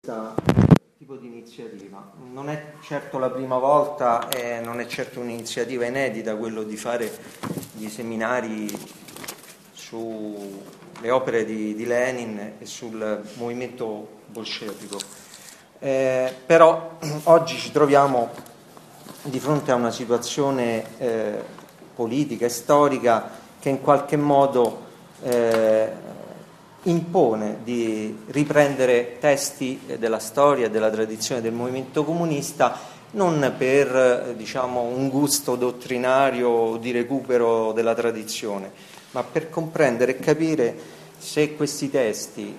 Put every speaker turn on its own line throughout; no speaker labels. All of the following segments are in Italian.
questo tipo di iniziativa. Non è certo la prima volta e non è certo un'iniziativa inedita quello di fare dei seminari sulle opere di Lenin e sul movimento bolscevico. Però oggi ci troviamo di fronte a una situazione politica e storica che in qualche modo impone di riprendere testi della storia e della tradizione del movimento comunista non per un gusto dottrinario o di recupero della tradizione, ma per comprendere e capire se questi testi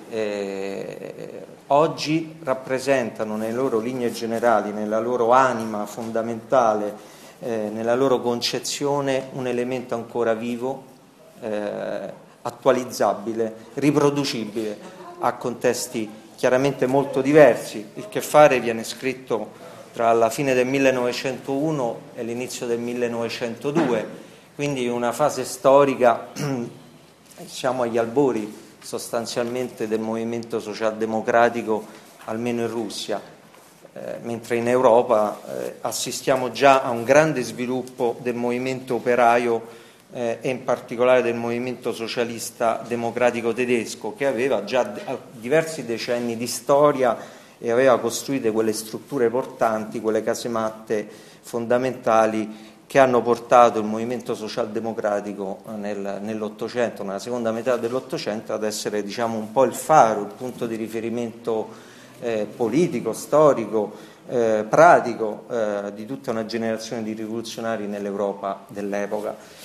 oggi rappresentano nelle loro linee generali, nella loro anima fondamentale, nella loro concezione un elemento ancora vivo, attualizzabile, riproducibile a contesti chiaramente molto diversi. Il Che fare viene scritto tra la fine del 1901 e l'inizio del 1902, quindi una fase storica, siamo agli albori sostanzialmente del movimento socialdemocratico, almeno in Russia, mentre in Europa assistiamo già a un grande sviluppo del movimento operaio e in particolare del movimento socialista democratico tedesco, che aveva già diversi decenni di storia e aveva costruito quelle strutture portanti, quelle casematte fondamentali che hanno portato il movimento socialdemocratico nell'Ottocento, nella seconda metà dell'Ottocento, ad essere un po' il faro, il punto di riferimento politico, storico, pratico di tutta una generazione di rivoluzionari nell'Europa dell'epoca.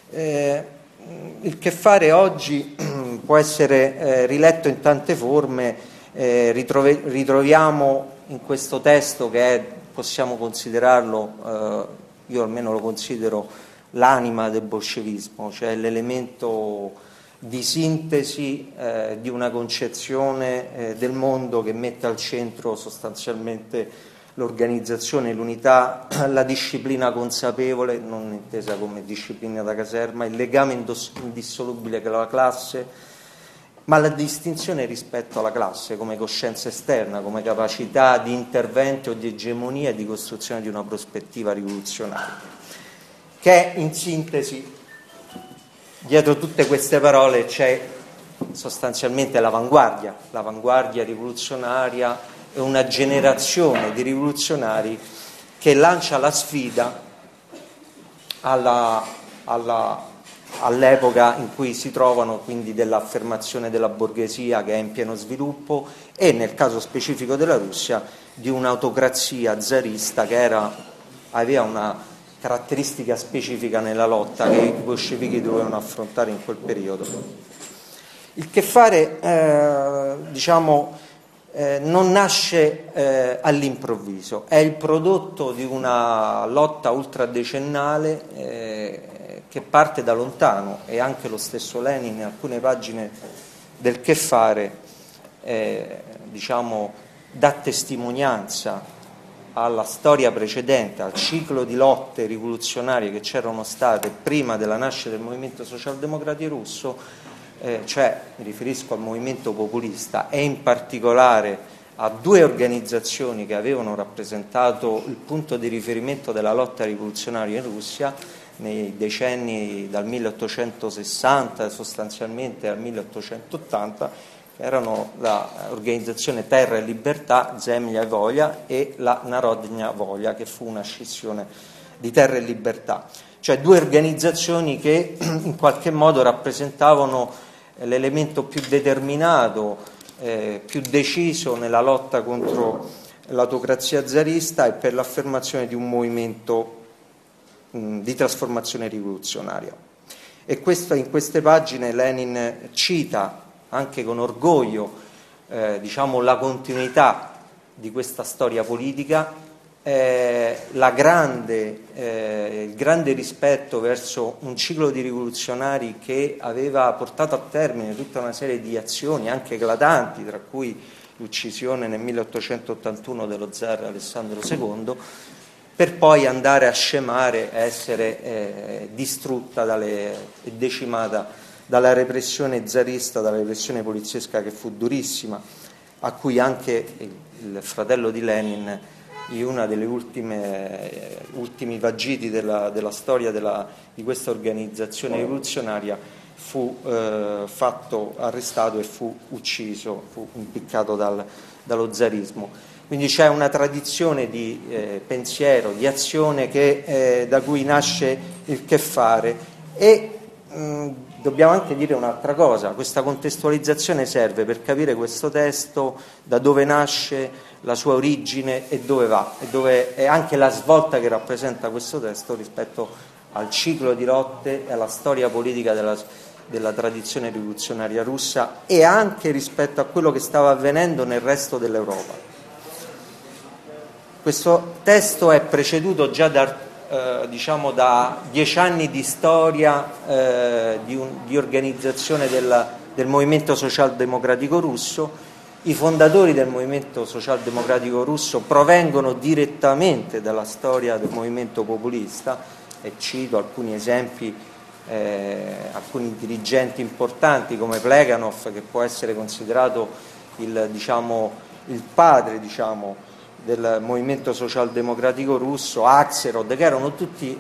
Il Che fare oggi può essere riletto in tante forme. Ritroviamo in questo testo che possiamo considerarlo, io almeno lo considero l'anima del bolscevismo, cioè l'elemento di sintesi di una concezione del mondo che mette al centro sostanzialmente l'organizzazione, l'unità, la disciplina consapevole, non intesa come disciplina da caserma, il legame indissolubile con la classe, ma la distinzione rispetto alla classe come coscienza esterna, come capacità di intervento o di egemonia e di costruzione di una prospettiva rivoluzionaria, che in sintesi, dietro tutte queste parole c'è sostanzialmente l'avanguardia rivoluzionaria e una generazione di rivoluzionari che lancia la sfida all'epoca in cui si trovano, quindi dell'affermazione della borghesia che è in pieno sviluppo e, nel caso specifico della Russia, di un'autocrazia zarista che aveva una caratteristica specifica nella lotta che i bolscevichi dovevano affrontare in quel periodo. Il Che fare, non nasce all'improvviso, è il prodotto di una lotta ultradecennale che parte da lontano, e anche lo stesso Lenin in alcune pagine del Che fare dà testimonianza alla storia precedente, al ciclo di lotte rivoluzionarie che c'erano state prima della nascita del movimento socialdemocratico russo, cioè mi riferisco al movimento populista e in particolare a due organizzazioni che avevano rappresentato il punto di riferimento della lotta rivoluzionaria in Russia nei decenni dal 1860 sostanzialmente al 1880, che erano l'organizzazione Terra e Libertà, Zemlya e Volia, e la Narodnya Volia, che fu una scissione di Terra e Libertà, cioè due organizzazioni che in qualche modo rappresentavano l'elemento più determinato, più deciso nella lotta contro l'autocrazia zarista e per l'affermazione di un movimento di trasformazione rivoluzionaria. E in queste pagine Lenin cita anche con orgoglio la continuità di questa storia politica, il grande rispetto verso un ciclo di rivoluzionari che aveva portato a termine tutta una serie di azioni anche eclatanti, tra cui l'uccisione nel 1881 dello zar Alessandro II, per poi andare a scemare, a essere distrutta e decimata dalla repressione zarista, dalla repressione poliziesca che fu durissima, a cui anche il fratello di Lenin, in una delle ultimi vagiti della storia di questa organizzazione rivoluzionaria, fu arrestato e fu ucciso, fu impiccato dallo zarismo. Quindi c'è una tradizione di pensiero, di azione da cui nasce il che fare, e dobbiamo anche dire un'altra cosa: questa contestualizzazione serve per capire questo testo, da dove nasce, la sua origine e dove va, e dove è anche la svolta che rappresenta questo testo rispetto al ciclo di lotte e alla storia politica della tradizione rivoluzionaria russa, e anche rispetto a quello che stava avvenendo nel resto dell'Europa. Questo testo è preceduto già da 10 anni di storia di organizzazione del movimento socialdemocratico russo. I fondatori del movimento socialdemocratico russo provengono direttamente dalla storia del movimento populista, e cito alcuni esempi, alcuni dirigenti importanti come Pleganov, che può essere considerato il padre del movimento socialdemocratico russo, Axelrod, che erano tutti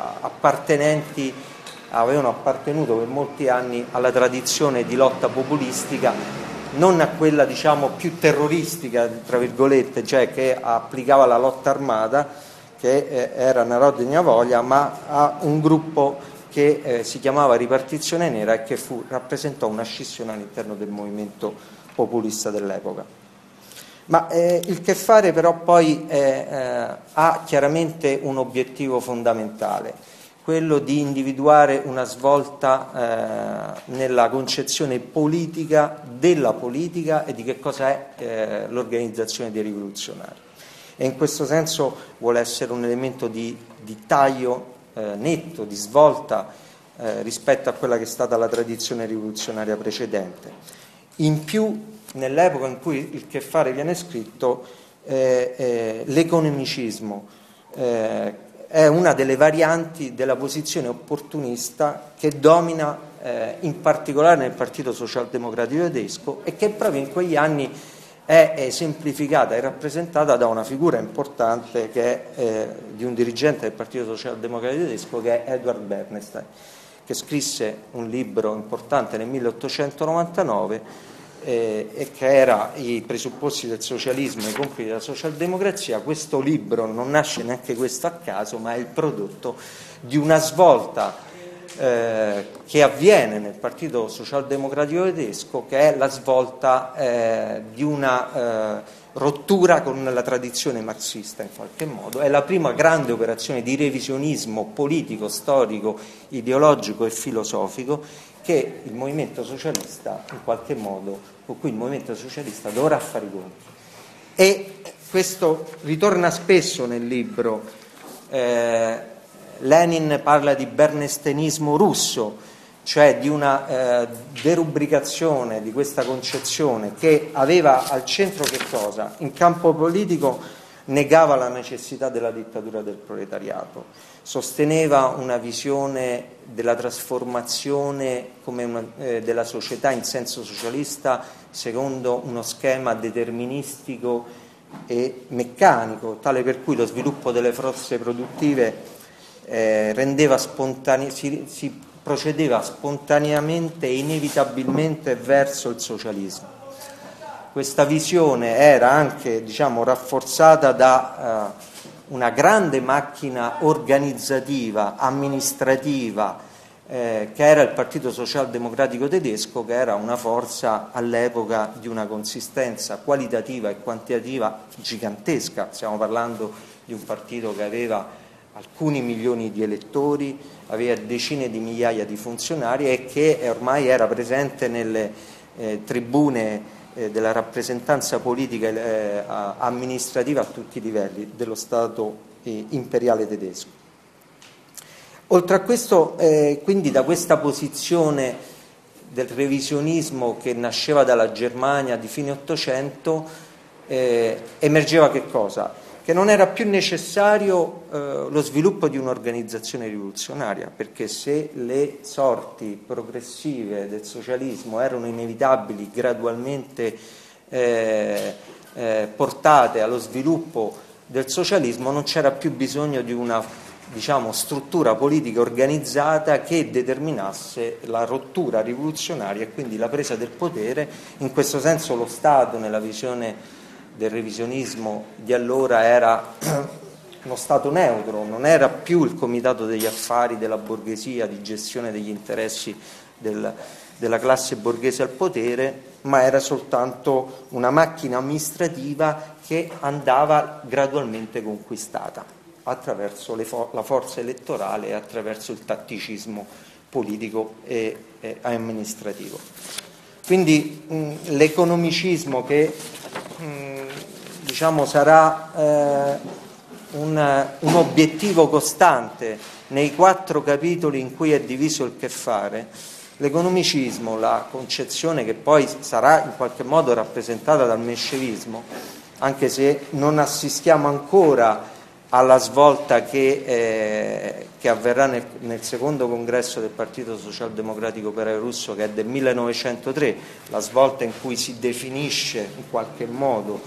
avevano appartenuto per molti anni alla tradizione di lotta populistica, non a quella più terroristica, tra virgolette, cioè che applicava la lotta armata, che era Narodnaya Volya, ma a un gruppo che si chiamava Ripartizione Nera e che rappresentò una scissione all'interno del movimento populista dell'epoca. Ma il che fare però poi ha chiaramente un obiettivo fondamentale, quello di individuare una svolta nella concezione politica della politica e di che cosa è l'organizzazione dei rivoluzionari. E in questo senso vuole essere un elemento di taglio netto, di svolta rispetto a quella che è stata la tradizione rivoluzionaria precedente. In più, nell'epoca in cui il che fare viene scritto, l'economicismo è una delle varianti della posizione opportunista che domina in particolare nel Partito Socialdemocratico Tedesco, e che proprio in quegli anni è esemplificata e rappresentata da una figura importante che è di un dirigente del Partito Socialdemocratico Tedesco, che è Edward Bernstein, che scrisse un libro importante nel 1899 e che era I presupposti del socialismo e i compiti della socialdemocrazia. Questo libro non nasce neanche questo a caso, ma è il prodotto di una svolta che avviene nel Partito Socialdemocratico Tedesco, che è la svolta di una rottura con la tradizione marxista, in qualche modo. È la prima grande operazione di revisionismo politico, storico, ideologico e filosofico che il movimento socialista, in qualche modo, con cui il movimento socialista dovrà fare i conti. E questo ritorna spesso nel libro. Lenin parla di bernsteinismo russo, cioè di una derubricazione di questa concezione che aveva al centro che cosa? In campo politico negava la necessità della dittatura del proletariato, sosteneva una visione della trasformazione della società in senso socialista secondo uno schema deterministico e meccanico, tale per cui lo sviluppo delle forze produttive si procedeva spontaneamente e inevitabilmente verso il socialismo. Questa visione era anche rafforzata da una grande macchina organizzativa, amministrativa, che era il Partito Socialdemocratico Tedesco, che era una forza all'epoca di una consistenza qualitativa e quantitativa gigantesca. Stiamo parlando di un partito che aveva alcuni milioni di elettori, aveva decine di migliaia di funzionari e che ormai era presente nelle tribune della rappresentanza politica amministrativa a tutti i livelli dello Stato imperiale tedesco. Oltre a questo, quindi da questa posizione del revisionismo che nasceva dalla Germania di fine Ottocento, emergeva che cosa? Che non era più necessario lo sviluppo di un'organizzazione rivoluzionaria, perché se le sorti progressive del socialismo erano inevitabili, gradualmente portate allo sviluppo del socialismo, non c'era più bisogno di una, diciamo, struttura politica organizzata che determinasse la rottura rivoluzionaria e quindi la presa del potere. In questo senso lo Stato, nella visione del revisionismo di allora, era uno Stato neutro, non era più il comitato degli affari della borghesia di gestione degli interessi della classe borghese al potere, ma era soltanto una macchina amministrativa che andava gradualmente conquistata attraverso la forza elettorale e attraverso il tatticismo politico e amministrativo. Quindi l'economicismo, che diciamo sarà un obiettivo costante nei 4 capitoli in cui è diviso il che fare, l'economicismo, la concezione che poi sarà in qualche modo rappresentata dal menscevismo, anche se non assistiamo ancora alla svolta che avverrà nel secondo congresso del Partito Socialdemocratico Operaio Russo, che è del 1903, la svolta in cui si definisce in qualche modo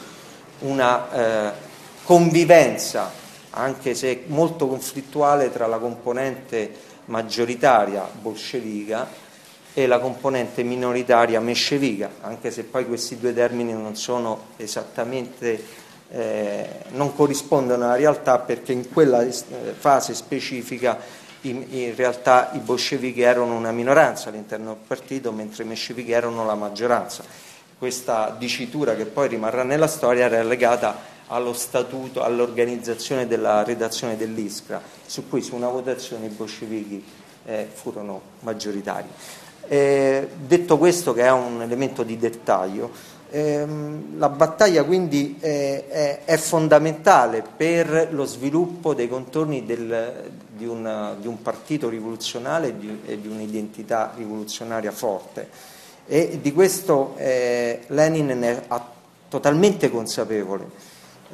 una convivenza, anche se molto conflittuale, tra la componente maggioritaria bolscevica e la componente minoritaria menscevica, anche se poi questi due termini non sono esattamente, non corrispondono alla realtà, perché in quella fase specifica in realtà i bolscevichi erano una minoranza all'interno del partito, mentre i menscevichi erano la maggioranza. Questa dicitura, che poi rimarrà nella storia, era legata allo statuto, all'organizzazione della redazione dell'Iskra, su cui su una votazione i bolscevichi furono maggioritari. Detto questo, che è un elemento di dettaglio, la battaglia quindi è fondamentale per lo sviluppo dei contorni di un partito rivoluzionale e di un'identità rivoluzionaria forte, e di questo Lenin ne è totalmente consapevole.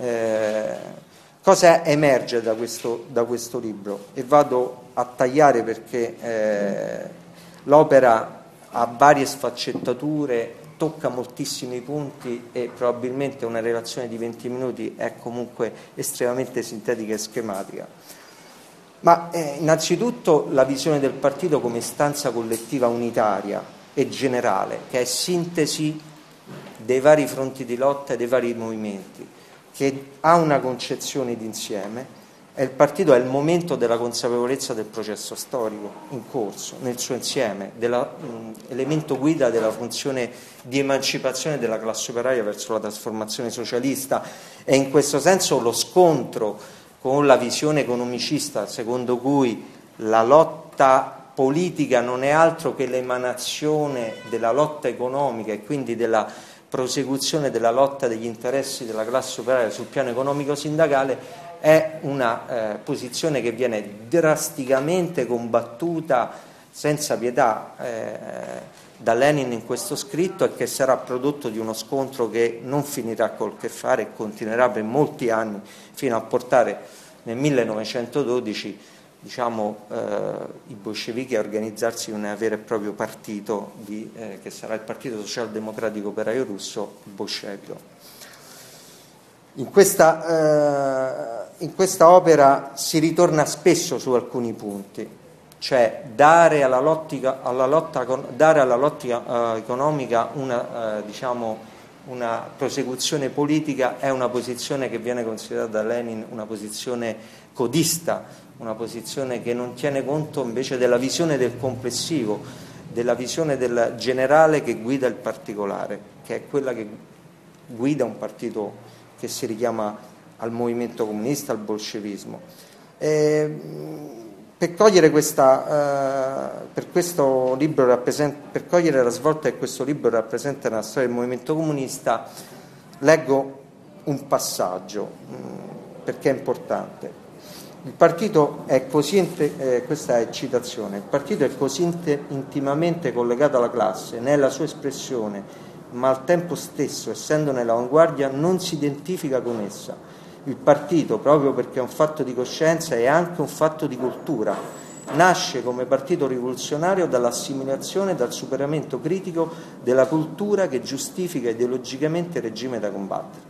Cosa emerge da questo libro? E vado a tagliare, perché l'opera ha varie sfaccettature, tocca moltissimi punti e probabilmente una relazione di 20 minuti è comunque estremamente sintetica e schematica. Ma innanzitutto la visione del partito come istanza collettiva unitaria e generale, che è sintesi dei vari fronti di lotta e dei vari movimenti, che ha una concezione d'insieme. E il partito è il momento della consapevolezza del processo storico in corso, nel suo insieme, dell'elemento guida della funzione di emancipazione della classe operaia verso la trasformazione socialista, e in questo senso lo scontro con la visione economicista, secondo cui la lotta politica non è altro che l'emanazione della lotta economica e quindi della prosecuzione della lotta degli interessi della classe operaia sul piano economico-sindacale, è una posizione che viene drasticamente combattuta senza pietà da Lenin in questo scritto, e che sarà prodotto di uno scontro che non finirà col che fare e continuerà per molti anni, fino a portare nel 1912 i bolscevichi a organizzarsi in un vero e proprio partito che sarà il Partito Socialdemocratico Operaio Russo bolscevico. In questa opera si ritorna spesso su alcuni punti, cioè dare alla lotta economica una prosecuzione politica è una posizione che viene considerata da Lenin una posizione codista, una posizione che non tiene conto invece della visione del complessivo, della visione del generale che guida il particolare, che è quella che guida un partito che si richiama al movimento comunista, al bolscevismo. Per cogliere per cogliere la svolta che questo libro rappresenta nella storia del movimento comunista, leggo un passaggio perché è importante. Il partito è così, questa è citazione, il partito è così intimamente collegato alla classe nella sua espressione, ma al tempo stesso, essendo nell'avanguardia, non si identifica con essa. Il partito, proprio perché è un fatto di coscienza, è anche un fatto di cultura. Nasce come partito rivoluzionario dall'assimilazione e dal superamento critico della cultura che giustifica ideologicamente il regime da combattere.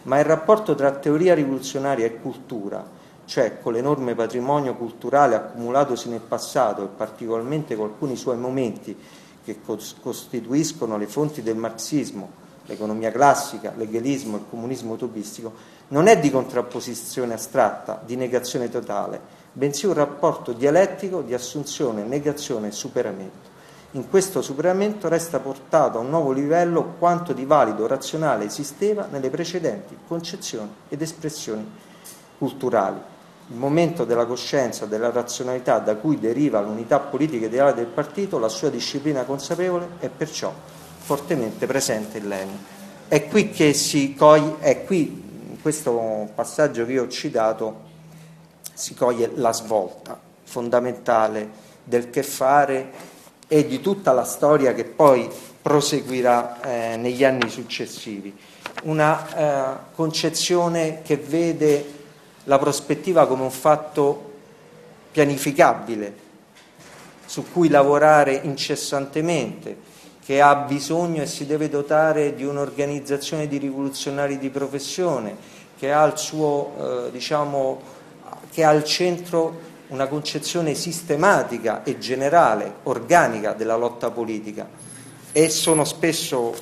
ma il rapporto tra teoria rivoluzionaria e cultura, cioè con l'enorme patrimonio culturale accumulatosi nel passato e particolarmente con alcuni suoi momenti che costituiscono le fonti del marxismo, l'economia classica, l'heghelismo, il comunismo utopistico, non è di contrapposizione astratta, di negazione totale, bensì un rapporto dialettico di assunzione, negazione e superamento. In questo superamento resta portato a un nuovo livello quanto di valido razionale esisteva nelle precedenti concezioni ed espressioni culturali. Il momento della coscienza, della razionalità da cui deriva l'unità politica ideale del partito, la sua disciplina consapevole, è perciò fortemente presente in Lenin. È qui che si coglie, in questo passaggio che io ho citato, si coglie la svolta fondamentale del che fare e di tutta la storia che poi proseguirà negli anni successivi. Una concezione che vede la prospettiva come un fatto pianificabile, su cui lavorare incessantemente, che ha bisogno e si deve dotare di un'organizzazione di rivoluzionari di professione, che ha al suo, che ha al centro una concezione sistematica e generale, organica della lotta politica, e sono spesso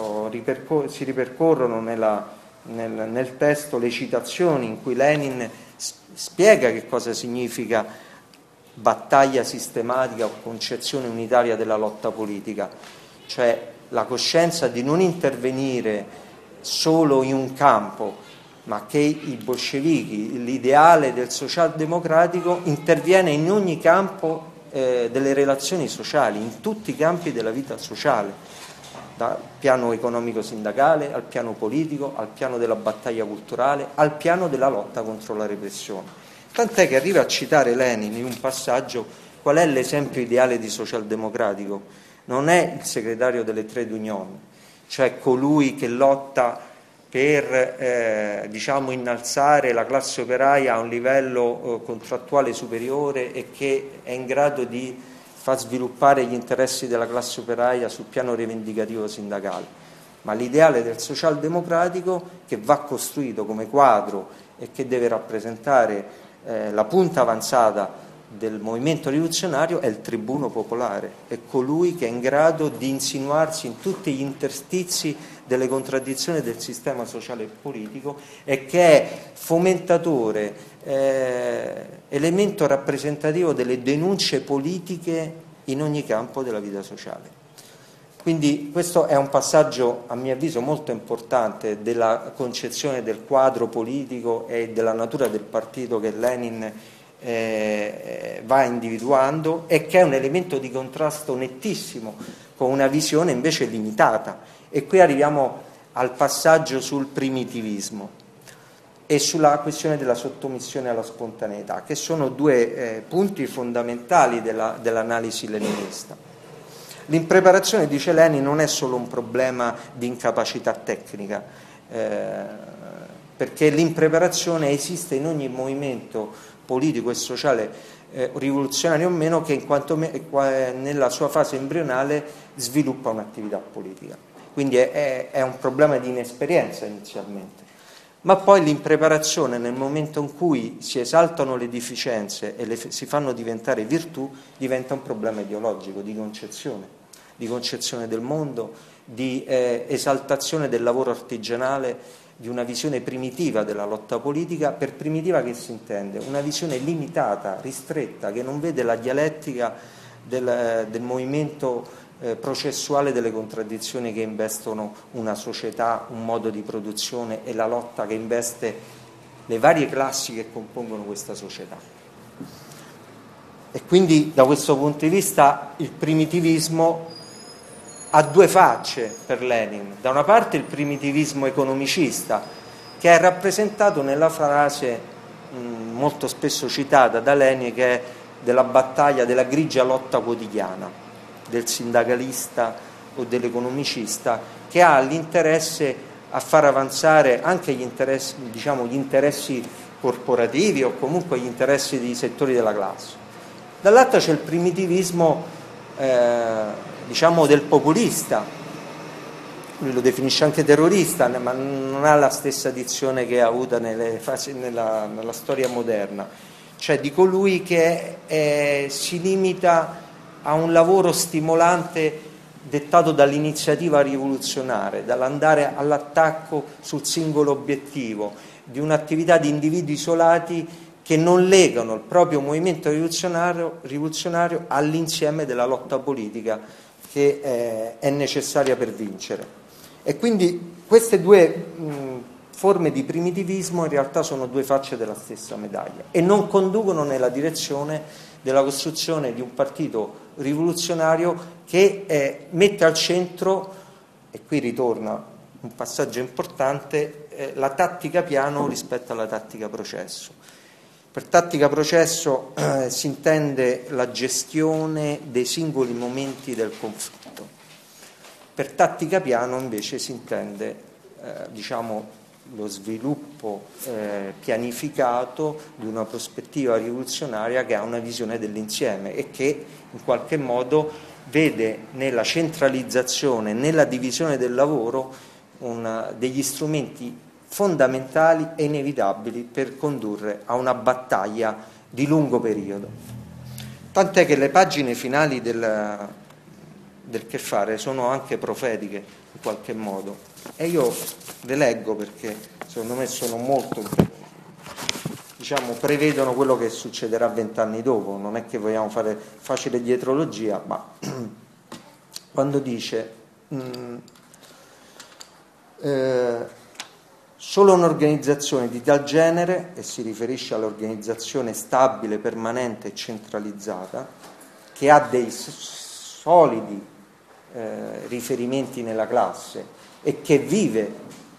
si ripercorrono nel testo le citazioni in cui Lenin spiega che cosa significa battaglia sistematica o concezione unitaria della lotta politica, cioè la coscienza di non intervenire solo in un campo, ma che i bolscevichi, l'ideale del socialdemocratico, interviene in ogni campo delle relazioni sociali, in tutti i campi della vita sociale, dal piano economico-sindacale al piano politico, al piano della battaglia culturale, al piano della lotta contro la repressione. Tant'è che arriva a citare Lenin in un passaggio qual è l'esempio ideale di socialdemocratico. Non è il segretario delle Trade Union, cioè colui che lotta per innalzare la classe operaia a un livello contrattuale superiore e che è in grado di far sviluppare gli interessi della classe operaia sul piano rivendicativo sindacale, ma l'ideale del socialdemocratico, che va costruito come quadro e che deve rappresentare la punta avanzata del movimento rivoluzionario, è il tribuno popolare, è colui che è in grado di insinuarsi in tutti gli interstizi delle contraddizioni del sistema sociale e politico e che è fomentatore, elemento rappresentativo delle denunce politiche in ogni campo della vita sociale. Quindi questo è un passaggio, a mio avviso, molto importante della concezione del quadro politico e della natura del partito che Lenin va individuando e che è un elemento di contrasto nettissimo con una visione invece limitata. E qui arriviamo al passaggio sul primitivismo e sulla questione della sottomissione alla spontaneità, che sono due punti fondamentali dell'analisi leninista. L'impreparazione, dice Lenin, non è solo un problema di incapacità tecnica, perché l'impreparazione esiste in ogni movimento politico e sociale, rivoluzionario o meno, che nella sua fase embrionale sviluppa un'attività politica. Quindi è un problema di inesperienza inizialmente. Ma poi l'impreparazione, nel momento in cui si esaltano le deficienze e si fanno diventare virtù, diventa un problema ideologico, di concezione del mondo, di esaltazione del lavoro artigianale, di una visione primitiva della lotta politica. Per primitiva che si intende? Una visione limitata, ristretta, che non vede la dialettica del movimento processuale delle contraddizioni che investono una società, un modo di produzione e la lotta che investe le varie classi che compongono questa società. E quindi da questo punto di vista il primitivismo ha due facce per Lenin. Da una parte il primitivismo economicista, che è rappresentato nella frase molto spesso citata da Lenin, che è della battaglia, della grigia lotta quotidiana del sindacalista o dell'economicista, che ha l'interesse a far avanzare anche gli interessi corporativi o comunque gli interessi dei settori della classe. Dall'altro c'è il primitivismo del populista, lui lo definisce anche terrorista, ma non ha la stessa dizione che ha avuta nella storia moderna, cioè di colui che si limita a un lavoro stimolante dettato dall'iniziativa rivoluzionaria, dall'andare all'attacco sul singolo obiettivo, di un'attività di individui isolati che non legano il proprio movimento rivoluzionario all'insieme della lotta politica che è necessaria per vincere. E quindi queste due forme di primitivismo in realtà sono due facce della stessa medaglia e non conducono nella direzione della costruzione di un partito rivoluzionario che mette al centro, e qui ritorna un passaggio importante, la tattica piano rispetto alla tattica processo. Per tattica processo si intende la gestione dei singoli momenti del conflitto. Per tattica piano invece si intende lo sviluppo pianificato di una prospettiva rivoluzionaria che ha una visione dell'insieme e che in qualche modo vede nella centralizzazione, nella divisione del lavoro degli strumenti fondamentali e inevitabili per condurre a una battaglia di lungo periodo. Tant'è che le pagine finali del Che fare sono anche profetiche in qualche modo e io le leggo perché secondo me sono molto, prevedono quello che succederà 20 anni dopo. Non è che vogliamo fare facile dietrologia, ma quando dice solo un'organizzazione di tal genere, e si riferisce all'organizzazione stabile, permanente e centralizzata, che ha dei solidi riferimenti nella classe e che vive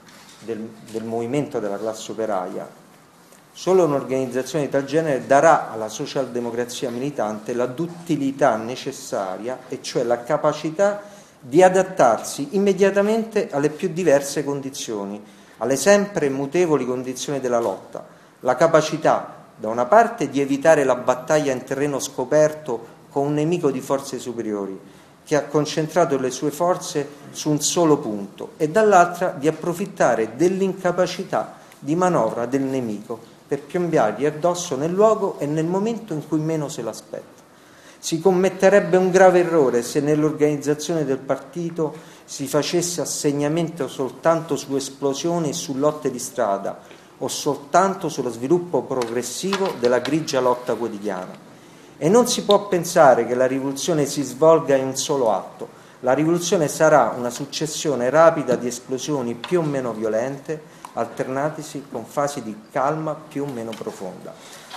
del movimento della classe operaia, solo un'organizzazione di tal genere darà alla socialdemocrazia militante la duttilità necessaria, e cioè la capacità di adattarsi immediatamente alle più diverse condizioni, alle sempre mutevoli condizioni della lotta, la capacità da una parte di evitare la battaglia in terreno scoperto con un nemico di forze superiori che ha concentrato le sue forze su un solo punto, e dall'altra di approfittare dell'incapacità di manovra del nemico per piombargli addosso nel luogo e nel momento in cui meno se l'aspetta. Si commetterebbe un grave errore se nell'organizzazione del partito si facesse assegnamento soltanto su esplosioni e su lotte di strada o soltanto sullo sviluppo progressivo della grigia lotta quotidiana. E non si può pensare che la rivoluzione si svolga in un solo atto. La rivoluzione sarà una successione rapida di esplosioni più o meno violente, alternatisi con fasi di calma più o meno profonda.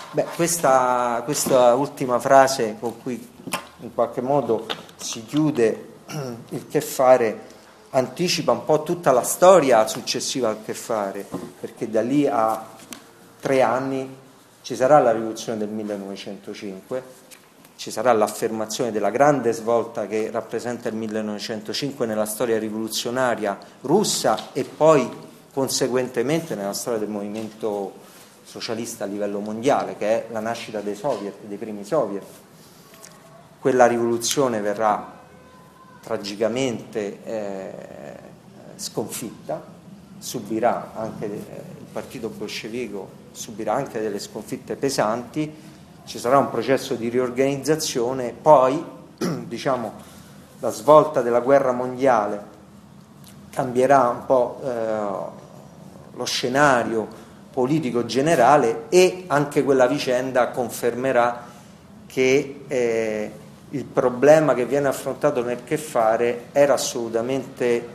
Questa ultima frase con cui in qualche modo si chiude il Che fare anticipa un po' tutta la storia successiva al Che fare, perché da lì a 3 anni ci sarà la rivoluzione del 1905, ci sarà l'affermazione della grande svolta che rappresenta il 1905 nella storia rivoluzionaria russa e poi conseguentemente nella storia del movimento socialista a livello mondiale, che è la nascita dei soviet, dei primi soviet. Quella rivoluzione verrà tragicamente sconfitta, subirà anche il partito bolscevico subirà anche delle sconfitte pesanti, ci sarà un processo di riorganizzazione, poi la svolta della guerra mondiale cambierà un po' lo scenario politico generale, e anche quella vicenda confermerà che il problema che viene affrontato nel Che fare era assolutamente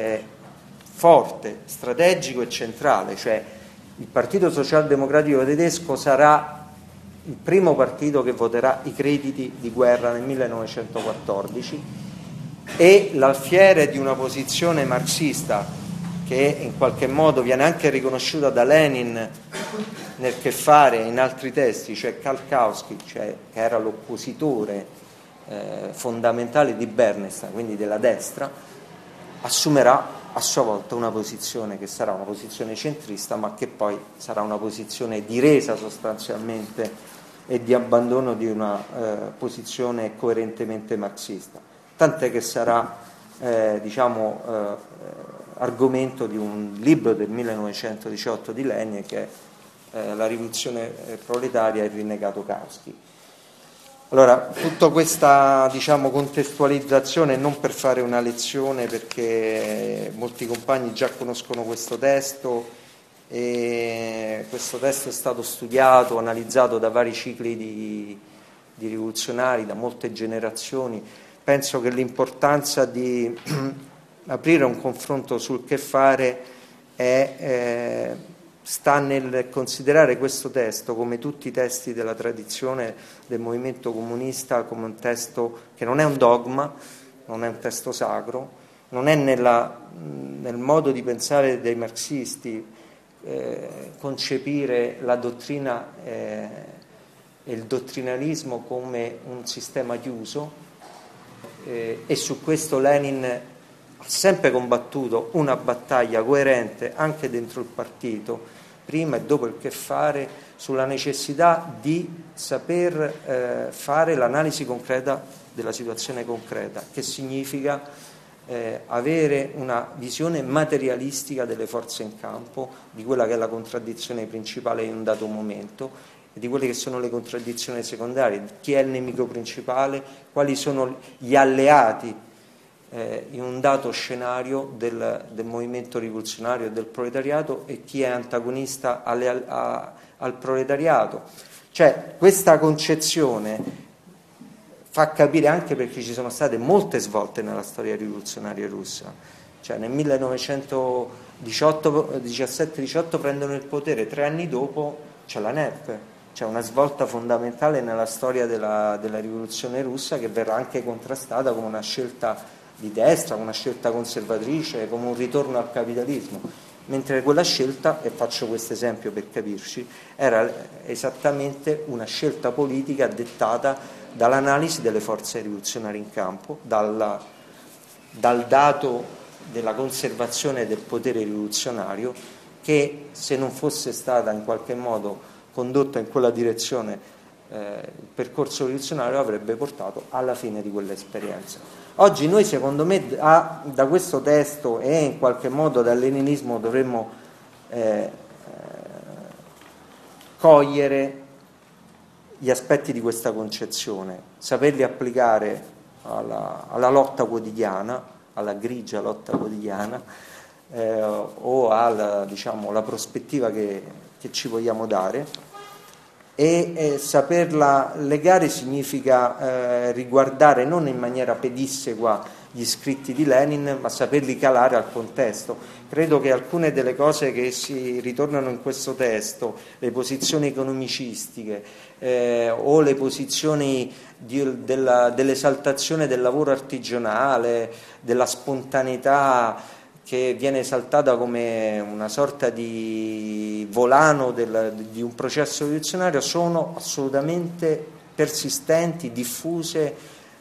forte, strategico e centrale, cioè il Partito Socialdemocratico tedesco sarà il primo partito che voterà i crediti di guerra nel 1914 e l'alfiere di una posizione marxista che in qualche modo viene anche riconosciuta da Lenin nel Che fare e in altri testi, cioè Karl Kautsky, che era l'oppositore fondamentale di Bernstein, quindi della destra, assumerà a sua volta una posizione che sarà una posizione centrista, ma che poi sarà una posizione di resa sostanzialmente e di abbandono di una posizione coerentemente marxista. Tant'è che sarà argomento di un libro del 1918 di Lenin, che è La rivoluzione proletaria e il rinnegato Kautsky. Allora, tutta questa contestualizzazione non per fare una lezione, perché molti compagni già conoscono questo testo, e questo testo è stato studiato, analizzato da vari cicli di rivoluzionari, da molte generazioni. Penso che l'importanza di aprire un confronto sul che fare sta nel considerare questo testo, come tutti i testi della tradizione del movimento comunista, come un testo che non è un dogma, non è un testo sacro, non è nel modo di pensare dei marxisti concepire la dottrina e il dottrinalismo come un sistema chiuso, e su questo Lenin ha sempre combattuto una battaglia coerente anche dentro il partito, prima e dopo il che fare, sulla necessità di saper fare l'analisi concreta della situazione concreta, che significa avere una visione materialistica delle forze in campo, di quella che è la contraddizione principale in un dato momento e di quelle che sono le contraddizioni secondarie, chi è il nemico principale, quali sono gli alleati in un dato scenario del movimento rivoluzionario e del proletariato, e chi è antagonista al proletariato. Cioè, questa concezione fa capire anche perché ci sono state molte svolte nella storia rivoluzionaria russa. Cioè, nel 1917-18 prendono il potere, 3 anni dopo c'è la NEP, c'è una svolta fondamentale nella storia della rivoluzione russa, che verrà anche contrastata come una scelta di destra, una scelta conservatrice, come un ritorno al capitalismo, mentre quella scelta, e faccio questo esempio per capirci, era esattamente una scelta politica dettata dall'analisi delle forze rivoluzionarie in campo, dal dato della conservazione del potere rivoluzionario, che se non fosse stata in qualche modo condotta in quella direzione il percorso rivoluzionario avrebbe portato alla fine di quell'esperienza. Oggi noi, secondo me, da questo testo e in qualche modo dal leninismo dovremmo cogliere gli aspetti di questa concezione, saperli applicare alla lotta quotidiana, alla grigia lotta quotidiana, o alla la prospettiva che ci vogliamo dare. E saperla legare significa riguardare non in maniera pedissequa gli scritti di Lenin, ma saperli calare al contesto. Credo che alcune delle cose che si ritornano in questo testo, le posizioni economicistiche o le posizioni dell'esaltazione del lavoro artigianale, della spontaneità che viene esaltata come una sorta di volano di un processo rivoluzionario, sono assolutamente persistenti, diffuse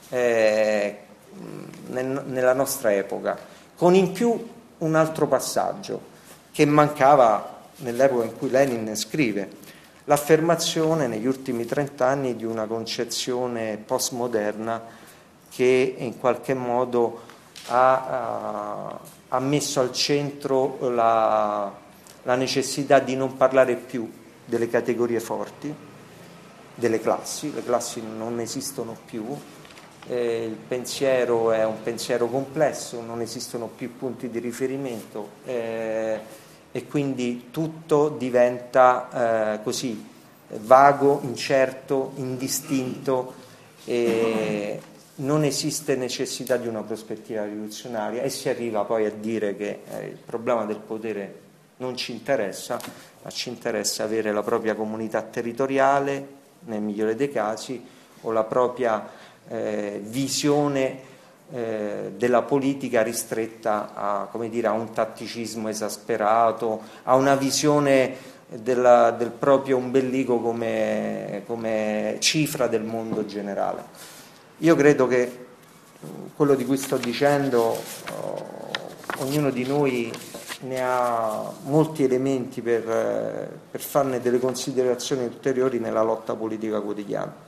nella nostra epoca, con in più un altro passaggio che mancava nell'epoca in cui Lenin scrive: l'affermazione negli ultimi 30 anni di una concezione postmoderna che in qualche modo ha messo al centro la necessità di non parlare più delle categorie forti, delle classi. Le classi non esistono più, il pensiero è un pensiero complesso, non esistono più punti di riferimento, e quindi tutto diventa così vago, incerto, indistinto, e non esiste necessità di una prospettiva rivoluzionaria, e si arriva poi a dire che il problema del potere non ci interessa, ma ci interessa avere la propria comunità territoriale, nel migliore dei casi, o la propria visione della politica ristretta a un tatticismo esasperato, a una visione del proprio ombelico come cifra del mondo generale. Io credo che quello di cui sto dicendo, ognuno di noi ne ha molti elementi per farne delle considerazioni ulteriori nella lotta politica quotidiana.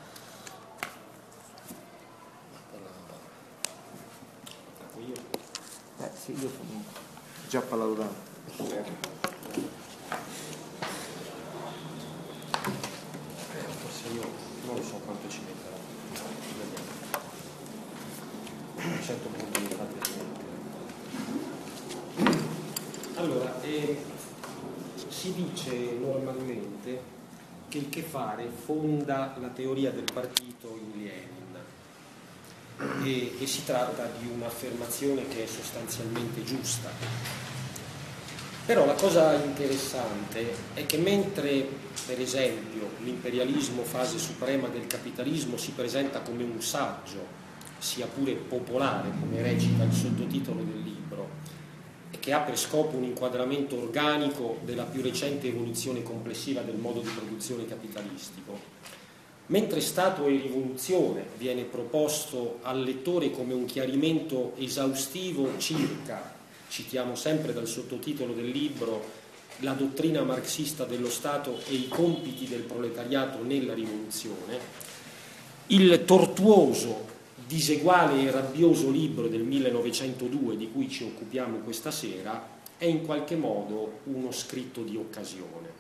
già parlato tanto.
Forse io non lo so quanto ci metterà. 100 punti di Allora, si dice normalmente che il che fare fonda la teoria del partito in Lenin e si tratta di un'affermazione che è sostanzialmente giusta. Però la cosa interessante è che mentre, per esempio, l'imperialismo, fase suprema del capitalismo, si presenta come un saggio, sia pure popolare, come recita il sottotitolo del libro, e che ha per scopo un inquadramento organico della più recente evoluzione complessiva del modo di produzione capitalistico, mentre Stato e rivoluzione viene proposto al lettore come un chiarimento esaustivo circa, citiamo sempre dal sottotitolo del libro, la dottrina marxista dello Stato e i compiti del proletariato nella rivoluzione, il tortuoso, diseguale e rabbioso libro del 1902 di cui ci occupiamo questa sera è in qualche modo uno scritto di occasione.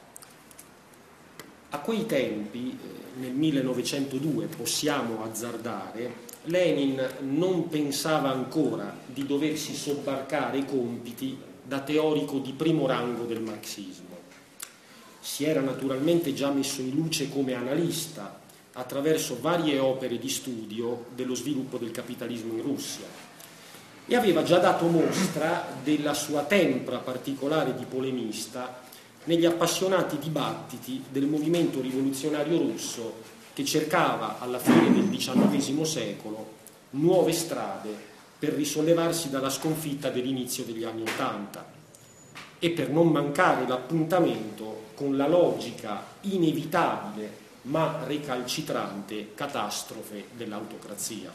A quei tempi, nel 1902, possiamo azzardare, Lenin non pensava ancora di doversi sobbarcare compiti da teorico di primo rango del marxismo. Si era naturalmente già messo in luce come analista attraverso varie opere di studio dello sviluppo del capitalismo in Russia e aveva già dato mostra della sua tempra particolare di polemista negli appassionati dibattiti del movimento rivoluzionario russo che cercava alla fine del XIX secolo nuove strade per risollevarsi dalla sconfitta dell'inizio degli anni '80 e per non mancare l'appuntamento con la logica inevitabile ma recalcitrante catastrofe dell'autocrazia.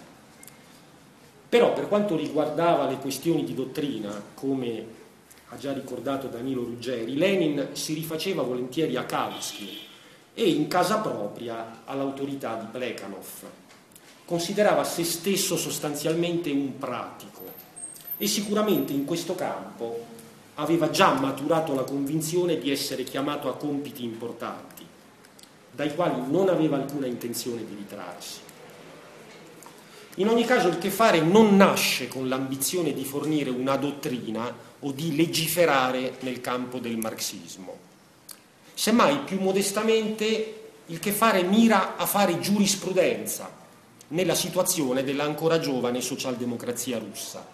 Però per quanto riguardava le questioni di dottrina, come ha già ricordato Danilo Ruggeri, Lenin si rifaceva volentieri a Kautsky e in casa propria all'autorità di Plekhanov. Considerava se stesso sostanzialmente un pratico e sicuramente in questo campo aveva già maturato la convinzione di essere chiamato a compiti importanti, dai quali non aveva alcuna intenzione di ritrarsi. In ogni caso il che fare non nasce con l'ambizione di fornire una dottrina o di legiferare nel campo del marxismo. Semmai, più modestamente, il che fare mira a fare giurisprudenza nella situazione della ancora giovane socialdemocrazia russa.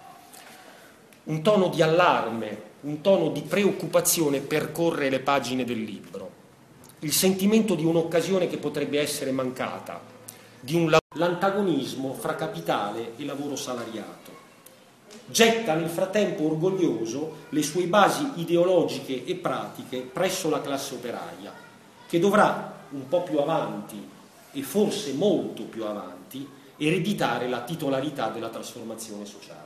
Un tono di allarme, un tono di preoccupazione percorre le pagine del libro. Il sentimento di un'occasione che potrebbe essere mancata, di l'antagonismo fra capitale e lavoro salariato. Getta nel frattempo orgoglioso le sue basi ideologiche e pratiche presso la classe operaia, che dovrà un po' più avanti, e forse molto più avanti, ereditare la titolarità della trasformazione sociale.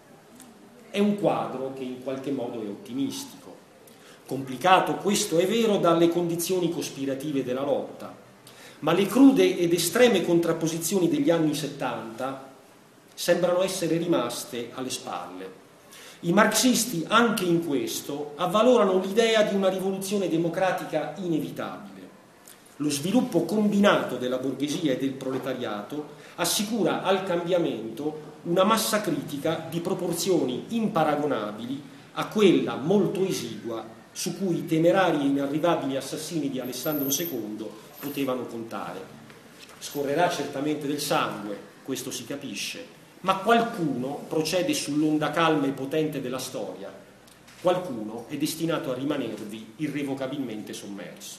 È un quadro che in qualche modo è ottimistico. Complicato, questo è vero, dalle condizioni cospirative della lotta, ma le crude ed estreme contrapposizioni degli anni '70 sembrano essere rimaste alle spalle. I marxisti, anche in questo, avvalorano l'idea di una rivoluzione democratica inevitabile. Lo sviluppo combinato della borghesia e del proletariato assicura al cambiamento una massa critica di proporzioni imparagonabili a quella molto esigua su cui i temerari e inarrivabili assassini di Alessandro II potevano contare. Scorrerà certamente del sangue, questo si capisce, ma qualcuno procede sull'onda calma e potente della storia, qualcuno è destinato a rimanervi irrevocabilmente sommerso.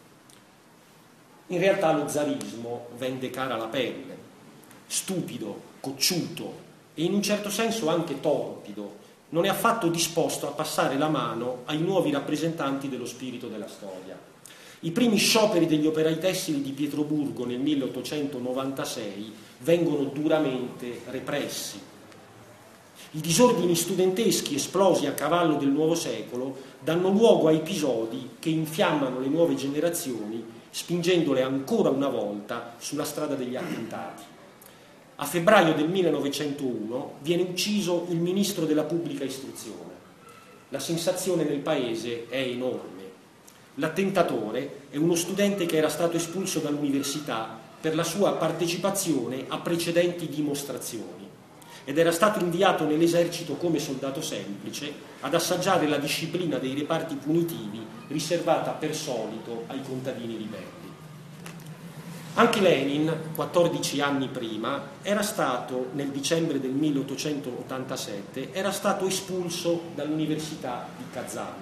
In realtà lo zarismo vende cara la pelle, stupido, cocciuto e in un certo senso anche torpido, non è affatto disposto a passare la mano ai nuovi rappresentanti dello spirito della storia. I primi scioperi degli operai tessili di Pietroburgo nel 1896 vengono duramente repressi. I disordini studenteschi esplosi a cavallo del nuovo secolo danno luogo a episodi che infiammano le nuove generazioni, spingendole ancora una volta sulla strada degli attentati. A febbraio del 1901 viene ucciso il ministro della pubblica istruzione. La sensazione nel paese è enorme. L'attentatore è uno studente che era stato espulso dall'università per la sua partecipazione a precedenti dimostrazioni ed era stato inviato nell'esercito come soldato semplice ad assaggiare la disciplina dei reparti punitivi riservata per solito ai contadini ribelli. Anche Lenin, 14 anni prima, era stato, nel dicembre del 1887, era stato espulso dall'università di Kazan.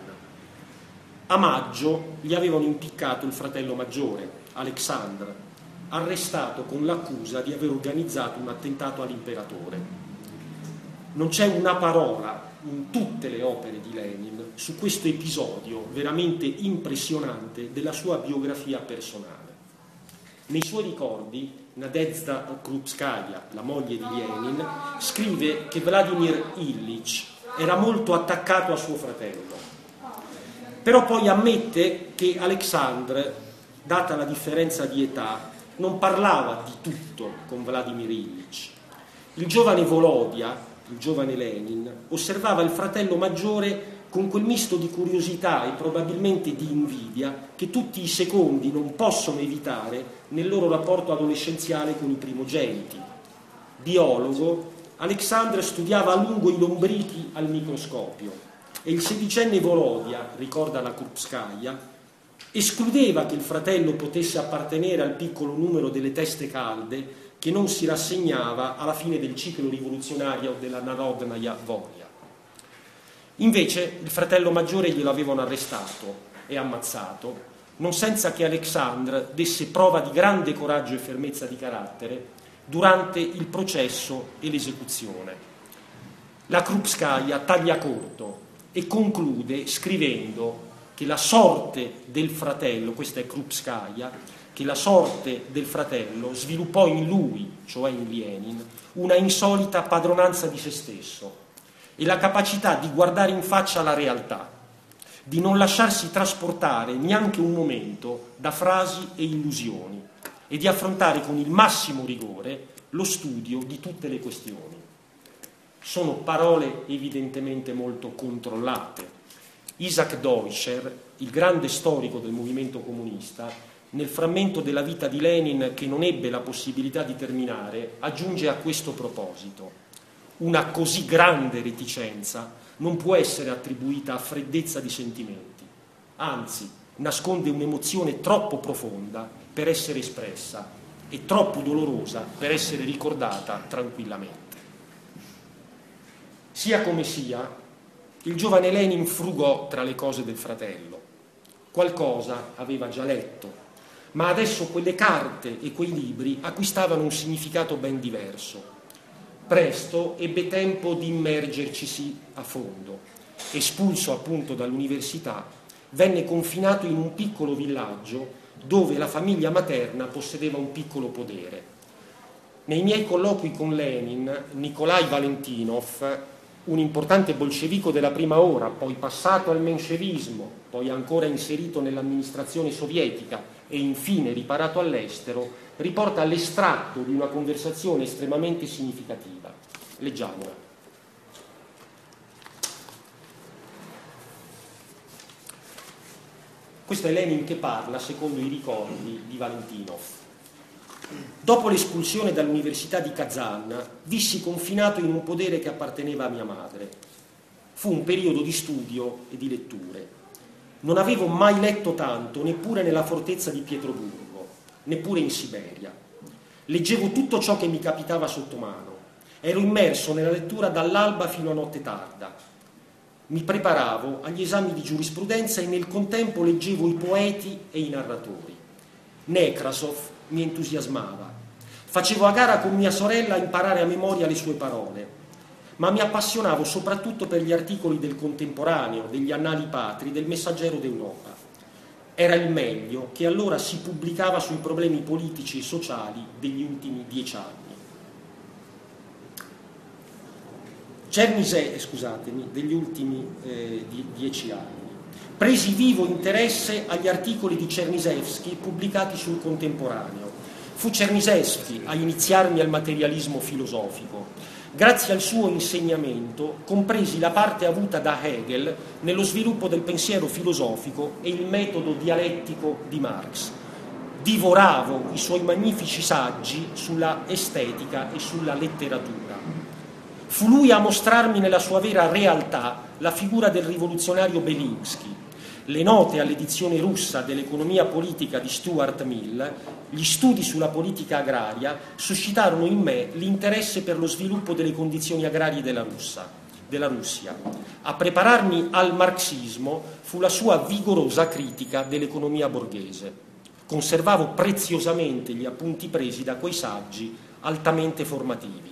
A maggio gli avevano impiccato il fratello maggiore, Aleksandr, arrestato con l'accusa di aver organizzato un attentato all'imperatore. Non c'è una parola in tutte le opere di Lenin su questo episodio veramente impressionante della sua biografia personale. Nei suoi ricordi, Nadezhda Krupskaya, la moglie di Lenin, scrive che Vladimir Ilyich era molto attaccato a suo fratello. Però poi ammette che Aleksandr, data la differenza di età, non parlava di tutto con Vladimir Ilyich. Il giovane Volodia, il giovane Lenin, osservava il fratello maggiore con quel misto di curiosità e probabilmente di invidia che tutti i secondi non possono evitare nel loro rapporto adolescenziale con i primogeniti. Biologo, Aleksandr studiava a lungo i lombrichi al microscopio e il sedicenne Volodia, ricorda la Krupskaya, escludeva che il fratello potesse appartenere al piccolo numero delle teste calde che non si rassegnava alla fine del ciclo rivoluzionario della Narodnaya Volia. Invece il fratello maggiore glielo avevano arrestato e ammazzato, non senza che Aleksandr desse prova di grande coraggio e fermezza di carattere durante il processo e l'esecuzione. La Krupskaya taglia corto e conclude scrivendo che la sorte del fratello, questa è Krupskaya, che la sorte del fratello sviluppò in lui, cioè in Lenin, una insolita padronanza di se stesso e la capacità di guardare in faccia la realtà, di non lasciarsi trasportare neanche un momento da frasi e illusioni e di affrontare con il massimo rigore lo studio di tutte le questioni. Sono parole evidentemente molto controllate. Isaac Deutscher, il grande storico del movimento comunista, nel frammento della vita di Lenin che non ebbe la possibilità di terminare, aggiunge a questo proposito: una così grande reticenza non può essere attribuita a freddezza di sentimenti, anzi nasconde un'emozione troppo profonda per essere espressa e troppo dolorosa per essere ricordata tranquillamente. Sia come sia, il giovane Lenin frugò tra le cose del fratello. Qualcosa aveva già letto, ma adesso quelle carte e quei libri acquistavano un significato ben diverso. Presto ebbe tempo di immergercisi a fondo. Espulso appunto dall'università, venne confinato in un piccolo villaggio dove la famiglia materna possedeva un piccolo podere. Nei miei colloqui con Lenin, Nikolai Valentinov, un importante bolscevico della prima ora, poi passato al menscevismo, poi ancora inserito nell'amministrazione sovietica e infine riparato all'estero, riporta l'estratto di una conversazione estremamente significativa. Leggiamola. Questo è Lenin che parla secondo i ricordi di Valentinov. Dopo l'espulsione dall'università di Kazan, vissi confinato in un podere che apparteneva a mia madre. Fu un periodo di studio e di letture. Non avevo mai letto tanto, neppure nella fortezza di Pietroburgo, neppure in Siberia. Leggevo tutto ciò che mi capitava sotto mano. Ero immerso nella lettura dall'alba fino a notte tarda. Mi preparavo agli esami di giurisprudenza e nel contempo leggevo i poeti e i narratori. Nekrasov mi entusiasmava. Facevo a gara con mia sorella a imparare a memoria le sue parole, ma mi appassionavo soprattutto per gli articoli del Contemporaneo, degli Annali Patri, del Messaggero d'Europa. Era il meglio che allora si pubblicava sui problemi politici e sociali degli ultimi 10 anni. Degli ultimi 10 anni. Presi vivo interesse agli articoli di Czernyszewski pubblicati sul Contemporaneo. Fu Czernyszewski a iniziarmi al materialismo filosofico. Grazie al suo insegnamento compresi la parte avuta da Hegel nello sviluppo del pensiero filosofico e il metodo dialettico di Marx. Divoravo i suoi magnifici saggi sulla estetica e sulla letteratura. Fu lui a mostrarmi nella sua vera realtà la figura del rivoluzionario Belinsky. Le note all'edizione russa dell'economia politica di Stuart Mill, gli studi sulla politica agraria suscitarono in me l'interesse per lo sviluppo delle condizioni agrarie della Russia. A prepararmi al marxismo fu la sua vigorosa critica dell'economia borghese. Conservavo preziosamente gli appunti presi da quei saggi altamente formativi.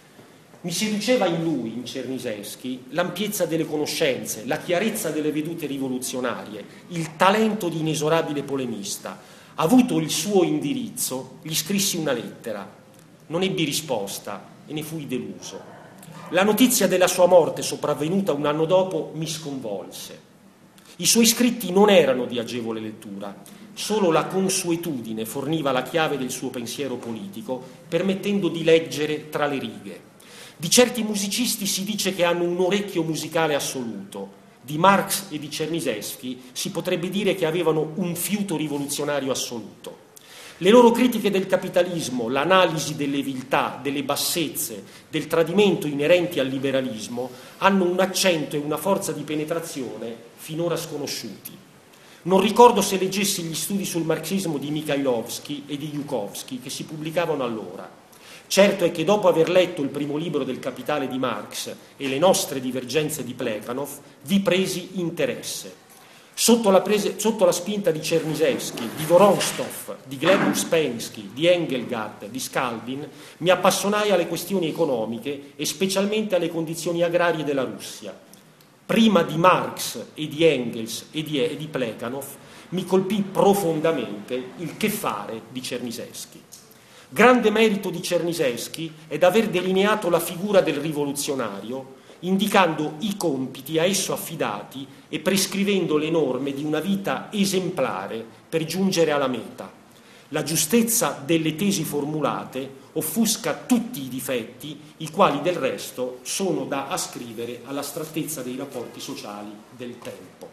Mi seduceva in lui, in Czernyszewski, l'ampiezza delle conoscenze, la chiarezza delle vedute rivoluzionarie, il talento di inesorabile polemista. Avuto il suo indirizzo, gli scrissi una lettera. Non ebbi risposta e ne fui deluso. La notizia della sua morte, sopravvenuta un anno dopo, mi sconvolse. I suoi scritti non erano di agevole lettura, solo la consuetudine forniva la chiave del suo pensiero politico, permettendo di leggere tra le righe. Di certi musicisti si dice che hanno un orecchio musicale assoluto. Di Marx e di Czernyszewski si potrebbe dire che avevano un fiuto rivoluzionario assoluto. Le loro critiche del capitalismo, l'analisi delle viltà, delle bassezze, del tradimento inerenti al liberalismo hanno un accento e una forza di penetrazione finora sconosciuti. Non ricordo se leggessi gli studi sul marxismo di Mikhailovsky e di Jukovsky che si pubblicavano allora. Certo è che dopo aver letto il primo libro del Capitale di Marx e le nostre divergenze di Plekhanov, vi presi interesse. Sotto la spinta di Czernyszewski, di Vorontsov, di Gleb Uspensky, di Engelgard, di Skaldin, mi appassionai alle questioni economiche e specialmente alle condizioni agrarie della Russia. Prima di Marx e di Engels e di Plekhanov, mi colpì profondamente il che fare di Czernyszewski. Grande merito di Czernyszewski è d'aver delineato la figura del rivoluzionario, indicando i compiti a esso affidati e prescrivendo le norme di una vita esemplare per giungere alla meta. La giustezza delle tesi formulate offusca tutti i difetti, i quali del resto sono da ascrivere all'astrattezza dei rapporti sociali del tempo.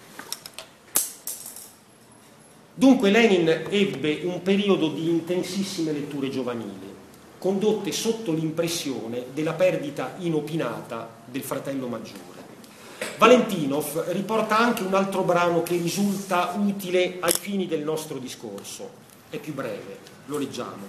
Dunque Lenin ebbe un periodo di intensissime letture giovanili, condotte sotto l'impressione della perdita inopinata del fratello maggiore. Valentinov riporta anche un altro brano che risulta utile ai fini del nostro discorso. È più breve, lo leggiamo.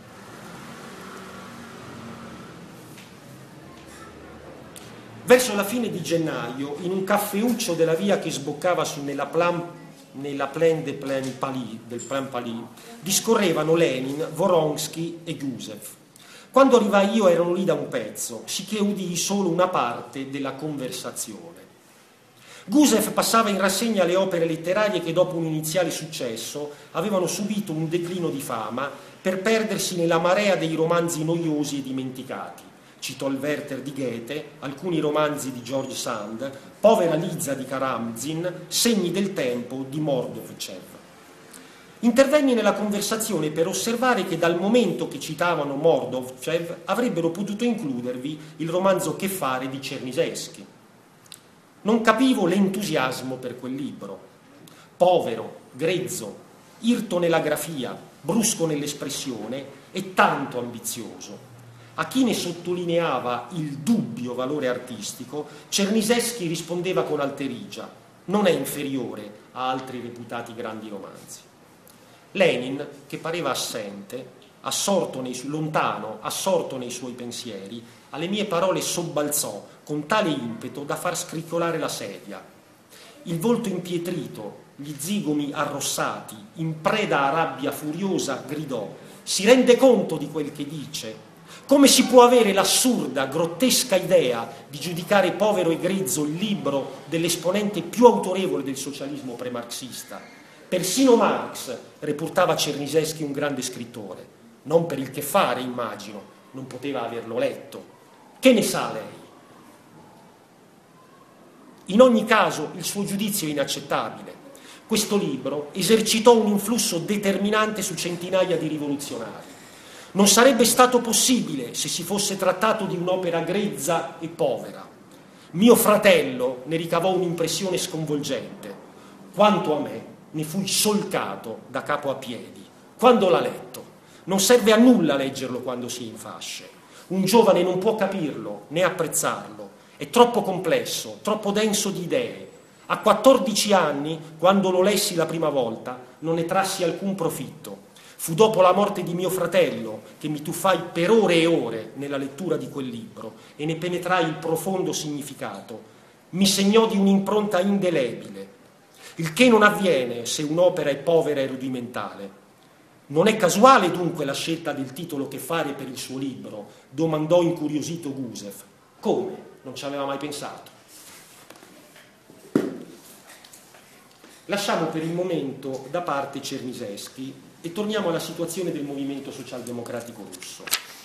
Verso la fine di gennaio, in un caffeuccio della via che sboccava nella Plaine del Plain Palis, discorrevano Lenin, Voronsky e Gusev. Quando arrivai io erano lì da un pezzo, sicché udii solo una parte della conversazione. Gusev passava in rassegna le opere letterarie che dopo un iniziale successo avevano subito un declino di fama per perdersi nella marea dei romanzi noiosi e dimenticati. Citò il Werther di Goethe, alcuni romanzi di George Sand, Povera Liza di Karamzin, Segni del tempo di Mordovcev. Intervenni nella conversazione per osservare che dal momento che citavano Mordovcev avrebbero potuto includervi il romanzo Che fare di Czernyszewski. Non capivo l'entusiasmo per quel libro. Povero, grezzo, irto nella grafia, brusco nell'espressione e tanto ambizioso. A chi ne sottolineava il dubbio valore artistico, Czernyszewski rispondeva con alterigia: non è inferiore a altri reputati grandi romanzi. Lenin, che pareva assente, lontano, assorto nei suoi pensieri, alle mie parole sobbalzò con tale impeto da far scricchiolare la sedia. Il volto impietrito, gli zigomi arrossati, in preda a rabbia furiosa, gridò: si rende conto di quel che dice? Come si può avere l'assurda, grottesca idea di giudicare povero e grezzo il libro dell'esponente più autorevole del socialismo premarxista? Persino Marx reputava Czernyszewski un grande scrittore. Non per il che fare, immagino, non poteva averlo letto. Che ne sa lei? In ogni caso, il suo giudizio è inaccettabile. Questo libro esercitò un influsso determinante su centinaia di rivoluzionari. Non sarebbe stato possibile se si fosse trattato di un'opera grezza e povera. Mio fratello ne ricavò un'impressione sconvolgente. Quanto a me, ne fui solcato da capo a piedi. Quando l'ha letto? Non serve a nulla leggerlo quando si è in fasce. Un giovane non può capirlo né apprezzarlo. È troppo complesso, troppo denso di idee. A 14 anni, quando lo lessi la prima volta, non ne trassi alcun profitto. Fu dopo la morte di mio fratello che mi tuffai per ore e ore nella lettura di quel libro e ne penetrai il profondo significato. Mi segnò di un'impronta indelebile, il che non avviene se un'opera è povera e rudimentale. Non è casuale dunque la scelta del titolo che fare per il suo libro, domandò incuriosito Gusev. Come? Non ci aveva mai pensato. Lasciamo per il momento da parte Czernyszewski e torniamo alla situazione del movimento socialdemocratico russo.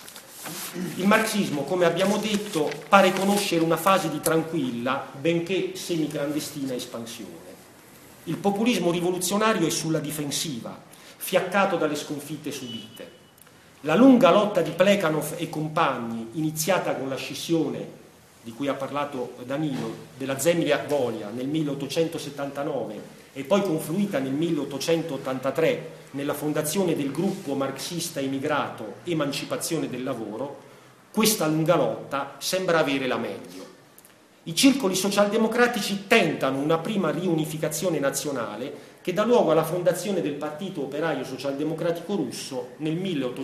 Il marxismo, come abbiamo detto, pare conoscere una fase di tranquilla, benché semiclandestina espansione. Il populismo rivoluzionario è sulla difensiva, fiaccato dalle sconfitte subite. La lunga lotta di Plekhanov e compagni, iniziata con la scissione di cui ha parlato Danilo, della Zemlya Volia nel 1879 e poi confluita nel 1883 nella fondazione del gruppo marxista emigrato Emancipazione del Lavoro, questa lunga lotta sembra avere la meglio. I circoli socialdemocratici tentano una prima riunificazione nazionale che dà luogo alla fondazione del Partito Operaio Socialdemocratico Russo nel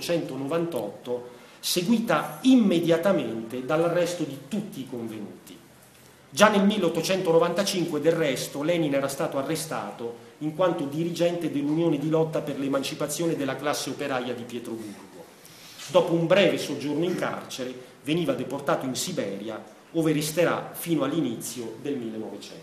1898, seguita immediatamente dall'arresto di tutti i convenuti. Già nel 1895, del resto, Lenin era stato arrestato in quanto dirigente dell'Unione di lotta per l'emancipazione della classe operaia di Pietroburgo. Dopo un breve soggiorno in carcere, veniva deportato in Siberia, ove resterà fino all'inizio del 1900.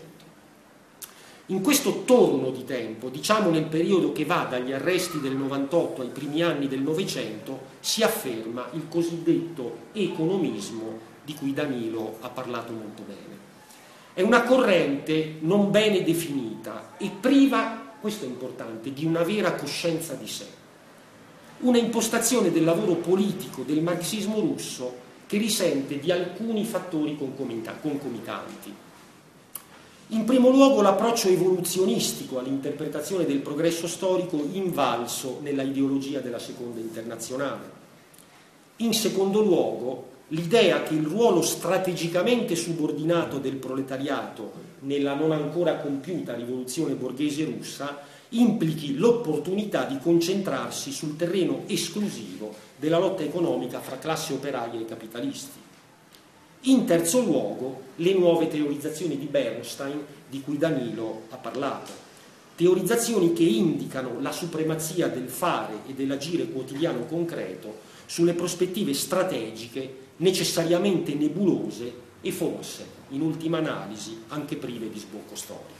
In questo torno di tempo, diciamo nel periodo che va dagli arresti del 98 ai primi anni del Novecento, si afferma il cosiddetto economismo di cui Danilo ha parlato molto bene. È una corrente non bene definita e priva, questo è importante, di una vera coscienza di sé. Una impostazione del lavoro politico del marxismo russo che risente di alcuni fattori concomitanti. In primo luogo l'approccio evoluzionistico all'interpretazione del progresso storico invalso nella ideologia della Seconda Internazionale. In secondo luogo l'idea che il ruolo strategicamente subordinato del proletariato nella non ancora compiuta rivoluzione borghese russa implichi l'opportunità di concentrarsi sul terreno esclusivo della lotta economica fra classe operaia e capitalisti. In terzo luogo, le nuove teorizzazioni di Bernstein, di cui Danilo ha parlato. Teorizzazioni che indicano la supremazia del fare e dell'agire quotidiano concreto sulle prospettive strategiche necessariamente nebulose e forse, in ultima analisi, anche prive di sbocco storico.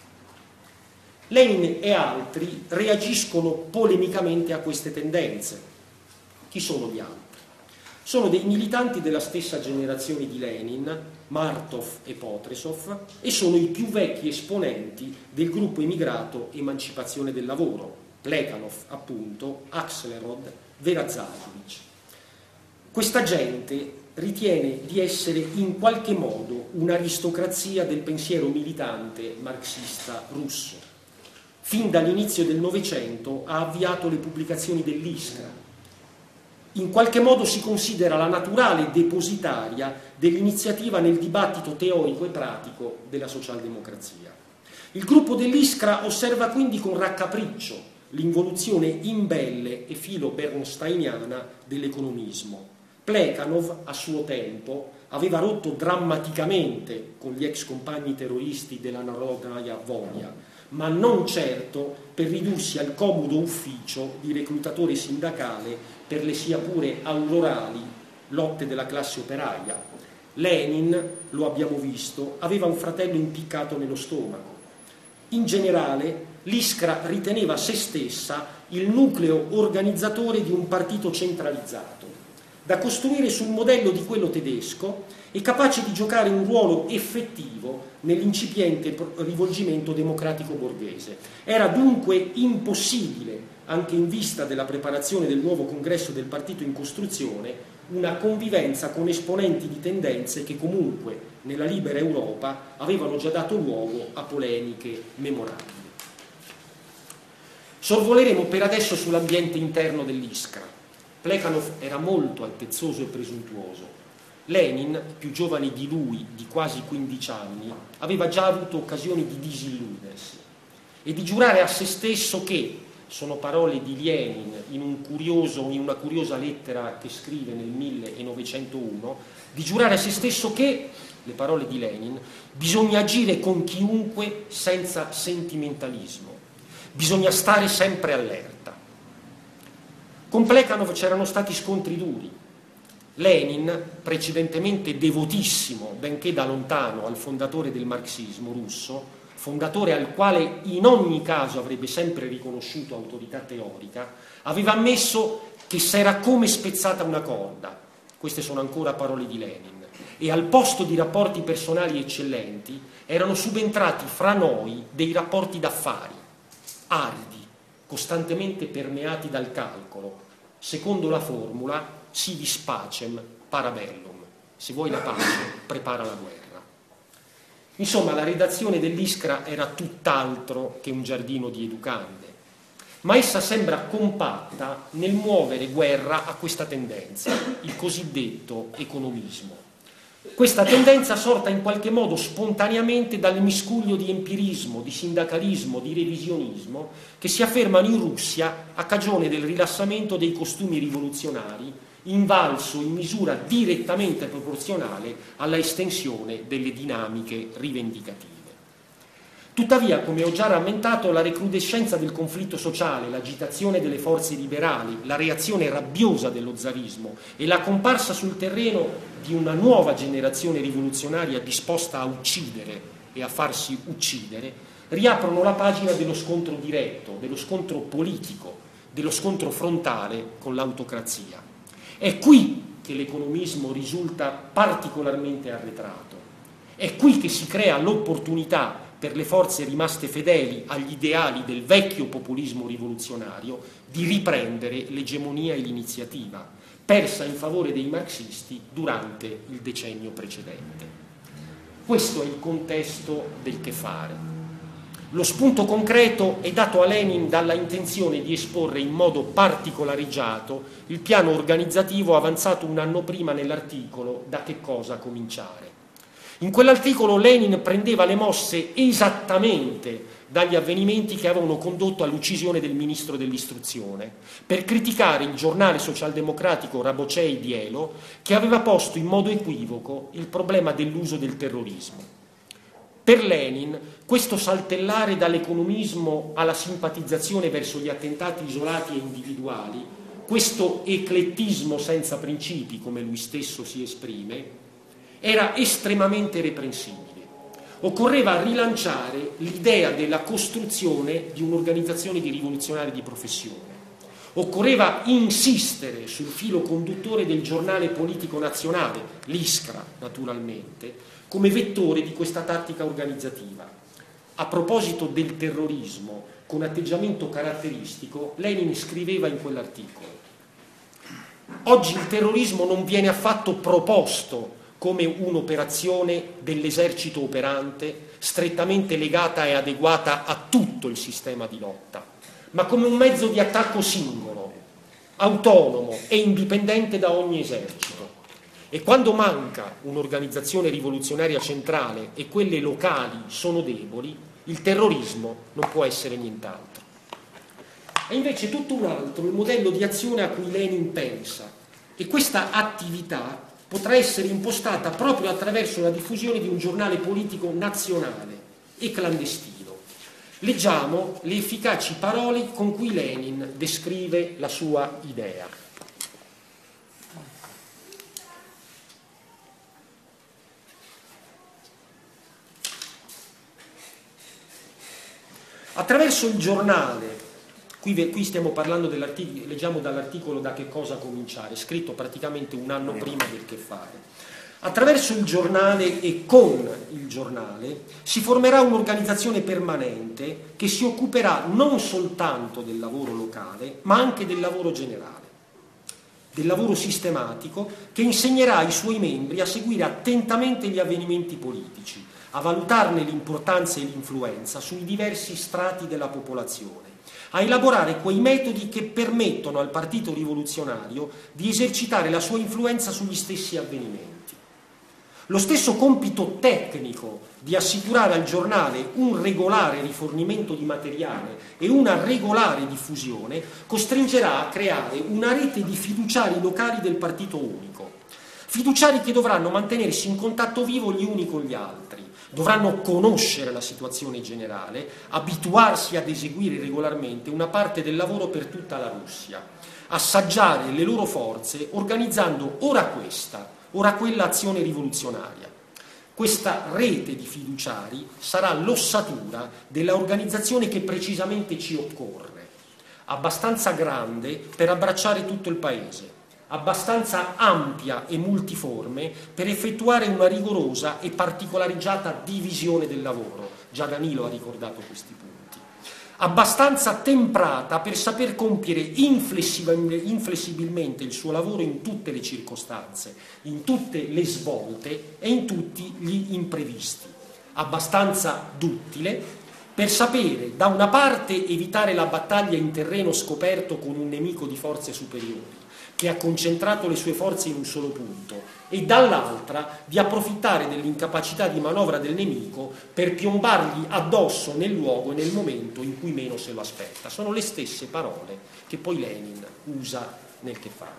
Lenin e altri reagiscono polemicamente a queste tendenze. Chi sono gli altri? Sono dei militanti della stessa generazione di Lenin, Martov e Potresov, e sono i più vecchi esponenti del gruppo emigrato Emancipazione del Lavoro, Plekhanov, appunto, Axelrod, Veradzanovic. Questa gente ritiene di essere in qualche modo un'aristocrazia del pensiero militante marxista russo. Fin dall'inizio del Novecento ha avviato le pubblicazioni dell'Iskra. In qualche modo si considera la naturale depositaria dell'iniziativa nel dibattito teorico e pratico della socialdemocrazia. Il gruppo dell'Iskra osserva quindi con raccapriccio l'involuzione imbelle e filo bernsteiniana dell'economismo. Plekhanov, a suo tempo, aveva rotto drammaticamente con gli ex compagni terroristi della Narodnaya Volia, ma non certo per ridursi al comodo ufficio di reclutatore sindacale per le sia pure aurorali lotte della classe operaia. Lenin, lo abbiamo visto, aveva un fratello impiccato nello stomaco. In generale, l'Iskra riteneva se stessa il nucleo organizzatore di un partito centralizzato, da costruire sul modello di quello tedesco e capace di giocare un ruolo effettivo nell'incipiente rivolgimento democratico borghese. Era dunque impossibile anche in vista della preparazione del nuovo congresso del partito in costruzione, una convivenza con esponenti di tendenze che comunque nella libera Europa avevano già dato luogo a polemiche memorabili. Sorvoleremo per adesso sull'ambiente interno dell'Iskra. Plekhanov era molto altezzoso e presuntuoso. Lenin, più giovane di lui, di quasi 15 anni, aveva già avuto occasioni di disilludersi e di giurare a se stesso che, sono parole di Lenin in una curiosa lettera che scrive nel 1901, di giurare a se stesso che, le parole di Lenin, bisogna agire con chiunque senza sentimentalismo, bisogna stare sempre allerta. Con Plekhanov c'erano stati scontri duri. Lenin, precedentemente devotissimo, benché da lontano, al fondatore del marxismo russo, fondatore al quale in ogni caso avrebbe sempre riconosciuto autorità teorica, aveva ammesso che s'era come spezzata una corda. Queste sono ancora parole di Lenin. E al posto di rapporti personali eccellenti erano subentrati fra noi dei rapporti d'affari, aridi, costantemente permeati dal calcolo, secondo la formula si vis pacem para bellum. Se vuoi la pace, prepara la guerra. Insomma, la redazione dell'Iskra era tutt'altro che un giardino di educande, ma essa sembra compatta nel muovere guerra a questa tendenza, il cosiddetto economismo. Questa tendenza sorta in qualche modo spontaneamente dal miscuglio di empirismo, di sindacalismo, di revisionismo che si affermano in Russia a cagione del rilassamento dei costumi rivoluzionari, invalso in misura direttamente proporzionale alla estensione delle dinamiche rivendicative. Tuttavia, come ho già rammentato, la recrudescenza del conflitto sociale, l'agitazione delle forze liberali, la reazione rabbiosa dello zarismo e la comparsa sul terreno di una nuova generazione rivoluzionaria disposta a uccidere e a farsi uccidere, riaprono la pagina dello scontro diretto, dello scontro politico, dello scontro frontale con l'autocrazia. È qui che l'economismo risulta particolarmente arretrato. È qui che si crea l'opportunità per le forze rimaste fedeli agli ideali del vecchio populismo rivoluzionario di riprendere l'egemonia e l'iniziativa, persa in favore dei marxisti durante il decennio precedente. Questo è il contesto del che fare. Lo spunto concreto è dato a Lenin dalla intenzione di esporre in modo particolareggiato il piano organizzativo avanzato un anno prima nell'articolo Da che cosa cominciare. In quell'articolo Lenin prendeva le mosse esattamente dagli avvenimenti che avevano condotto all'uccisione del ministro dell'istruzione, per criticare il giornale socialdemocratico Rabotchei Dielo, che aveva posto in modo equivoco il problema dell'uso del terrorismo. Per Lenin questo saltellare dall'economismo alla simpatizzazione verso gli attentati isolati e individuali, questo eclettismo senza principi, come lui stesso si esprime, era estremamente reprensibile. Occorreva rilanciare l'idea della costruzione di un'organizzazione di rivoluzionari di professione. Occorreva insistere sul filo conduttore del giornale politico nazionale, l'Iskra naturalmente, come vettore di questa tattica organizzativa. A proposito del terrorismo, con atteggiamento caratteristico, Lenin scriveva in quell'articolo: oggi il terrorismo non viene affatto proposto come un'operazione dell'esercito operante, strettamente legata e adeguata a tutto il sistema di lotta, ma come un mezzo di attacco singolo, autonomo e indipendente da ogni esercito. E quando manca un'organizzazione rivoluzionaria centrale e quelle locali sono deboli, il terrorismo non può essere nient'altro. È invece tutto un altro il modello di azione a cui Lenin pensa, e questa attività potrà essere impostata proprio attraverso la diffusione di un giornale politico nazionale e clandestino. Leggiamo le efficaci parole con cui Lenin descrive la sua idea. Attraverso il giornale, qui stiamo parlando leggiamo dall'articolo Da che cosa cominciare, scritto praticamente un anno prima del che fare. Attraverso il giornale e con il giornale si formerà un'organizzazione permanente che si occuperà non soltanto del lavoro locale, ma anche del lavoro generale, del lavoro sistematico che insegnerà ai suoi membri a seguire attentamente gli avvenimenti politici, a valutarne l'importanza e l'influenza sui diversi strati della popolazione, a elaborare quei metodi che permettono al Partito Rivoluzionario di esercitare la sua influenza sugli stessi avvenimenti. Lo stesso compito tecnico di assicurare al giornale un regolare rifornimento di materiale e una regolare diffusione costringerà a creare una rete di fiduciari locali del partito unico. Fiduciari che dovranno mantenersi in contatto vivo gli uni con gli altri, dovranno conoscere la situazione generale, abituarsi ad eseguire regolarmente una parte del lavoro per tutta la Russia, assaggiare le loro forze organizzando ora questa, ora quella azione rivoluzionaria. Questa rete di fiduciari sarà l'ossatura della organizzazione che precisamente ci occorre, abbastanza grande per abbracciare tutto il Paese, abbastanza ampia e multiforme per effettuare una rigorosa e particolareggiata divisione del lavoro. Già Danilo ha ricordato questi punti. Abbastanza temprata per saper compiere inflessibilmente il suo lavoro in tutte le circostanze, in tutte le svolte e in tutti gli imprevisti. Abbastanza duttile per sapere da una parte evitare la battaglia in terreno scoperto con un nemico di forze superiori, che ha concentrato le sue forze in un solo punto, e dall'altra di approfittare dell'incapacità di manovra del nemico per piombargli addosso nel luogo e nel momento in cui meno se lo aspetta. Sono le stesse parole che poi Lenin usa nel Che fare.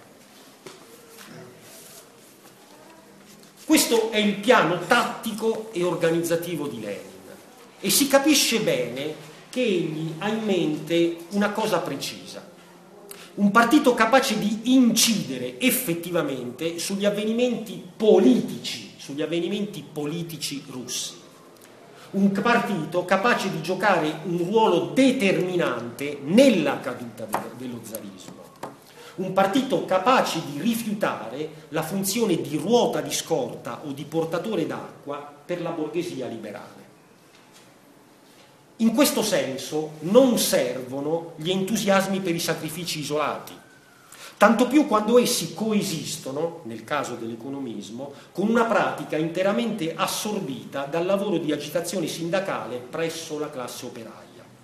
Questo è il piano tattico e organizzativo di Lenin e si capisce bene che egli ha in mente una cosa precisa: un partito capace di incidere effettivamente sugli avvenimenti politici russi. Un partito capace di giocare un ruolo determinante nella caduta dello zarismo. Un partito capace di rifiutare la funzione di ruota di scorta o di portatore d'acqua per la borghesia liberale. In questo senso non servono gli entusiasmi per i sacrifici isolati, tanto più quando essi coesistono, nel caso dell'economismo, con una pratica interamente assorbita dal lavoro di agitazione sindacale presso la classe operaia.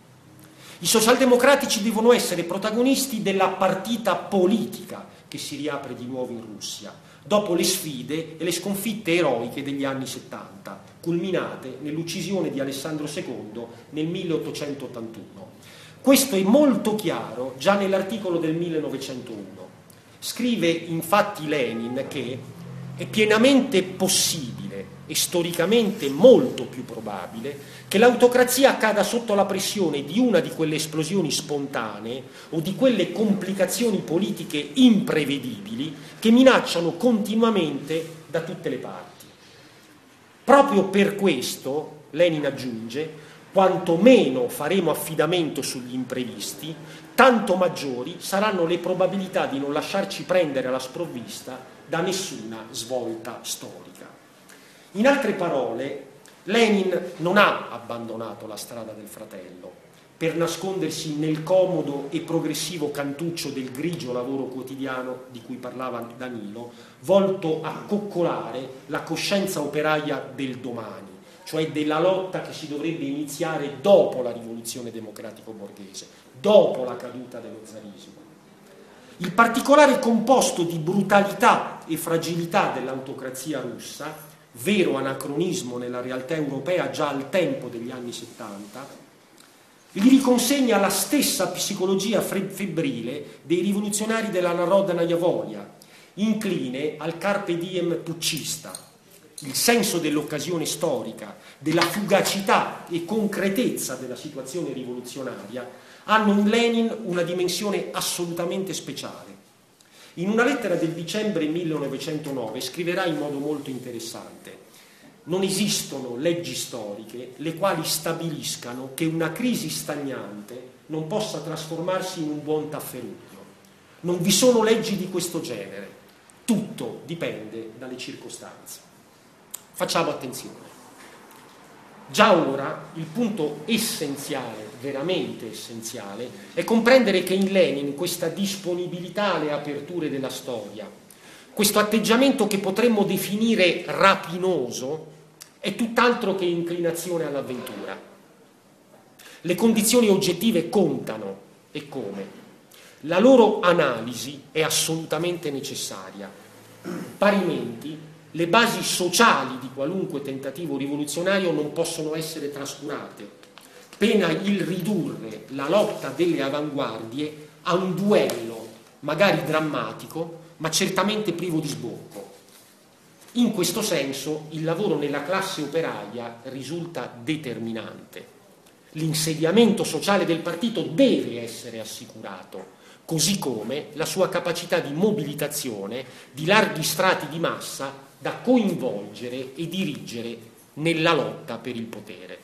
I socialdemocratici devono essere protagonisti della partita politica che si riapre di nuovo in Russia, dopo le sfide e le sconfitte eroiche degli anni 70, culminate nell'uccisione di Alessandro II nel 1881. Questo è molto chiaro già nell'articolo del 1901. Scrive infatti Lenin che è pienamente possibile e storicamente molto più probabile che l'autocrazia cada sotto la pressione di una di quelle esplosioni spontanee o di quelle complicazioni politiche imprevedibili che minacciano continuamente da tutte le parti. Proprio per questo, Lenin aggiunge, quanto meno faremo affidamento sugli imprevisti, tanto maggiori saranno le probabilità di non lasciarci prendere alla sprovvista da nessuna svolta storica. In altre parole, Lenin non ha abbandonato la strada del fratello per nascondersi nel comodo e progressivo cantuccio del grigio lavoro quotidiano di cui parlava Danilo, volto a coccolare la coscienza operaia del domani, cioè della lotta che si dovrebbe iniziare dopo la rivoluzione democratico-borghese, dopo la caduta dello zarismo. Il particolare composto di brutalità e fragilità dell'autocrazia russa, vero anacronismo nella realtà europea già al tempo degli anni 70, gli riconsegna la stessa psicologia febbrile dei rivoluzionari della Narodnaya Volia, incline al carpe diem puccista. Il senso dell'occasione storica, della fugacità e concretezza della situazione rivoluzionaria hanno in Lenin una dimensione assolutamente speciale. In una lettera del dicembre 1909 scriverà in modo molto interessante: non esistono leggi storiche le quali stabiliscano che una crisi stagnante non possa trasformarsi in un buon tafferuglio. Non vi sono leggi di questo genere. tutto dipende dalle circostanze. Facciamo attenzione. Già ora il punto essenziale, veramente essenziale, è comprendere che in Lenin questa disponibilità alle aperture della storia, questo atteggiamento che potremmo definire rapinoso, è tutt'altro che inclinazione all'avventura. Le condizioni oggettive contano, e come? La loro analisi è assolutamente necessaria. Parimenti, le basi sociali di qualunque tentativo rivoluzionario non possono essere trascurate, pena il ridurre la lotta delle avanguardie a un duello, magari drammatico, ma certamente privo di sbocco. In questo senso il lavoro nella classe operaia risulta determinante. L'insediamento sociale del partito deve essere assicurato, così come la sua capacità di mobilitazione di larghi strati di massa da coinvolgere e dirigere nella lotta per il potere.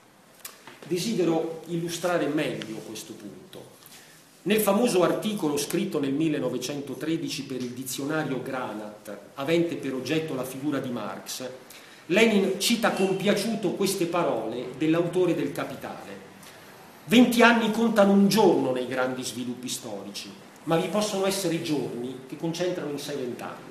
Desidero illustrare meglio questo punto. Nel famoso articolo scritto nel 1913 per il dizionario Granat, avente per oggetto la figura di Marx, Lenin cita compiaciuto queste parole dell'autore del Capitale. 20 anni contano un giorno nei grandi sviluppi storici, ma vi possono essere giorni che concentrano in sé 20 anni.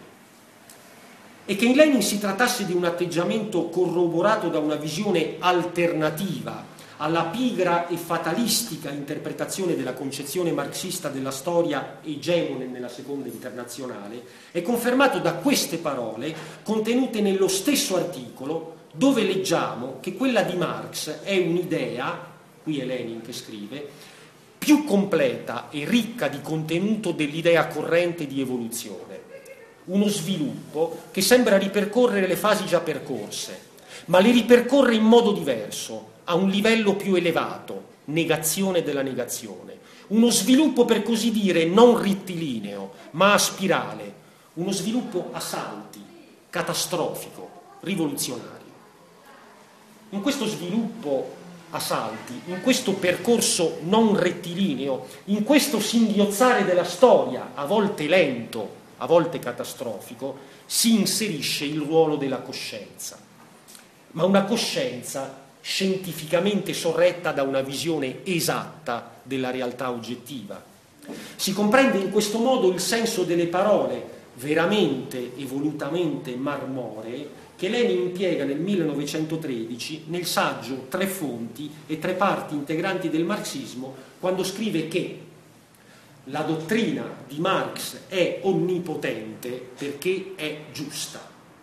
E che in Lenin si trattasse di un atteggiamento corroborato da una visione alternativa alla pigra e fatalistica interpretazione della concezione marxista della storia egemone nella seconda internazionale, è confermato da queste parole contenute nello stesso articolo, dove leggiamo che quella di Marx è un'idea, qui è Lenin che scrive, più completa e ricca di contenuto dell'idea corrente di evoluzione. Uno sviluppo che sembra ripercorrere le fasi già percorse, ma le ripercorre in modo diverso, a un livello più elevato, negazione della negazione. Uno sviluppo, per così dire, non rettilineo, ma a spirale. Uno sviluppo a salti, catastrofico, rivoluzionario. In questo sviluppo a salti, in questo percorso non rettilineo, in questo singhiozzare della storia, a volte lento, a volte catastrofico, si inserisce il ruolo della coscienza, ma una coscienza scientificamente sorretta da una visione esatta della realtà oggettiva. Si comprende in questo modo il senso delle parole veramente e volutamente marmoree che Lenin impiega nel 1913 nel saggio Tre fonti e tre parti integranti del marxismo, quando scrive che la dottrina di Marx è onnipotente perché è giusta.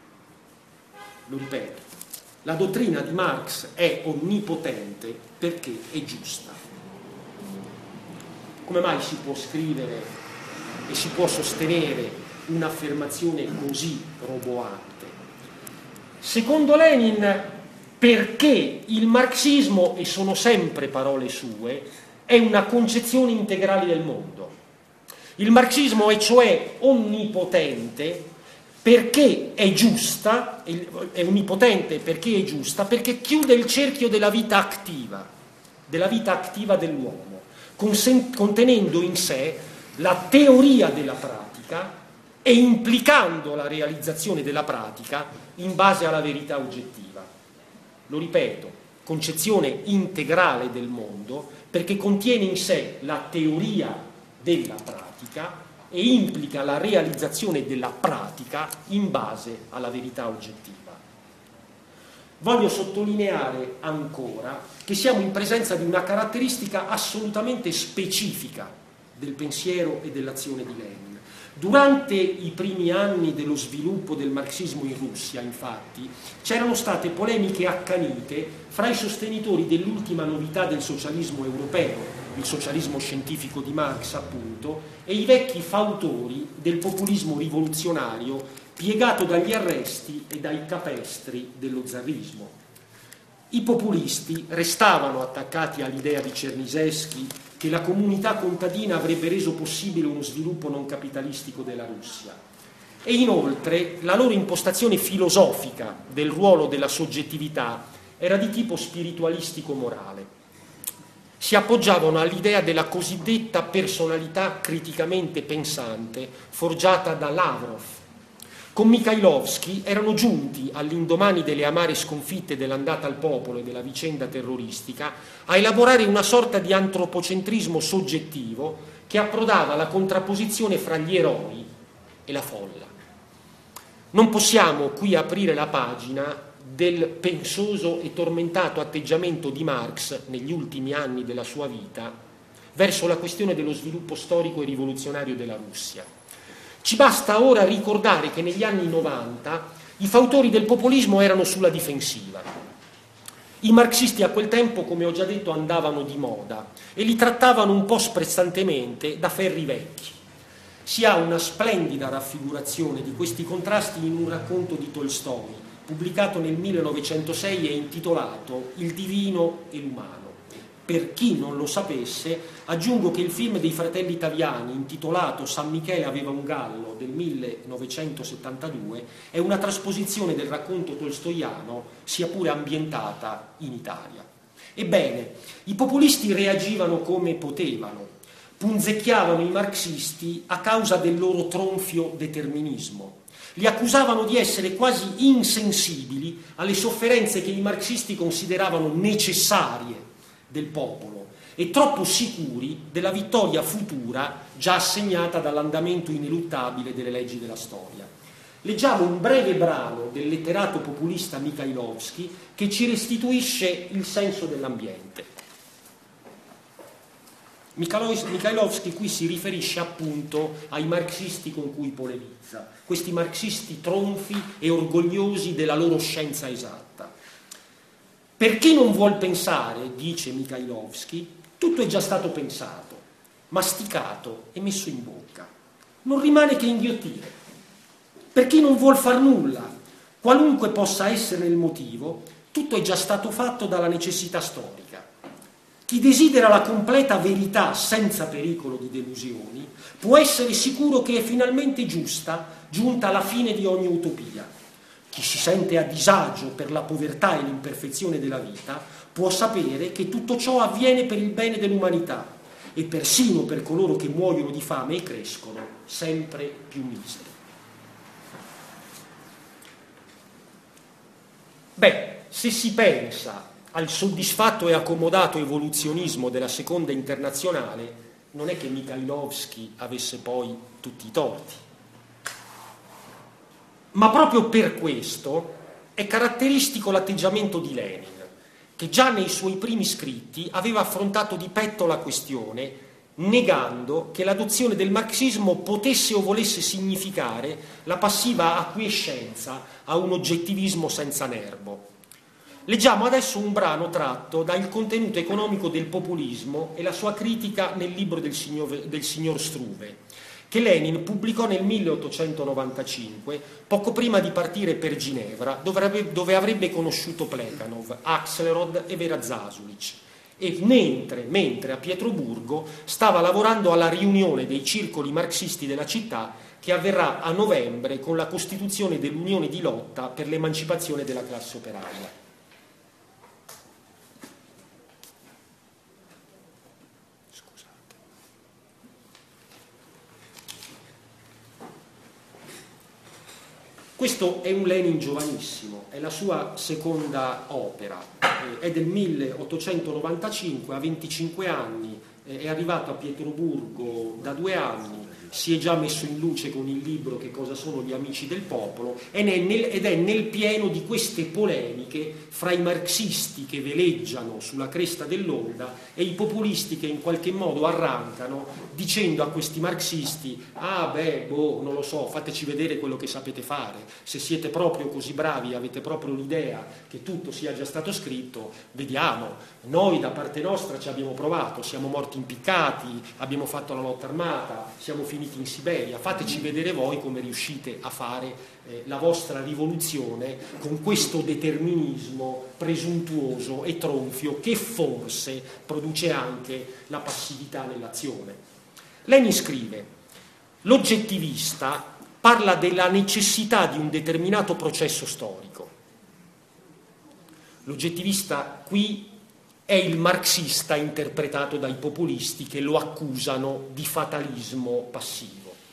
Lo ripeto, la dottrina di Marx è onnipotente perché è giusta. Come mai si può scrivere e si può sostenere un'affermazione così roboante? Secondo Lenin, perché il marxismo, e sono sempre parole sue, è una concezione integrale del mondo. Il marxismo è cioè onnipotente perché è giusta, è onnipotente perché è giusta, perché chiude il cerchio della vita attiva dell'uomo, contenendo in sé la teoria della pratica e implicando la realizzazione della pratica in base alla verità oggettiva. Lo ripeto, concezione integrale del mondo, perché contiene in sé la teoria della pratica e implica la realizzazione della pratica in base alla verità oggettiva. Voglio sottolineare ancora che siamo in presenza di una caratteristica assolutamente specifica del pensiero e dell'azione di Lenin. Durante i primi anni dello sviluppo del marxismo in Russia, infatti, c'erano state polemiche accanite fra i sostenitori dell'ultima novità del socialismo europeo, il socialismo scientifico di Marx, appunto, e i vecchi fautori del populismo rivoluzionario piegato dagli arresti e dai capestri dello zarismo. I populisti restavano attaccati all'idea di Czernysevskij che la comunità contadina avrebbe reso possibile uno sviluppo non capitalistico della Russia. E inoltre la loro impostazione filosofica del ruolo della soggettività era di tipo spiritualistico-morale. Si appoggiavano all'idea della cosiddetta personalità criticamente pensante forgiata da Lavrov, con Mikhailovsky erano giunti, all'indomani delle amare sconfitte dell'andata al popolo e della vicenda terroristica, a elaborare una sorta di antropocentrismo soggettivo che approdava alla contrapposizione fra gli eroi e la folla. Non possiamo qui aprire la pagina del pensoso e tormentato atteggiamento di Marx negli ultimi anni della sua vita verso la questione dello sviluppo storico e rivoluzionario della Russia. Ci basta ora ricordare che negli anni 90 i fautori del populismo erano sulla difensiva. I marxisti a quel tempo, come ho già detto, andavano di moda e li trattavano un po' sprezzantemente da ferri vecchi. Si ha una splendida raffigurazione di questi contrasti in un racconto di Tolstoj, pubblicato nel 1906 e intitolato Il divino e l'umano. Per chi non lo sapesse, aggiungo che il film dei fratelli Taviani, intitolato San Michele aveva un gallo, del 1972, è una trasposizione del racconto tolstoiano, sia pure ambientata in Italia. Ebbene, i populisti reagivano come potevano, punzecchiavano i marxisti a causa del loro tronfio determinismo. Li accusavano di essere quasi insensibili alle sofferenze che i marxisti consideravano necessarie del popolo e troppo sicuri della vittoria futura già assegnata dall'andamento ineluttabile delle leggi della storia. Leggiamo un breve brano del letterato populista Mikhailovsky che ci restituisce il senso dell'ambiente. Mikhailovsky qui si riferisce appunto ai marxisti con cui polemizza, questi marxisti tronfi e orgogliosi della loro scienza esatta. Per chi non vuol pensare, dice Mikhailovsky, tutto è già stato pensato, masticato e messo in bocca. Non rimane che inghiottire. Per chi non vuol far nulla, qualunque possa essere il motivo, tutto è già stato fatto dalla necessità storica. Chi desidera la completa verità senza pericolo di delusioni può essere sicuro che è finalmente giunta la fine di ogni utopia. Chi si sente a disagio per la povertà e l'imperfezione della vita può sapere che tutto ciò avviene per il bene dell'umanità e persino per coloro che muoiono di fame e crescono sempre più miseri. Beh, se si pensa al soddisfatto e accomodato evoluzionismo della Seconda Internazionale, non è che Mikhailovsky avesse poi tutti i torti. Ma proprio per questo è caratteristico l'atteggiamento di Lenin, che già nei suoi primi scritti aveva affrontato di petto la questione, negando che l'adozione del marxismo potesse o volesse significare la passiva acquiescenza a un oggettivismo senza nervo. Leggiamo adesso un brano tratto dal contenuto economico del populismo e la sua critica nel libro del signor Struve, che Lenin pubblicò nel 1895, poco prima di partire per Ginevra, dove avrebbe conosciuto Plekhanov, Axelrod e Vera Zasulich, e mentre a Pietroburgo stava lavorando alla riunione dei circoli marxisti della città che avverrà a novembre con la costituzione dell'Unione di lotta per l'emancipazione della classe operaia. Questo è un Lenin giovanissimo, è la sua seconda opera, è del 1895, ha 25 anni, è arrivato a Pietroburgo da 2 anni, si è già messo in luce con il libro Che cosa sono gli amici del popolo ed è nel pieno di queste polemiche fra i marxisti che veleggiano sulla cresta dell'onda e i populisti che in qualche modo arrancano dicendo a questi marxisti: non lo so, fateci vedere quello che sapete fare, se siete proprio così bravi, avete proprio l'idea che tutto sia già stato scritto, vediamo, noi da parte nostra ci abbiamo provato, siamo morti impiccati, abbiamo fatto la lotta armata, siamo finiti in Siberia, fateci vedere voi come riuscite a fare la vostra rivoluzione con questo determinismo presuntuoso e tronfio che forse produce anche la passività nell'azione. Lenin scrive: l'oggettivista parla della necessità di un determinato processo storico. L'oggettivista qui è il marxista interpretato dai populisti che lo accusano di fatalismo passivo.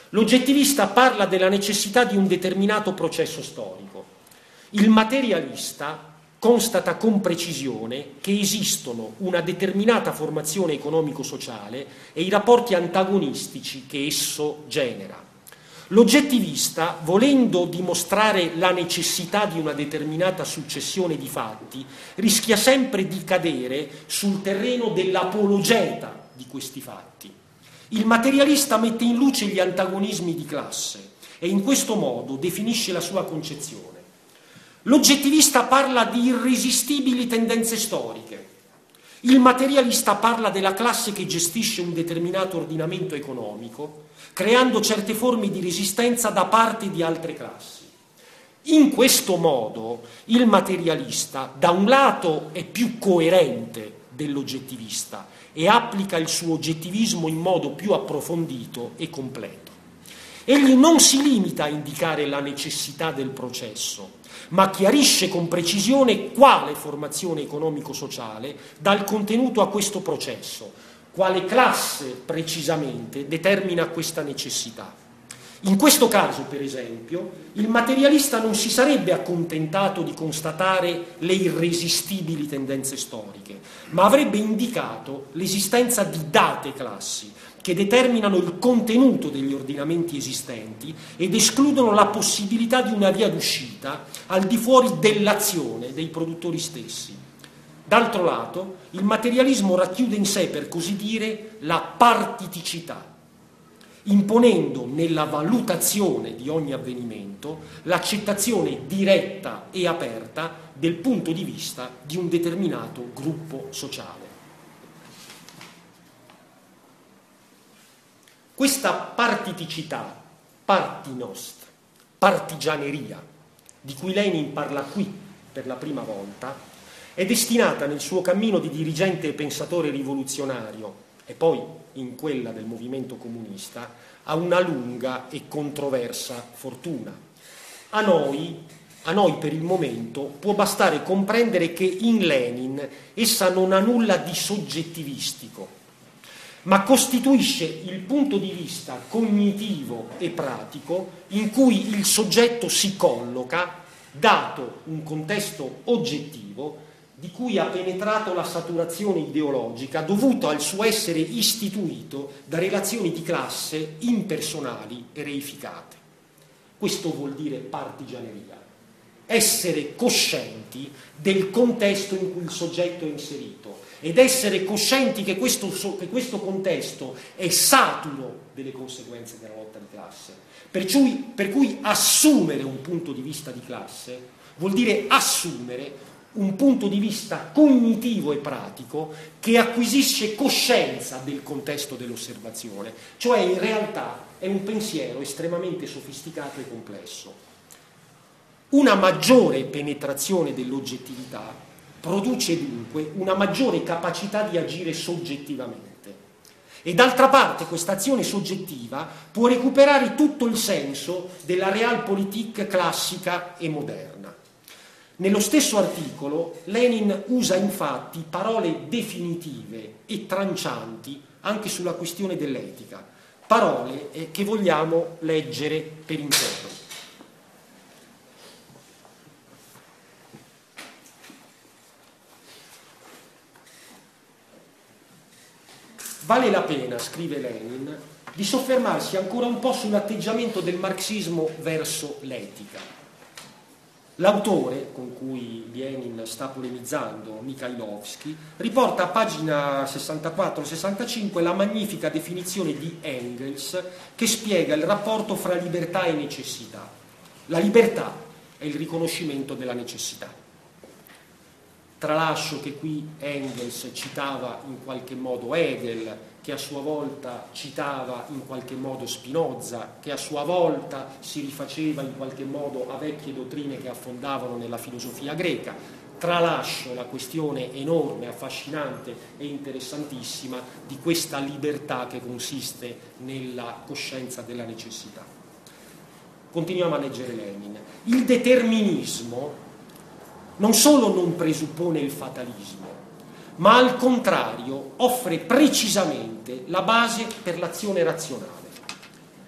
L'oggettivista parla della necessità di un determinato processo storico. Il materialista constata con precisione che esistono una determinata formazione economico-sociale e i rapporti antagonistici che esso genera. L'oggettivista, volendo dimostrare la necessità di una determinata successione di fatti, rischia sempre di cadere sul terreno dell'apologeta di questi fatti. Il materialista mette in luce gli antagonismi di classe e in questo modo definisce la sua concezione. L'oggettivista parla di irresistibili tendenze storiche. Il materialista parla della classe che gestisce un determinato ordinamento economico, creando certe forme di resistenza da parte di altre classi. In questo modo il materialista, da un lato, è più coerente dell'oggettivista e applica il suo oggettivismo in modo più approfondito e completo. Egli non si limita a indicare la necessità del processo, ma chiarisce con precisione quale formazione economico-sociale dà il contenuto a questo processo, quale classe precisamente determina questa necessità. In questo caso, per esempio, il materialista non si sarebbe accontentato di constatare le irresistibili tendenze storiche, ma avrebbe indicato l'esistenza di date classi che determinano il contenuto degli ordinamenti esistenti ed escludono la possibilità di una via d'uscita al di fuori dell'azione dei produttori stessi. D'altro lato, il materialismo racchiude in sé, per così dire, la partiticità, imponendo nella valutazione di ogni avvenimento l'accettazione diretta e aperta del punto di vista di un determinato gruppo sociale. Questa partiticità, partinost, partigianeria, di cui Lenin parla qui per la prima volta, è destinata nel suo cammino di dirigente e pensatore rivoluzionario e poi in quella del movimento comunista a una lunga e controversa fortuna. A noi per il momento può bastare comprendere che in Lenin essa non ha nulla di soggettivistico, ma costituisce il punto di vista cognitivo e pratico in cui il soggetto si colloca, dato un contesto oggettivo di cui ha penetrato la saturazione ideologica dovuta al suo essere istituito da relazioni di classe impersonali e reificate. Questo vuol dire partigianeria, essere coscienti del contesto in cui il soggetto è inserito ed essere coscienti che questo contesto è saturo delle conseguenze della lotta di classe. Per cui assumere un punto di vista di classe vuol dire assumere un punto di vista cognitivo e pratico che acquisisce coscienza del contesto dell'osservazione, cioè in realtà è un pensiero estremamente sofisticato e complesso. Una maggiore penetrazione dell'oggettività produce dunque una maggiore capacità di agire soggettivamente. E d'altra parte questa azione soggettiva può recuperare tutto il senso della realpolitik classica e moderna. Nello stesso articolo Lenin usa infatti parole definitive e trancianti anche sulla questione dell'etica, parole che vogliamo leggere per intero. Vale la pena, scrive Lenin, di soffermarsi ancora un po' sull'atteggiamento del marxismo verso l'etica. L'autore con cui Lenin sta polemizzando, Mikhailovsky, riporta a pagina 64-65 la magnifica definizione di Engels che spiega il rapporto fra libertà e necessità. La libertà è il riconoscimento della necessità. Tralascio che qui Engels citava in qualche modo Hegel, che a sua volta citava in qualche modo Spinoza, che a sua volta si rifaceva in qualche modo a vecchie dottrine che affondavano nella filosofia greca. Tralascio la questione enorme, affascinante e interessantissima di questa libertà che consiste nella coscienza della necessità. Continuiamo a leggere Lenin. Il determinismo non solo non presuppone il fatalismo, ma al contrario offre precisamente la base per l'azione razionale.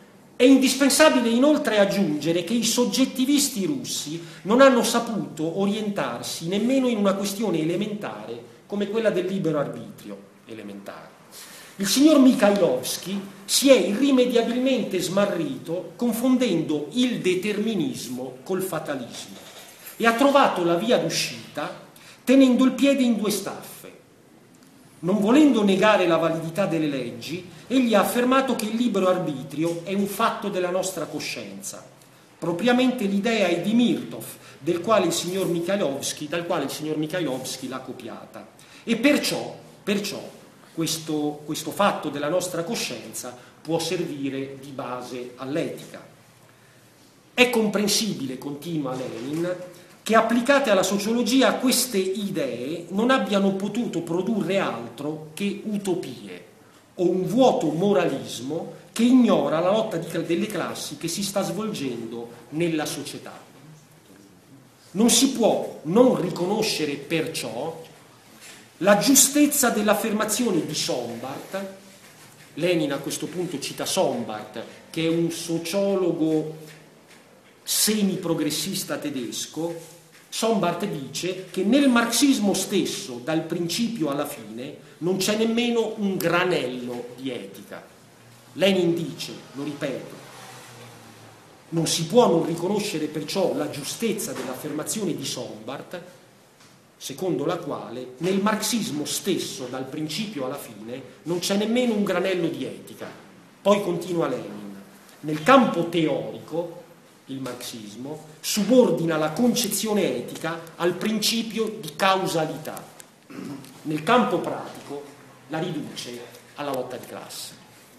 È indispensabile inoltre aggiungere che i soggettivisti russi non hanno saputo orientarsi nemmeno in una questione elementare come quella del libero arbitrio elementare. Il signor Mikhailovsky si è irrimediabilmente smarrito confondendo il determinismo col fatalismo e ha trovato la via d'uscita tenendo il piede in due staffe. Non volendo negare la validità delle leggi, egli ha affermato che il libero arbitrio è un fatto della nostra coscienza. Propriamente l'idea è di Mirtov, dal quale il signor Mikhailovsky l'ha copiata. E perciò questo fatto della nostra coscienza può servire di base all'etica. È comprensibile, continua Lenin, che applicate alla sociologia queste idee non abbiano potuto produrre altro che utopie o un vuoto moralismo che ignora la lotta delle classi che si sta svolgendo nella società. Non si può non riconoscere perciò la giustezza dell'affermazione di Sombart. Lenin a questo punto cita Sombart, che è un sociologo semi-progressista tedesco. Sombart dice che nel marxismo stesso, dal principio alla fine, non c'è nemmeno un granello di etica. Lenin dice, lo ripeto, non si può non riconoscere perciò la giustezza dell'affermazione di Sombart, secondo la quale nel marxismo stesso, dal principio alla fine, non c'è nemmeno un granello di etica. Poi continua Lenin, nel campo teorico il marxismo subordina la concezione etica al principio di causalità. Nel campo pratico la riduce alla lotta di classe.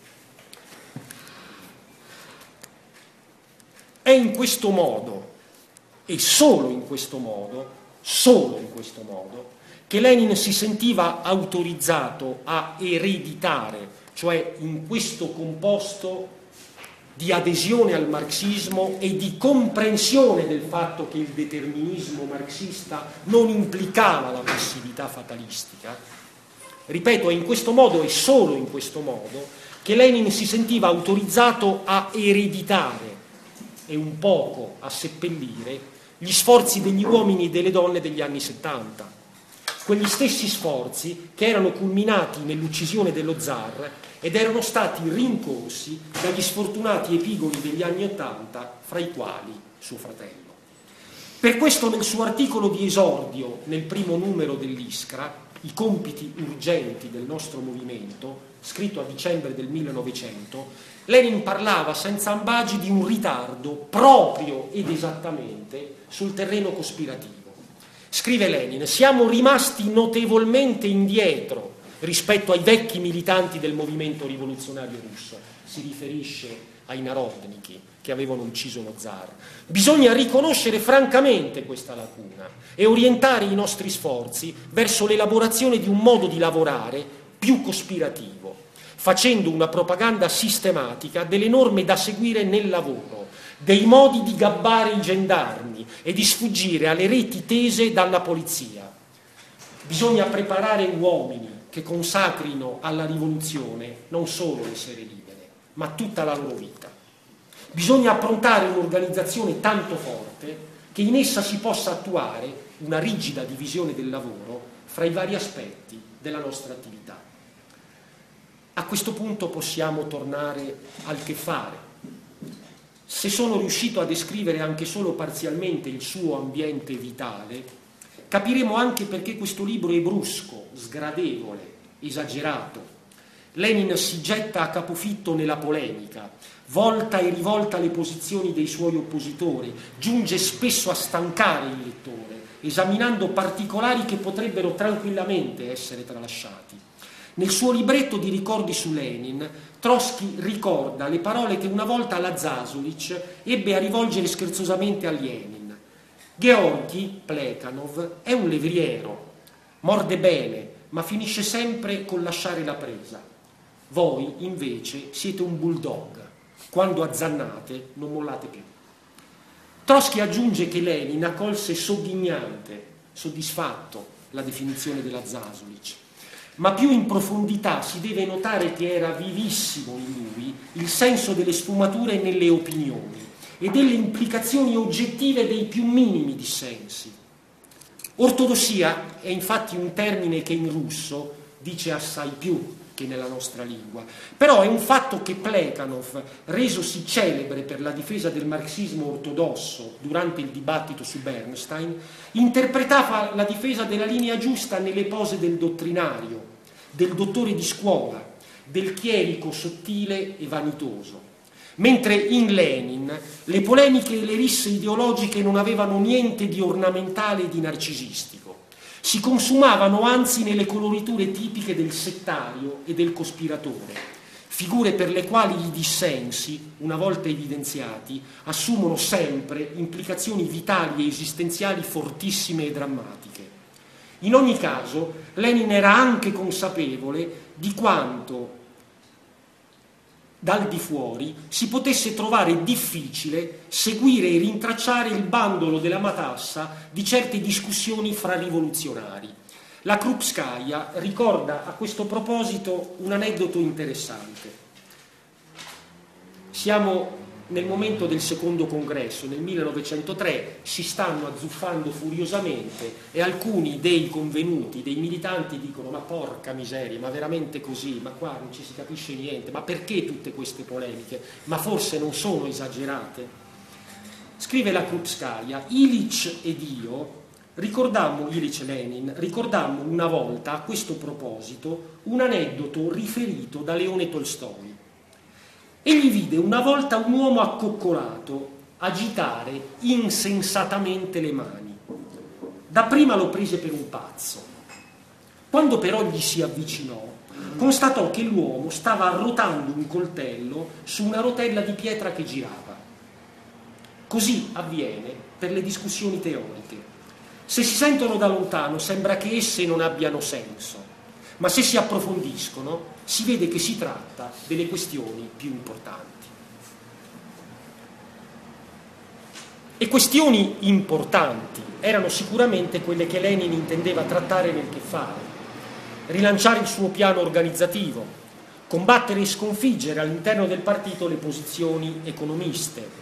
È in questo modo, e solo in questo modo, che Lenin si sentiva autorizzato a ereditare, cioè in questo composto di adesione al marxismo e di comprensione del fatto che il determinismo marxista non implicava la passività fatalistica. Ripeto, è in questo modo e solo in questo modo che Lenin si sentiva autorizzato a ereditare e un poco a seppellire gli sforzi degli uomini e delle donne degli anni 70. Quegli stessi sforzi che erano culminati nell'uccisione dello zar ed erano stati rincorsi dagli sfortunati epigoni degli anni '80, fra i quali suo fratello. Per questo nel suo articolo di esordio nel primo numero dell'Iskra, I compiti urgenti del nostro movimento, scritto a dicembre del 1900, Lenin parlava senza ambagi di un ritardo proprio ed esattamente sul terreno cospirativo. Scrive Lenin, siamo rimasti notevolmente indietro rispetto ai vecchi militanti del movimento rivoluzionario russo. Si riferisce ai narodniki che avevano ucciso lo zar. Bisogna riconoscere francamente questa lacuna e orientare i nostri sforzi verso l'elaborazione di un modo di lavorare più cospirativo, facendo una propaganda sistematica delle norme da seguire nel lavoro, dei modi di gabbare i gendarmi e di sfuggire alle reti tese dalla polizia. Bisogna preparare uomini che consacrino alla rivoluzione non solo le sere libere, ma tutta la loro vita. Bisogna approntare un'organizzazione tanto forte che in essa si possa attuare una rigida divisione del lavoro fra i vari aspetti della nostra attività. A questo punto possiamo tornare al che fare. Se sono riuscito a descrivere anche solo parzialmente il suo ambiente vitale, capiremo anche perché questo libro è brusco, sgradevole, esagerato. Lenin si getta a capofitto nella polemica, volta e rivolta le posizioni dei suoi oppositori, giunge spesso a stancare il lettore, esaminando particolari che potrebbero tranquillamente essere tralasciati. Nel suo libretto di ricordi su Lenin, Trotsky ricorda le parole che una volta la Zasulich ebbe a rivolgere scherzosamente a Lenin. Georgi Plekhanov è un levriero, morde bene, ma finisce sempre col lasciare la presa. Voi, invece, siete un bulldog. Quando azzannate, non mollate più. Trotsky aggiunge che Lenin accolse sogghignante, soddisfatto, la definizione della Zasulich. ma più in profondità si deve notare che era vivissimo in lui il senso delle sfumature nelle opinioni e delle implicazioni oggettive dei più minimi dissensi. Ortodossia è infatti un termine che in russo dice assai più che nella nostra lingua, però è un fatto che Plekhanov, resosi celebre per la difesa del marxismo ortodosso durante il dibattito su Bernstein, interpretava la difesa della linea giusta nelle pose del dottrinario, del dottore di scuola, del chierico sottile e vanitoso. Mentre in Lenin le polemiche e le risse ideologiche non avevano niente di ornamentale e di narcisistico. Si consumavano anzi nelle coloriture tipiche del settario e del cospiratore, figure per le quali i dissensi, una volta evidenziati, assumono sempre implicazioni vitali e esistenziali fortissime e drammatiche. In ogni caso, Lenin era anche consapevole di quanto dal di fuori si potesse trovare difficile seguire e rintracciare il bandolo della matassa di certe discussioni fra rivoluzionari. La Krupskaya ricorda a questo proposito un aneddoto interessante. Siamo nel momento del secondo congresso, nel 1903, si stanno azzuffando furiosamente e alcuni dei convenuti, dei militanti dicono: ma porca miseria, ma veramente così, ma qua non ci si capisce niente, ma perché tutte queste polemiche, ma forse non sono esagerate? Scrive la Krupskaya: Illich ed io Illich e Lenin ricordammo una volta a questo proposito un aneddoto riferito da Leone Tolstoi. Egli vide una volta un uomo accoccolato agitare insensatamente le mani. Dapprima lo prese per un pazzo. Quando però gli si avvicinò, constatò che l'uomo stava arrotando un coltello su una rotella di pietra che girava. Così avviene per le discussioni teoriche. Se si sentono da lontano sembra che esse non abbiano senso, ma se si approfondiscono si vede che si tratta delle questioni più importanti. E questioni importanti erano sicuramente quelle che Lenin intendeva trattare nel Che fare: rilanciare il suo piano organizzativo, combattere e sconfiggere all'interno del partito le posizioni economiste,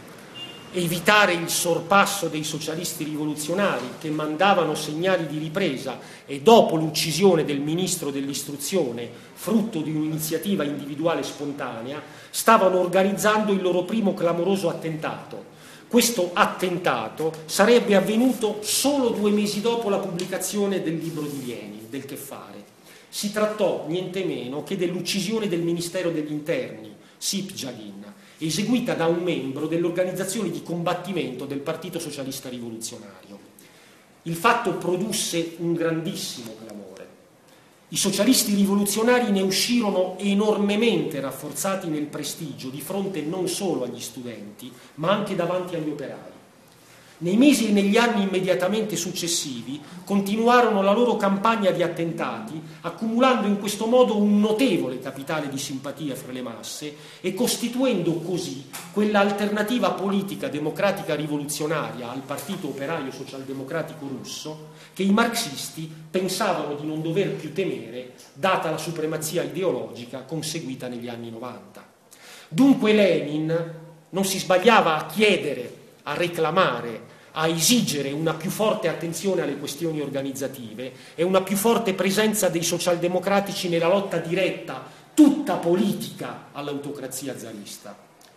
evitare il sorpasso dei socialisti rivoluzionari che mandavano segnali di ripresa e dopo l'uccisione del ministro dell'istruzione, frutto di un'iniziativa individuale spontanea, stavano organizzando il loro primo clamoroso attentato. Questo attentato sarebbe avvenuto solo 2 mesi dopo la pubblicazione del libro di Lenin, del Che fare. Si trattò niente meno che dell'uccisione del Ministero degli Interni, Sipjalin, eseguita da un membro dell'organizzazione di combattimento del Partito Socialista Rivoluzionario. Il fatto produsse un grandissimo clamore. I socialisti rivoluzionari ne uscirono enormemente rafforzati nel prestigio di fronte non solo agli studenti, ma anche davanti agli operai. Nei mesi e negli anni immediatamente successivi continuarono la loro campagna di attentati, accumulando in questo modo un notevole capitale di simpatia fra le masse e costituendo così quella alternativa politica democratica rivoluzionaria al partito operaio socialdemocratico russo che i marxisti pensavano di non dover più temere, data la supremazia ideologica conseguita negli anni 90. Dunque Lenin non si sbagliava a chiedere, a reclamare, a esigere una più forte attenzione alle questioni organizzative e una più forte presenza dei socialdemocratici nella lotta diretta, tutta politica, all'autocrazia zarista.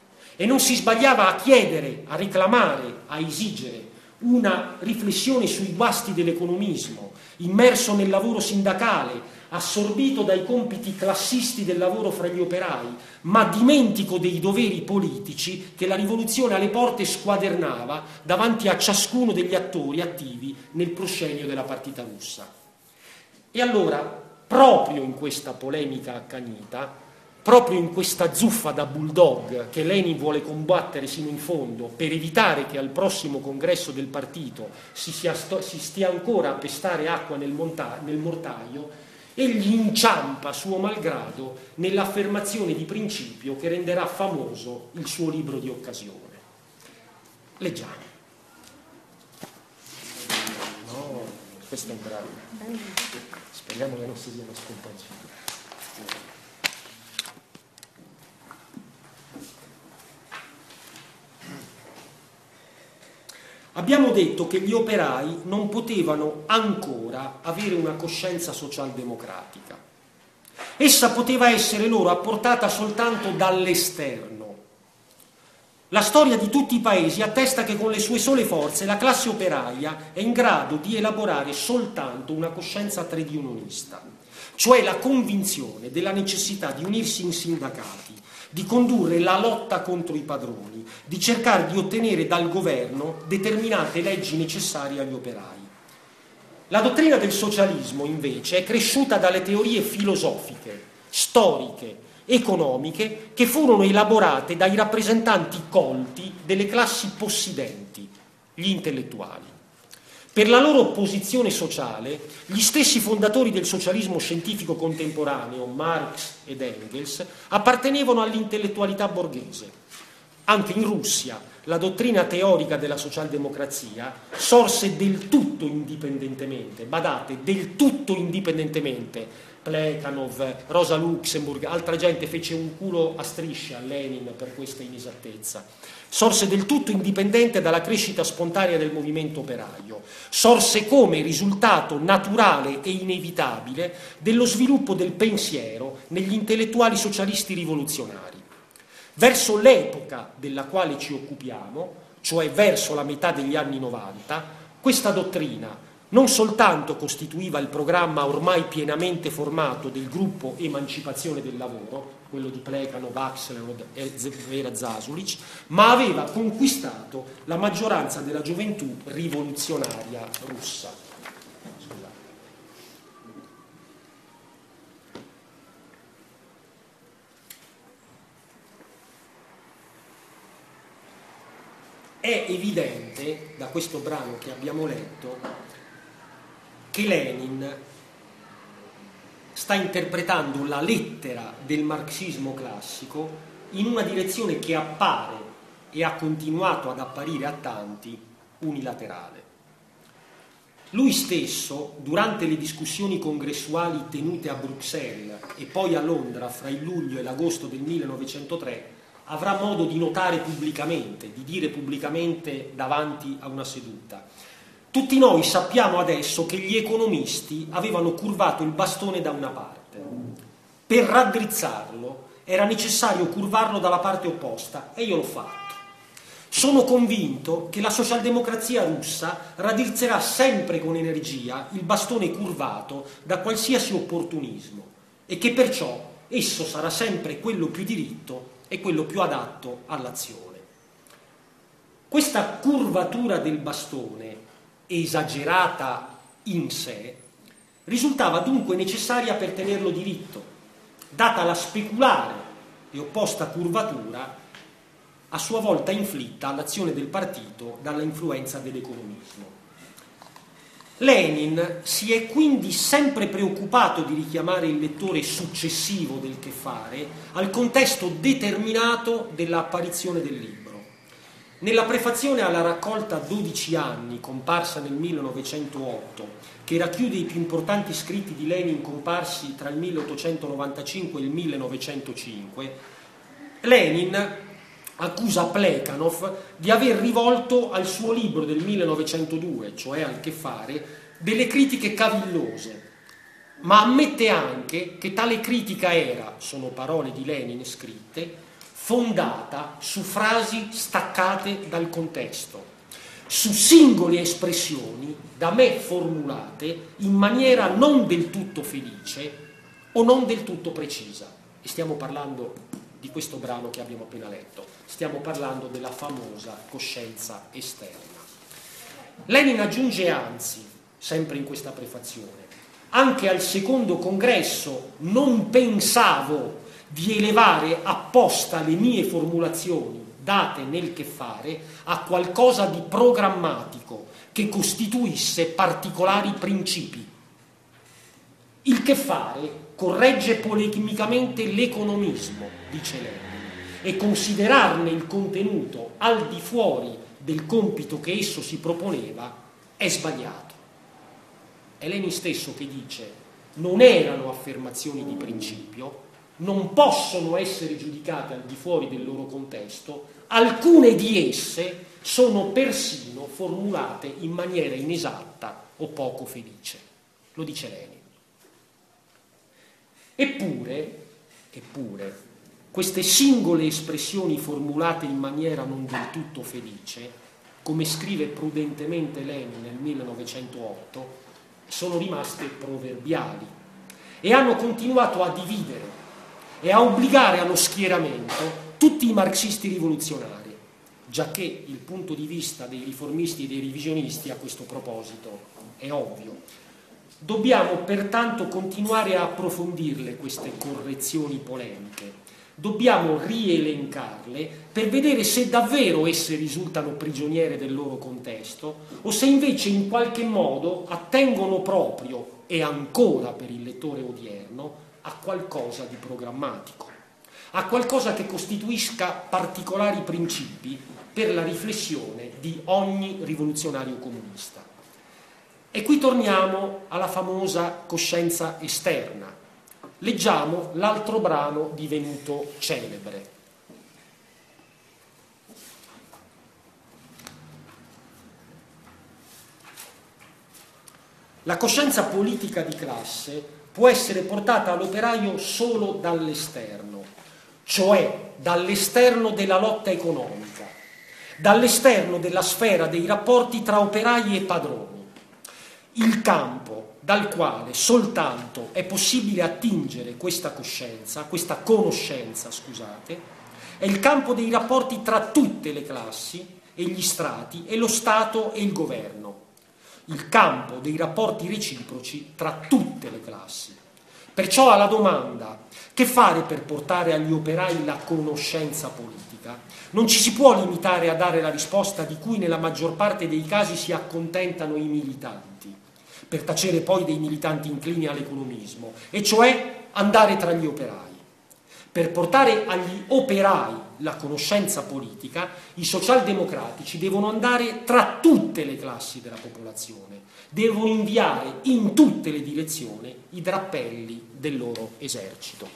E non si sbagliava a chiedere, a reclamare, a esigere una riflessione sui guasti dell'economismo, immerso nel lavoro sindacale, assorbito dai compiti classisti del lavoro fra gli operai, ma dimentico dei doveri politici che la rivoluzione alle porte squadernava davanti a ciascuno degli attori attivi nel proscenio della partita russa. E allora, proprio in questa polemica accanita, proprio in questa zuffa da bulldog che Lenin vuole combattere sino in fondo per evitare che al prossimo congresso del partito si stia ancora a pestare acqua nel mortaio, egli inciampa suo malgrado nell'affermazione di principio che renderà famoso il suo libro di occasione. Leggiamo. No, questo è un brano. Speriamo che non si siano scompagnati. Abbiamo detto che gli operai non potevano ancora avere una coscienza socialdemocratica. Essa poteva essere loro apportata soltanto dall'esterno. La storia di tutti i paesi attesta che con le sue sole forze la classe operaia è in grado di elaborare soltanto una coscienza trade unionista, cioè la convinzione della necessità di unirsi in sindacati, di condurre la lotta contro i padroni, di cercare di ottenere dal governo determinate leggi necessarie agli operai. La dottrina del socialismo, invece, è cresciuta dalle teorie filosofiche, storiche, economiche che furono elaborate dai rappresentanti colti delle classi possidenti, gli intellettuali. Per la loro posizione sociale, gli stessi fondatori del socialismo scientifico contemporaneo, Marx ed Engels, appartenevano all'intellettualità borghese. Anche in Russia la dottrina teorica della socialdemocrazia sorse del tutto indipendentemente, badate, del tutto indipendentemente. Plekhanov, Rosa Luxemburg, altra gente fece un culo a strisce a Lenin per questa inesattezza. Sorse del tutto indipendente dalla crescita spontanea del movimento operaio. Sorse come risultato naturale e inevitabile dello sviluppo del pensiero negli intellettuali socialisti rivoluzionari. Verso l'epoca della quale ci occupiamo, cioè verso la metà degli anni 90, questa dottrina non soltanto costituiva il programma ormai pienamente formato del gruppo Emancipazione del Lavoro, quello di Plekhanov, Axelrod e Vera Zasulich, ma aveva conquistato la maggioranza della gioventù rivoluzionaria russa. È evidente, da questo brano che abbiamo letto, che Lenin sta interpretando la lettera del marxismo classico in una direzione che appare e ha continuato ad apparire a tanti unilaterale. Lui stesso, durante le discussioni congressuali tenute a Bruxelles e poi a Londra fra il luglio e l'agosto del 1903, avrà modo di notare pubblicamente, di dire pubblicamente davanti a una seduta: tutti noi sappiamo adesso che gli economisti avevano curvato il bastone da una parte. Per raddrizzarlo era necessario curvarlo dalla parte opposta e io l'ho fatto. Sono convinto che la socialdemocrazia russa raddrizzerà sempre con energia il bastone curvato da qualsiasi opportunismo e che perciò esso sarà sempre quello più diritto e quello più adatto all'azione. Questa curvatura del bastone, esagerata in sé, risultava dunque necessaria per tenerlo diritto, data la speculare e opposta curvatura a sua volta inflitta all'azione del partito dalla influenza dell'economismo. Lenin si è quindi sempre preoccupato di richiamare il lettore successivo del Che fare al contesto determinato dell'apparizione del libro. Nella prefazione alla raccolta 12 anni, comparsa nel 1908, che racchiude i più importanti scritti di Lenin comparsi tra il 1895 e il 1905, Lenin accusa Plekhanov di aver rivolto al suo libro del 1902, cioè al Che fare, delle critiche cavillose, ma ammette anche che tale critica era, sono parole di Lenin scritte, fondata su frasi staccate dal contesto, su singole espressioni da me formulate in maniera non del tutto felice o non del tutto precisa. E stiamo parlando di questo brano che abbiamo appena letto, stiamo parlando della famosa coscienza esterna. Lenin aggiunge anzi, sempre in questa prefazione, anche al secondo congresso non pensavo di elevare apposta le mie formulazioni date nel Che fare a qualcosa di programmatico che costituisse particolari principi. Il Che fare corregge polemicamente l'economismo, dice Lenin, e considerarne il contenuto al di fuori del compito che esso si proponeva è sbagliato. È Lenin stesso che dice: non erano affermazioni di principio, non possono essere giudicate al di fuori del loro contesto, alcune di esse sono persino formulate in maniera inesatta o poco felice. Lo dice Lenin. Eppure, queste singole espressioni formulate in maniera non del tutto felice, come scrive prudentemente Lenin nel 1908, sono rimaste proverbiali e hanno continuato a dividere e a obbligare allo schieramento tutti i marxisti rivoluzionari, giacché il punto di vista dei riformisti e dei revisionisti a questo proposito è ovvio. Dobbiamo pertanto continuare a approfondirle queste correzioni polemiche, dobbiamo rielencarle per vedere se davvero esse risultano prigioniere del loro contesto o se invece in qualche modo attengono proprio e ancora per il lettore odierno a qualcosa di programmatico, a qualcosa che costituisca particolari principi per la riflessione di ogni rivoluzionario comunista. E qui torniamo alla famosa coscienza esterna. Leggiamo l'altro brano divenuto celebre. La coscienza politica di classe può essere portata all'operaio solo dall'esterno, cioè dall'esterno della lotta economica, dall'esterno della sfera dei rapporti tra operai e padroni. Il campo dal quale soltanto è possibile attingere questa conoscenza, è il campo dei rapporti tra tutte le classi e gli strati e lo Stato e il governo, il campo dei rapporti reciproci tra tutte le classi. Perciò alla domanda che fare per portare agli operai la conoscenza politica non ci si può limitare a dare la risposta di cui nella maggior parte dei casi si accontentano i militanti, per tacere poi dei militanti inclini all'economismo, e cioè andare tra gli operai. Per portare agli operai la conoscenza politica, i socialdemocratici devono andare tra tutte le classi della popolazione, devono inviare in tutte le direzioni i drappelli del loro esercito.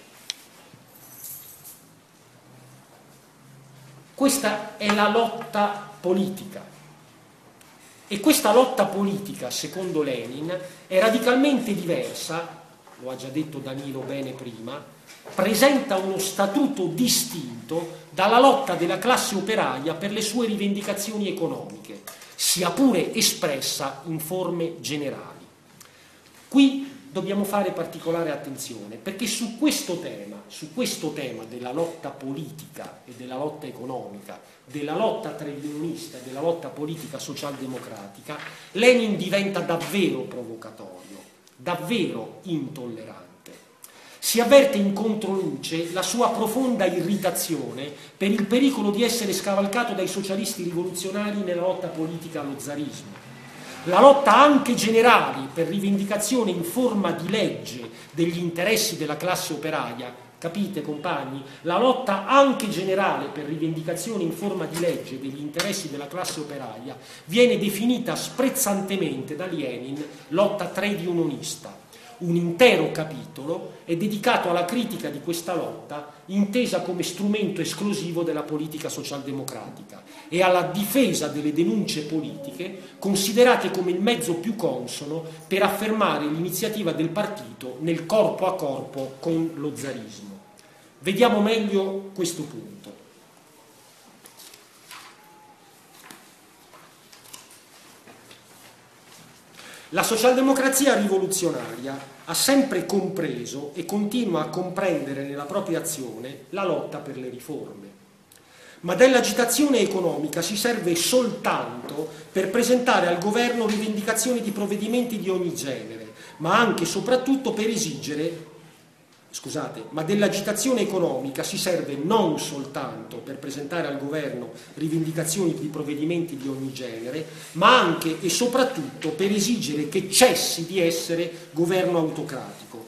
Questa è la lotta politica. E questa lotta politica, secondo Lenin, è radicalmente diversa, lo ha già detto Danilo bene prima, presenta uno statuto distinto dalla lotta della classe operaia per le sue rivendicazioni economiche, sia pure espressa in forme generali. Qui dobbiamo fare particolare attenzione, perché su questo tema della lotta politica e della lotta economica, della lotta tra il unionista e della lotta politica socialdemocratica, Lenin diventa davvero provocatorio, davvero intollerante. Si avverte in controluce la sua profonda irritazione per il pericolo di essere scavalcato dai socialisti rivoluzionari nella lotta politica allo zarismo. La lotta anche generale per rivendicazione in forma di legge degli interessi della classe operaia, capite compagni? La lotta anche generale per rivendicazione in forma di legge degli interessi della classe operaia viene definita sprezzantemente da Lenin lotta trade unionista. Un intero capitolo è dedicato alla critica di questa lotta intesa come strumento esclusivo della politica socialdemocratica e alla difesa delle denunce politiche considerate come il mezzo più consono per affermare l'iniziativa del partito nel corpo a corpo con lo zarismo. Vediamo meglio questo punto. La socialdemocrazia rivoluzionaria ha sempre compreso e continua a comprendere nella propria azione la lotta per le riforme. Ma dell'agitazione economica si serve soltanto per presentare al governo rivendicazioni di provvedimenti di ogni genere, ma anche e soprattutto per esigere ma dell'agitazione economica si serve non soltanto per presentare al governo rivendicazioni di provvedimenti di ogni genere, ma anche e soprattutto per esigere che cessi di essere governo autocratico.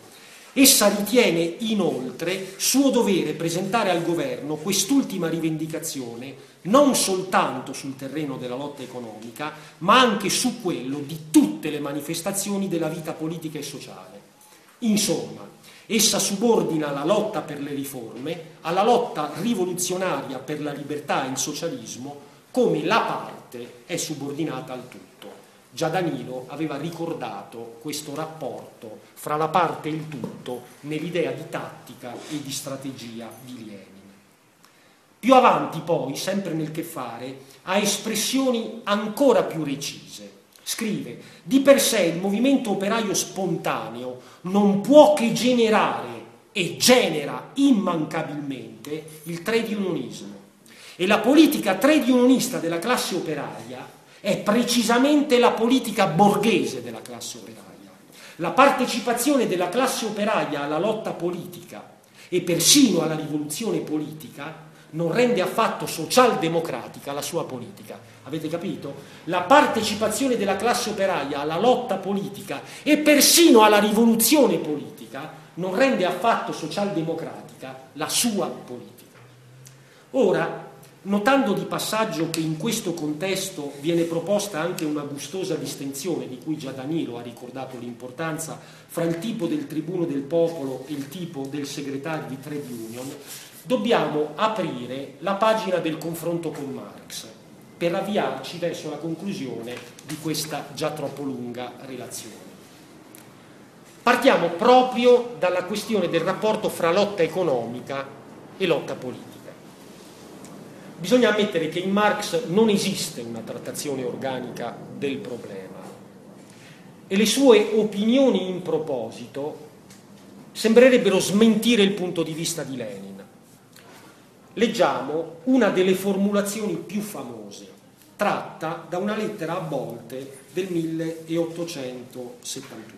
Essa ritiene inoltre suo dovere presentare al governo quest'ultima rivendicazione non soltanto sul terreno della lotta economica, ma anche su quello di tutte le manifestazioni della vita politica e sociale. Insomma, essa subordina la lotta per le riforme alla lotta rivoluzionaria per la libertà e il socialismo, come la parte è subordinata al tutto. Già Danilo aveva ricordato questo rapporto fra la parte e il tutto nell'idea di tattica e di strategia di Lenin. Più avanti poi, sempre nel Che fare, ha espressioni ancora più recise. Scrive: di per sé il movimento operaio spontaneo non può che generare e genera immancabilmente il trade unionismo, e la politica trade unionista della classe operaia è precisamente la politica borghese della classe operaia. La partecipazione della classe operaia alla lotta politica e persino alla rivoluzione politica non rende affatto socialdemocratica la sua politica. Avete capito? La partecipazione della classe operaia alla lotta politica e persino alla rivoluzione politica non rende affatto socialdemocratica la sua politica. Ora, notando di passaggio che in questo contesto viene proposta anche una gustosa distinzione, di cui già Danilo ha ricordato l'importanza, fra il tipo del tribuno del popolo e il tipo del segretario di trade union, dobbiamo aprire la pagina del confronto con Marx per avviarci verso la conclusione di questa già troppo lunga relazione. Partiamo proprio dalla questione del rapporto fra lotta economica e lotta politica. Bisogna ammettere che in Marx non esiste una trattazione organica del problema e le sue opinioni in proposito sembrerebbero smentire il punto di vista di Lenin. Leggiamo una delle formulazioni più famose, tratta da una lettera a Bolte del 1871.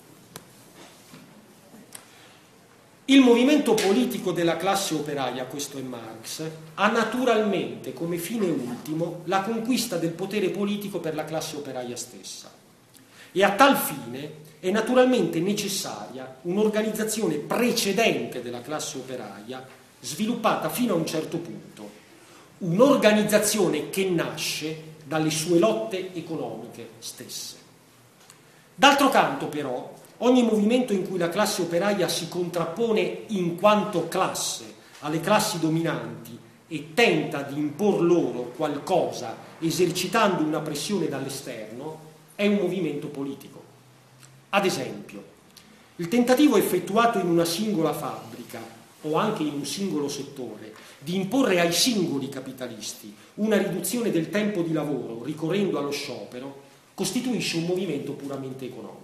Il movimento politico della classe operaia, questo è Marx, ha naturalmente come fine ultimo la conquista del potere politico per la classe operaia stessa. E a tal fine è naturalmente necessaria un'organizzazione precedente della classe operaia, sviluppata fino a un certo punto, un'organizzazione che nasce dalle sue lotte economiche stesse. D'altro canto, però, ogni movimento in cui la classe operaia si contrappone in quanto classe alle classi dominanti e tenta di impor loro qualcosa esercitando una pressione dall'esterno è un movimento politico. Ad esempio, il tentativo effettuato in una singola fabbrica o anche in un singolo settore di imporre ai singoli capitalisti una riduzione del tempo di lavoro ricorrendo allo sciopero costituisce un movimento puramente economico.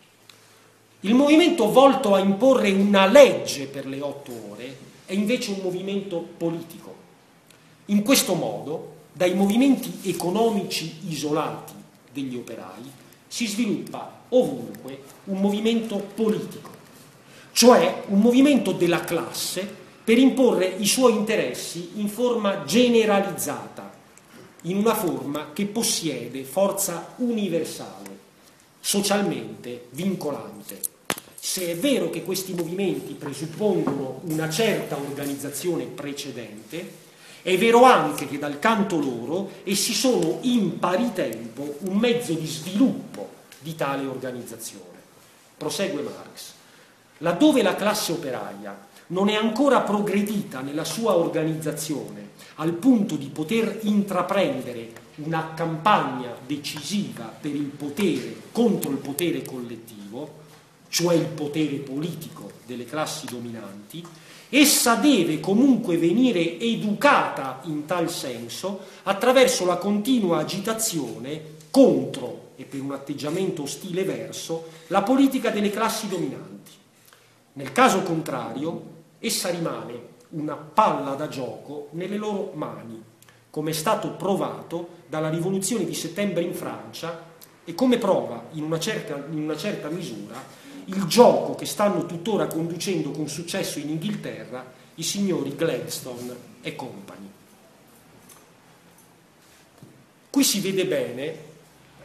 Il movimento volto a imporre una legge per le 8 ore è invece un movimento politico. In questo modo, dai movimenti economici isolati degli operai si sviluppa ovunque un movimento politico, cioè un movimento della classe per imporre i suoi interessi in forma generalizzata, in una forma che possiede forza universale, socialmente vincolante. Se è vero che questi movimenti presuppongono una certa organizzazione precedente, è vero anche che dal canto loro essi sono in pari tempo un mezzo di sviluppo di tale organizzazione. Prosegue Marx. Laddove la classe operaia non è ancora progredita nella sua organizzazione al punto di poter intraprendere una campagna decisiva per il potere contro il potere collettivo, cioè il potere politico delle classi dominanti, essa deve comunque venire educata in tal senso attraverso la continua agitazione contro e per un atteggiamento ostile verso la politica delle classi dominanti. Nel caso contrario, essa rimane una palla da gioco nelle loro mani, come è stato provato dalla rivoluzione di settembre in Francia e come prova in una certa misura il gioco che stanno tuttora conducendo con successo in Inghilterra i signori Gladstone e compagni. Qui si vede bene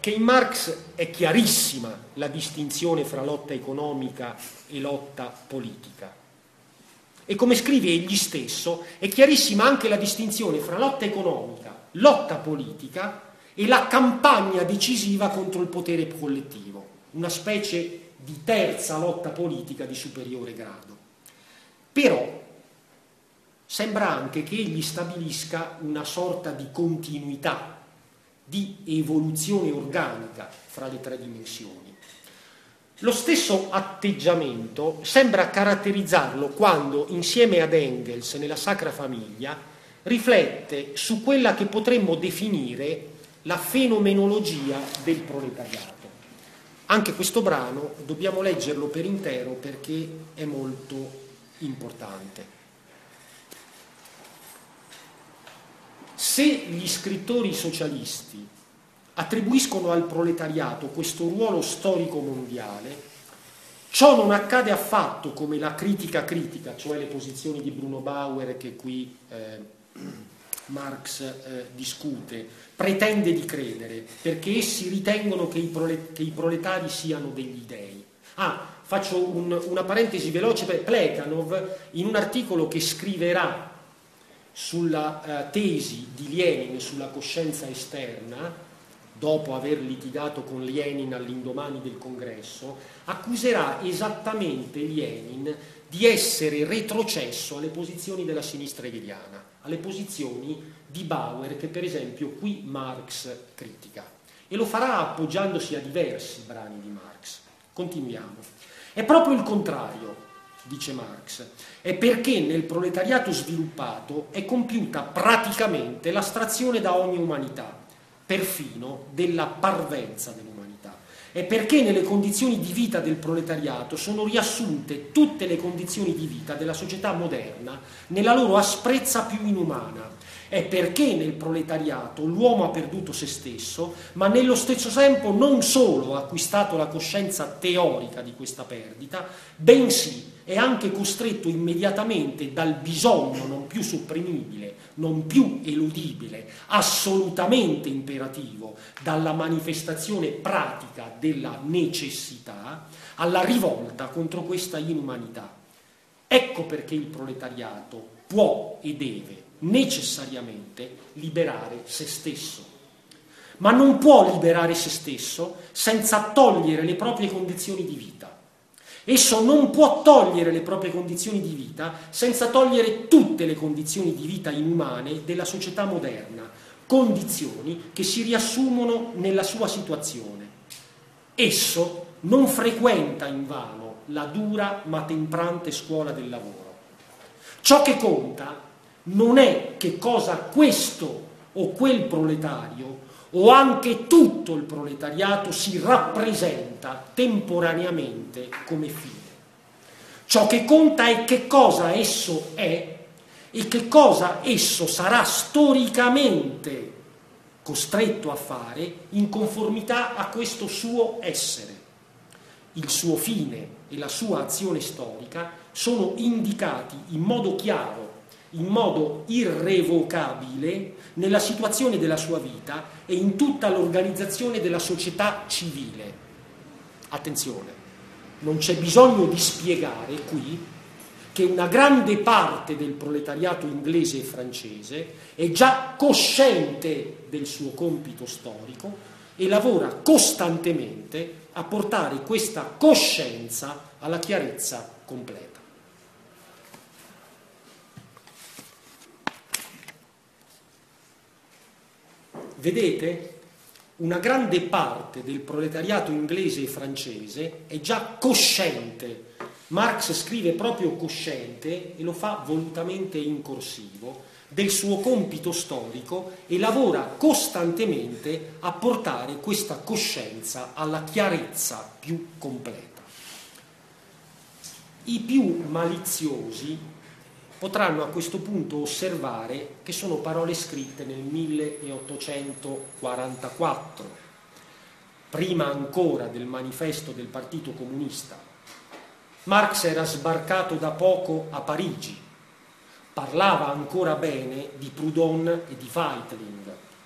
che in Marx è chiarissima la distinzione fra lotta economica e lotta politica. E come scrive egli stesso, è chiarissima anche la distinzione fra lotta economica, lotta politica e la campagna decisiva contro il potere collettivo, una specie di terza lotta politica di superiore grado. Però sembra anche che egli stabilisca una sorta di continuità, di evoluzione organica fra le tre dimensioni. Lo stesso atteggiamento sembra caratterizzarlo quando, insieme ad Engels nella Sacra Famiglia, riflette su quella che potremmo definire la fenomenologia del proletariato. Anche questo brano dobbiamo leggerlo per intero perché è molto importante. Se gli scrittori socialisti attribuiscono al proletariato questo ruolo storico mondiale, ciò non accade affatto come la critica, cioè le posizioni di Bruno Bauer che qui Marx discute, pretende di credere, perché essi ritengono che i proletari siano degli dei. Faccio una parentesi veloce per Plekhanov, in un articolo che scriverà sulla tesi di Lenin sulla coscienza esterna, dopo aver litigato con Lenin all'indomani del congresso, accuserà esattamente Lenin di essere retrocesso alle posizioni della sinistra hegeliana, alle posizioni di Bauer che per esempio qui Marx critica, e lo farà appoggiandosi a diversi brani di Marx. Continuiamo. È proprio il contrario, dice Marx, è perché nel proletariato sviluppato è compiuta praticamente l'astrazione da ogni umanità, perfino della parvenza dell'umanità. È perché nelle condizioni di vita del proletariato sono riassunte tutte le condizioni di vita della società moderna nella loro asprezza più inumana. È perché nel proletariato l'uomo ha perduto se stesso, ma nello stesso tempo non solo ha acquistato la coscienza teorica di questa perdita, bensì è anche costretto immediatamente dal bisogno non più sopprimibile, non più eludibile, assolutamente imperativo, dalla manifestazione pratica della necessità, alla rivolta contro questa inumanità. Ecco perché il proletariato può e deve necessariamente liberare se stesso. Ma non può liberare se stesso senza togliere le proprie condizioni di vita. Esso non può togliere le proprie condizioni di vita senza togliere tutte le condizioni di vita inumane della società moderna, condizioni che si riassumono nella sua situazione. Esso non frequenta invano la dura ma temprante scuola del lavoro. Ciò che conta non è che cosa questo o quel proletario o anche tutto il proletariato si rappresenta temporaneamente come fine. Ciò che conta è che cosa esso è e che cosa esso sarà storicamente costretto a fare in conformità a questo suo essere. Il suo fine e la sua azione storica sono indicati in modo chiaro, in modo irrevocabile nella situazione della sua vita e in tutta l'organizzazione della società civile. Attenzione, non c'è bisogno di spiegare qui che una grande parte del proletariato inglese e francese è già cosciente del suo compito storico e lavora costantemente a portare questa coscienza alla chiarezza completa. Vedete? Una grande parte del proletariato inglese e francese è già cosciente. Marx scrive proprio cosciente, e lo fa volutamente in corsivo, del suo compito storico e lavora costantemente a portare questa coscienza alla chiarezza più completa. I più maliziosi potranno a questo punto osservare che sono parole scritte nel 1844, prima ancora del manifesto del Partito Comunista. Marx era sbarcato da poco a Parigi, parlava ancora bene di Proudhon e di Weitling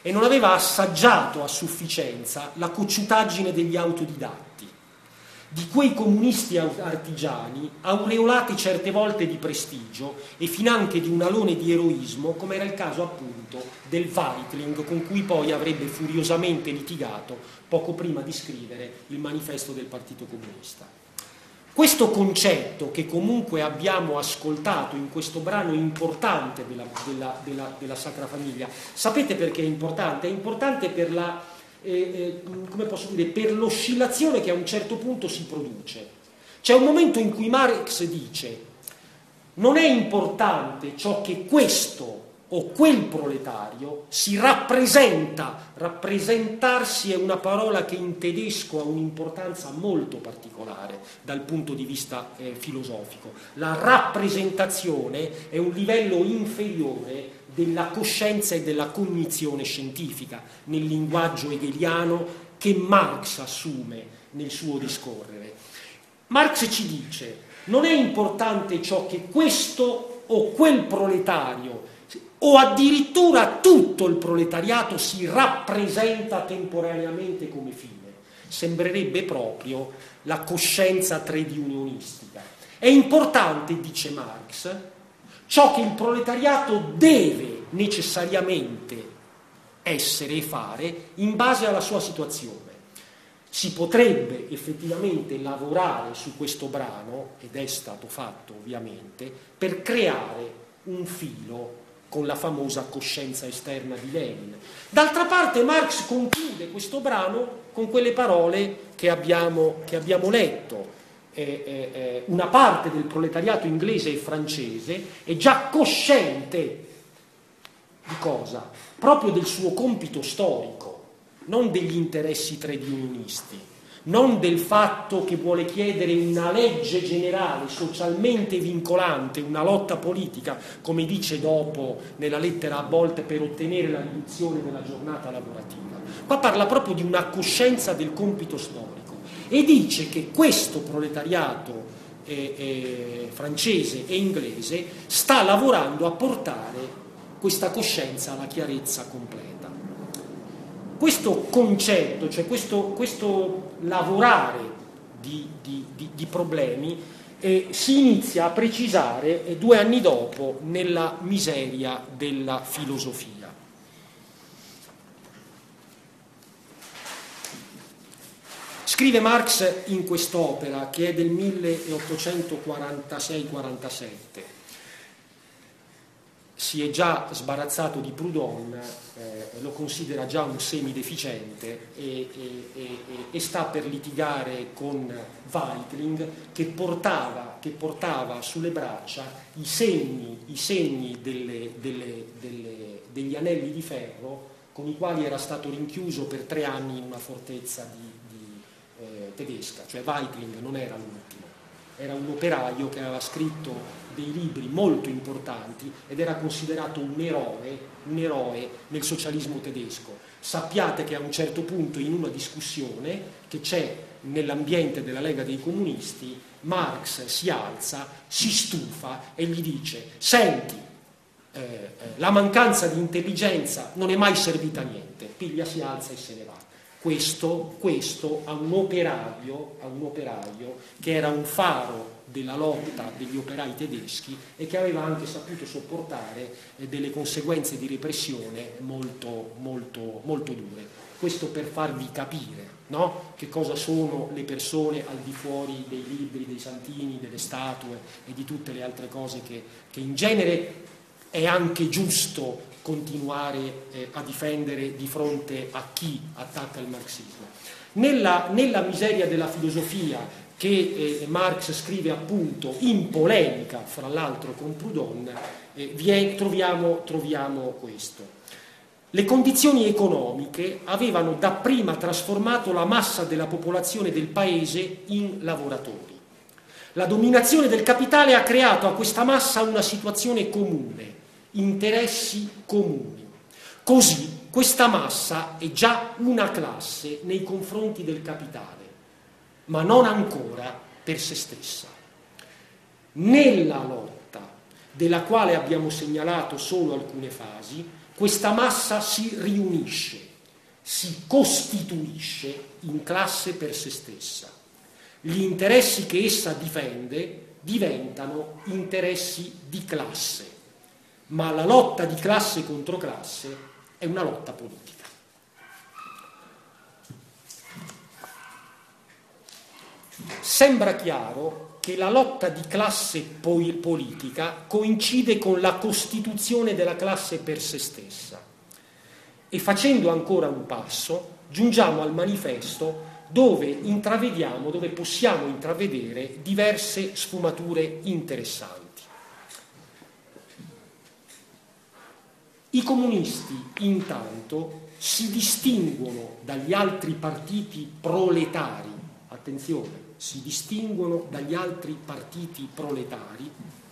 e non aveva assaggiato a sufficienza la cocciutaggine degli autodidatti, di quei comunisti artigiani aureolati certe volte di prestigio e finanche di un alone di eroismo, come era il caso appunto del Weitling, con cui poi avrebbe furiosamente litigato poco prima di scrivere il manifesto del Partito Comunista. Questo concetto, che comunque abbiamo ascoltato in questo brano importante della Sacra Famiglia, sapete perché è importante? È importante per la, come posso dire, per l'oscillazione che a un certo punto si produce. C'è un momento in cui Marx dice: non è importante ciò che questo o quel proletario si rappresenta. Rappresentarsi è una parola che in tedesco ha un'importanza molto particolare dal punto di vista filosofico. La rappresentazione è un livello inferiore della coscienza e della cognizione scientifica, nel linguaggio hegeliano che Marx assume nel suo discorrere. Marx ci dice: non è importante ciò che questo o quel proletario o addirittura tutto il proletariato si rappresenta temporaneamente come fine. Sembrerebbe proprio la coscienza trade unionistica. È importante, dice Marx, ciò che il proletariato deve necessariamente essere e fare in base alla sua situazione. Si potrebbe effettivamente lavorare su questo brano, ed è stato fatto ovviamente, per creare un filo con la famosa coscienza esterna di Lenin. D'altra parte Marx conclude questo brano con quelle parole che abbiamo letto. Una parte del proletariato inglese e francese è già cosciente di cosa? Proprio del suo compito storico, non degli interessi trade unionisti, non del fatto che vuole chiedere una legge generale socialmente vincolante, una lotta politica, come dice dopo nella lettera a Bolt, per ottenere la riduzione della giornata lavorativa. Qua parla proprio di una coscienza del compito storico e dice che questo proletariato francese e inglese sta lavorando a portare questa coscienza alla chiarezza completa. Questo concetto, cioè questo lavorare di problemi, si inizia a precisare 2 anni dopo nella miseria della filosofia. Scrive Marx in quest'opera, che è del 1846-47, si è già sbarazzato di Proudhon, lo considera già un semideficiente e sta per litigare con Weitling, che portava sulle braccia i segni degli anelli di ferro con i quali era stato rinchiuso per 3 anni in una fortezza tedesca. Cioè Weitling non era l'ultimo, era un operaio che aveva scritto dei libri molto importanti ed era considerato un eroe nel socialismo tedesco. Sappiate che a un certo punto, in una discussione che c'è nell'ambiente della Lega dei Comunisti, Marx si alza, si stufa e gli dice: senti, la mancanza di intelligenza non è mai servita a niente. Piglia, si alza e se ne va. Questo a un operaio che era un faro della lotta degli operai tedeschi e che aveva anche saputo sopportare delle conseguenze di repressione molto, molto, molto dure. Questo per farvi capire, no? Che cosa sono le persone al di fuori dei libri, dei santini, delle statue e di tutte le altre cose che in genere è anche giusto continuare a difendere di fronte a chi attacca il marxismo. Nella miseria della filosofia, che Marx scrive appunto in polemica fra l'altro con Proudhon, troviamo questo. Le condizioni economiche avevano dapprima trasformato la massa della popolazione del paese in lavoratori. La dominazione del capitale ha creato a questa massa una situazione comune, interessi comuni. Così questa massa è già una classe nei confronti del capitale, ma non ancora per se stessa. Nella lotta, della quale abbiamo segnalato solo alcune fasi, questa massa si riunisce, si costituisce in classe per se stessa. Gli interessi che essa difende diventano interessi di classe, ma la lotta di classe contro classe è una lotta politica. Sembra chiaro che la lotta di classe politica coincide con la costituzione della classe per se stessa. E facendo ancora un passo, giungiamo al manifesto dove possiamo intravedere diverse sfumature interessanti. I comunisti, intanto, si distinguono dagli altri partiti proletari, attenzione, si distinguono dagli altri partiti proletari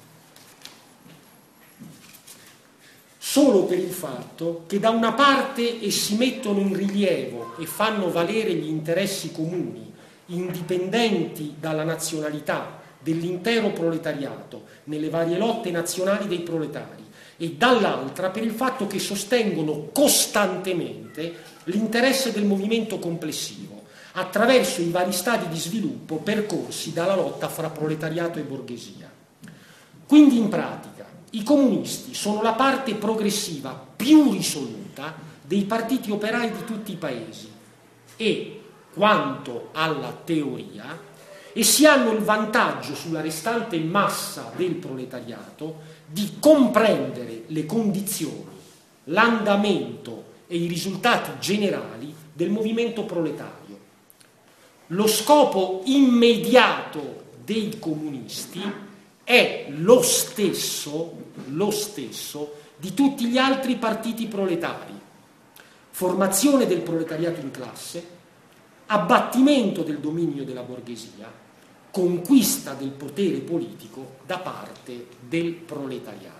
solo per il fatto che da una parte essi mettono in rilievo e fanno valere gli interessi comuni, indipendenti dalla nazionalità dell'intero proletariato nelle varie lotte nazionali dei proletari, e dall'altra per il fatto che sostengono costantemente l'interesse del movimento complessivo attraverso i vari stadi di sviluppo percorsi dalla lotta fra proletariato e borghesia. Quindi in pratica i comunisti sono la parte progressiva più risoluta dei partiti operai di tutti i paesi e, quanto alla teoria, essi hanno il vantaggio sulla restante massa del proletariato di comprendere le condizioni, l'andamento e i risultati generali del movimento proletario. Lo scopo immediato dei comunisti è lo stesso di tutti gli altri partiti proletari: formazione del proletariato in classe, abbattimento del dominio della borghesia, conquista del potere politico da parte del proletariato.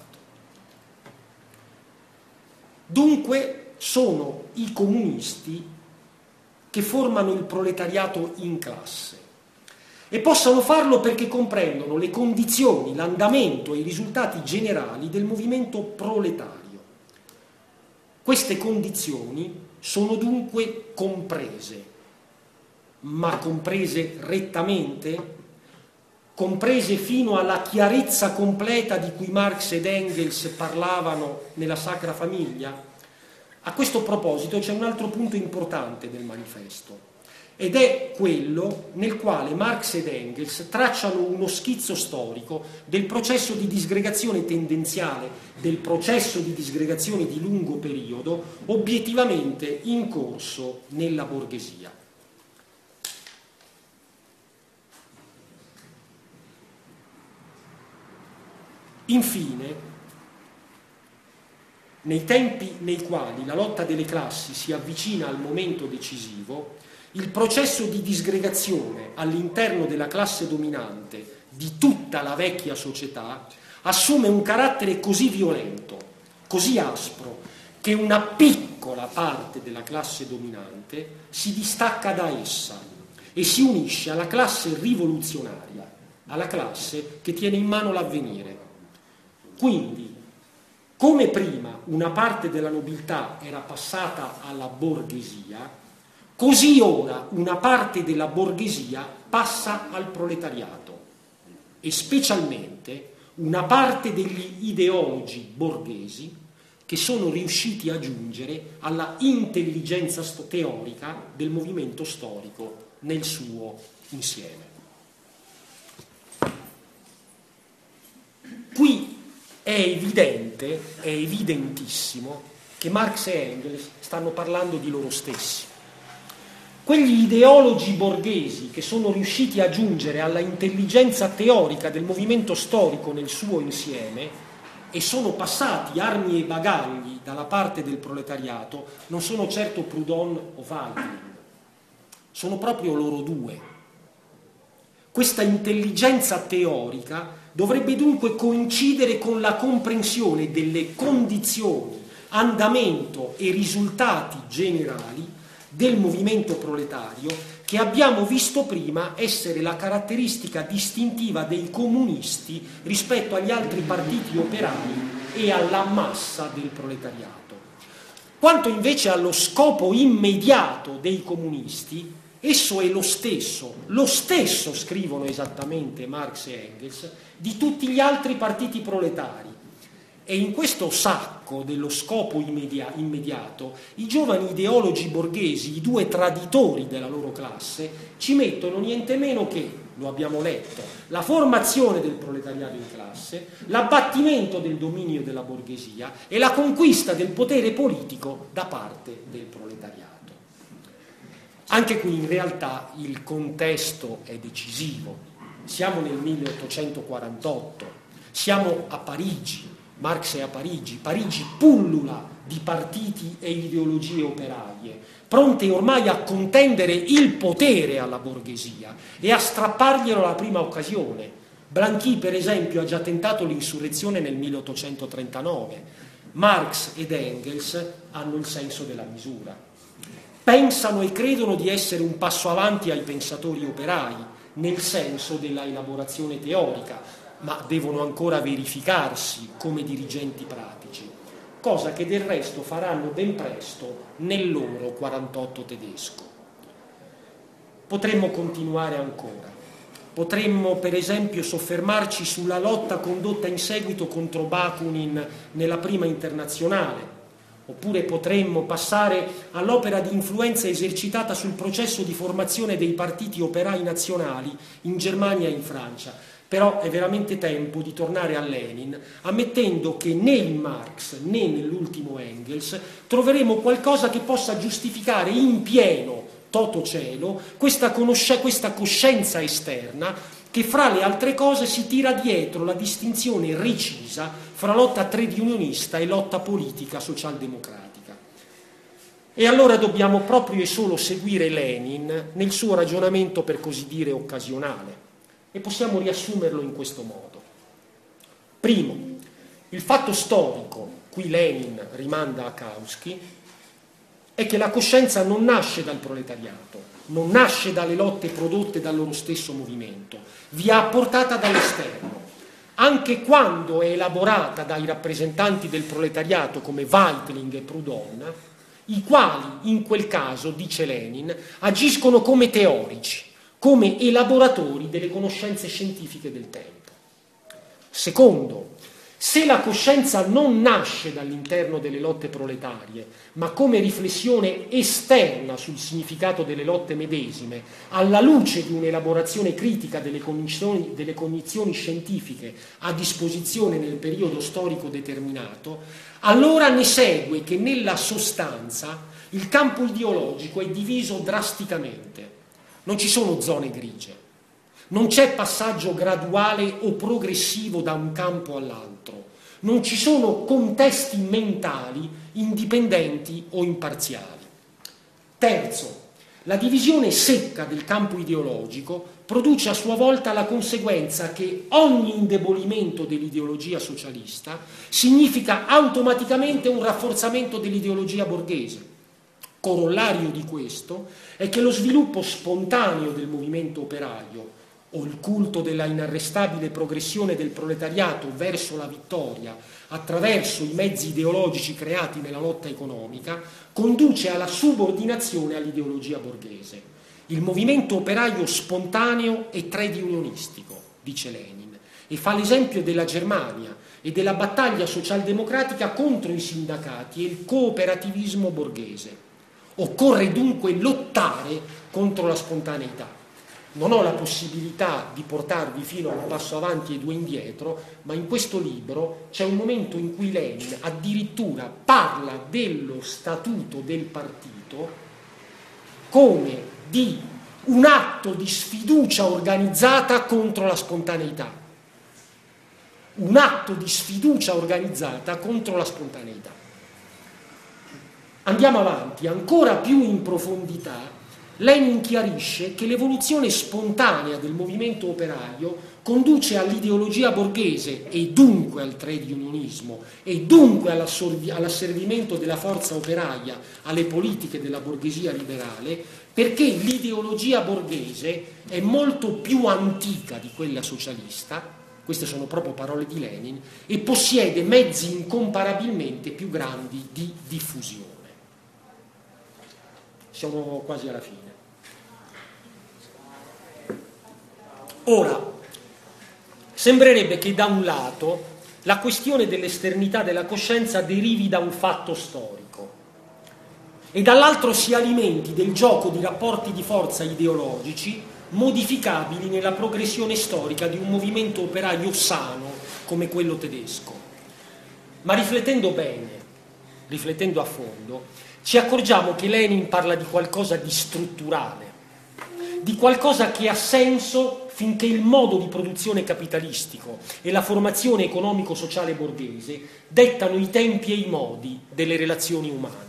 Dunque sono i comunisti che formano il proletariato in classe, e possono farlo perché comprendono le condizioni, l'andamento e i risultati generali del movimento proletario. Queste condizioni sono dunque comprese, ma comprese rettamente, comprese fino alla chiarezza completa di cui Marx ed Engels parlavano nella Sacra Famiglia. A questo proposito c'è un altro punto importante del manifesto, ed è quello nel quale Marx ed Engels tracciano uno schizzo storico del processo di disgregazione tendenziale, del processo di disgregazione di lungo periodo obiettivamente in corso nella borghesia. Infine, nei tempi nei quali la lotta delle classi si avvicina al momento decisivo, il processo di disgregazione all'interno della classe dominante di tutta la vecchia società assume un carattere così violento, così aspro, che una piccola parte della classe dominante si distacca da essa e si unisce alla classe rivoluzionaria, alla classe che tiene in mano l'avvenire. Quindi, come prima una parte della nobiltà era passata alla borghesia, così ora una parte della borghesia passa al proletariato, e specialmente una parte degli ideologi borghesi che sono riusciti a giungere alla intelligenza teorica del movimento storico nel suo insieme. Qui è evidentissimo che Marx e Engels stanno parlando di loro stessi. Quegli ideologi borghesi che sono riusciti a giungere alla intelligenza teorica del movimento storico nel suo insieme e sono passati armi e bagagli dalla parte del proletariato non sono certo Proudhon o Weitling, sono proprio loro due. Questa intelligenza teorica dovrebbe dunque coincidere con la comprensione delle condizioni, andamento e risultati generali del movimento proletario che abbiamo visto prima essere la caratteristica distintiva dei comunisti rispetto agli altri partiti operai e alla massa del proletariato. Quanto invece allo scopo immediato dei comunisti, esso è lo stesso, scrivono esattamente Marx e Engels, di tutti gli altri partiti proletari. E in questo sacco dello scopo immediato, i giovani ideologi borghesi, i due traditori della loro classe, ci mettono niente meno che, lo abbiamo letto, la formazione del proletariato in classe, l'abbattimento del dominio della borghesia e la conquista del potere politico da parte del proletariato. Anche qui in realtà il contesto è decisivo. Siamo nel 1848, siamo a Parigi, Marx è a Parigi, Parigi pullula di partiti e ideologie operaie, pronte ormai a contendere il potere alla borghesia e a strapparglielo alla prima occasione. Blanqui, per esempio, ha già tentato l'insurrezione nel 1839. Marx ed Engels hanno il senso della misura. Pensano e credono di essere un passo avanti ai pensatori operai, nel senso della elaborazione teorica, ma devono ancora verificarsi come dirigenti pratici, cosa che del resto faranno ben presto nel loro 48 tedesco. Potremmo continuare ancora. Potremmo per esempio soffermarci sulla lotta condotta in seguito contro Bakunin nella prima internazionale, oppure potremmo passare all'opera di influenza esercitata sul processo di formazione dei partiti operai nazionali in Germania e in Francia. Però è veramente tempo di tornare a Lenin, ammettendo che né in Marx né nell'ultimo Engels troveremo qualcosa che possa giustificare in pieno, toto cielo, questa coscienza esterna che fra le altre cose si tira dietro la distinzione recisa fra lotta trade unionista e lotta politica socialdemocratica. E allora dobbiamo proprio e solo seguire Lenin nel suo ragionamento per così dire occasionale. E possiamo riassumerlo in questo modo. Primo, il fatto storico, qui Lenin rimanda a Kautsky, è che la coscienza non nasce dal proletariato, non nasce dalle lotte prodotte dal loro stesso movimento, vi è apportata dall'esterno, anche quando è elaborata dai rappresentanti del proletariato come Weitling e Proudhon, i quali in quel caso, dice Lenin, agiscono come teorici, come elaboratori delle conoscenze scientifiche del tempo. Secondo, se la coscienza non nasce dall'interno delle lotte proletarie, ma come riflessione esterna sul significato delle lotte medesime, alla luce di un'elaborazione critica delle cognizioni scientifiche a disposizione nel periodo storico determinato, allora ne segue che nella sostanza il campo ideologico è diviso drasticamente. Non ci sono zone grigie, non c'è passaggio graduale o progressivo da un campo all'altro, non ci sono contesti mentali indipendenti o imparziali. Terzo, la divisione secca del campo ideologico produce a sua volta la conseguenza che ogni indebolimento dell'ideologia socialista significa automaticamente un rafforzamento dell'ideologia borghese. Corollario di questo è che lo sviluppo spontaneo del movimento operaio o il culto della inarrestabile progressione del proletariato verso la vittoria attraverso i mezzi ideologici creati nella lotta economica conduce alla subordinazione all'ideologia borghese. Il movimento operaio spontaneo è trade unionistico, dice Lenin, e fa l'esempio della Germania e della battaglia socialdemocratica contro i sindacati e il cooperativismo borghese. Occorre dunque lottare contro la spontaneità. Non ho la possibilità di portarvi fino a un passo avanti e due indietro, ma in questo libro c'è un momento in cui Lenin addirittura parla dello statuto del partito come di un atto di sfiducia organizzata contro la spontaneità. Un atto di sfiducia organizzata contro la spontaneità. Andiamo avanti, ancora più in profondità, Lenin chiarisce che l'evoluzione spontanea del movimento operaio conduce all'ideologia borghese e dunque al trade unionismo e dunque all'asservimento della forza operaia alle politiche della borghesia liberale, perché l'ideologia borghese è molto più antica di quella socialista, queste sono proprio parole di Lenin, e possiede mezzi incomparabilmente più grandi di diffusione. Siamo quasi alla fine. Ora, sembrerebbe che da un lato la questione dell'esternità della coscienza derivi da un fatto storico e dall'altro si alimenti del gioco di rapporti di forza ideologici modificabili nella progressione storica di un movimento operaio sano come quello tedesco. Ma riflettendo bene, riflettendo a fondo, ci accorgiamo che Lenin parla di qualcosa di strutturale, di qualcosa che ha senso finché il modo di produzione capitalistico e la formazione economico-sociale borghese dettano i tempi e i modi delle relazioni umane.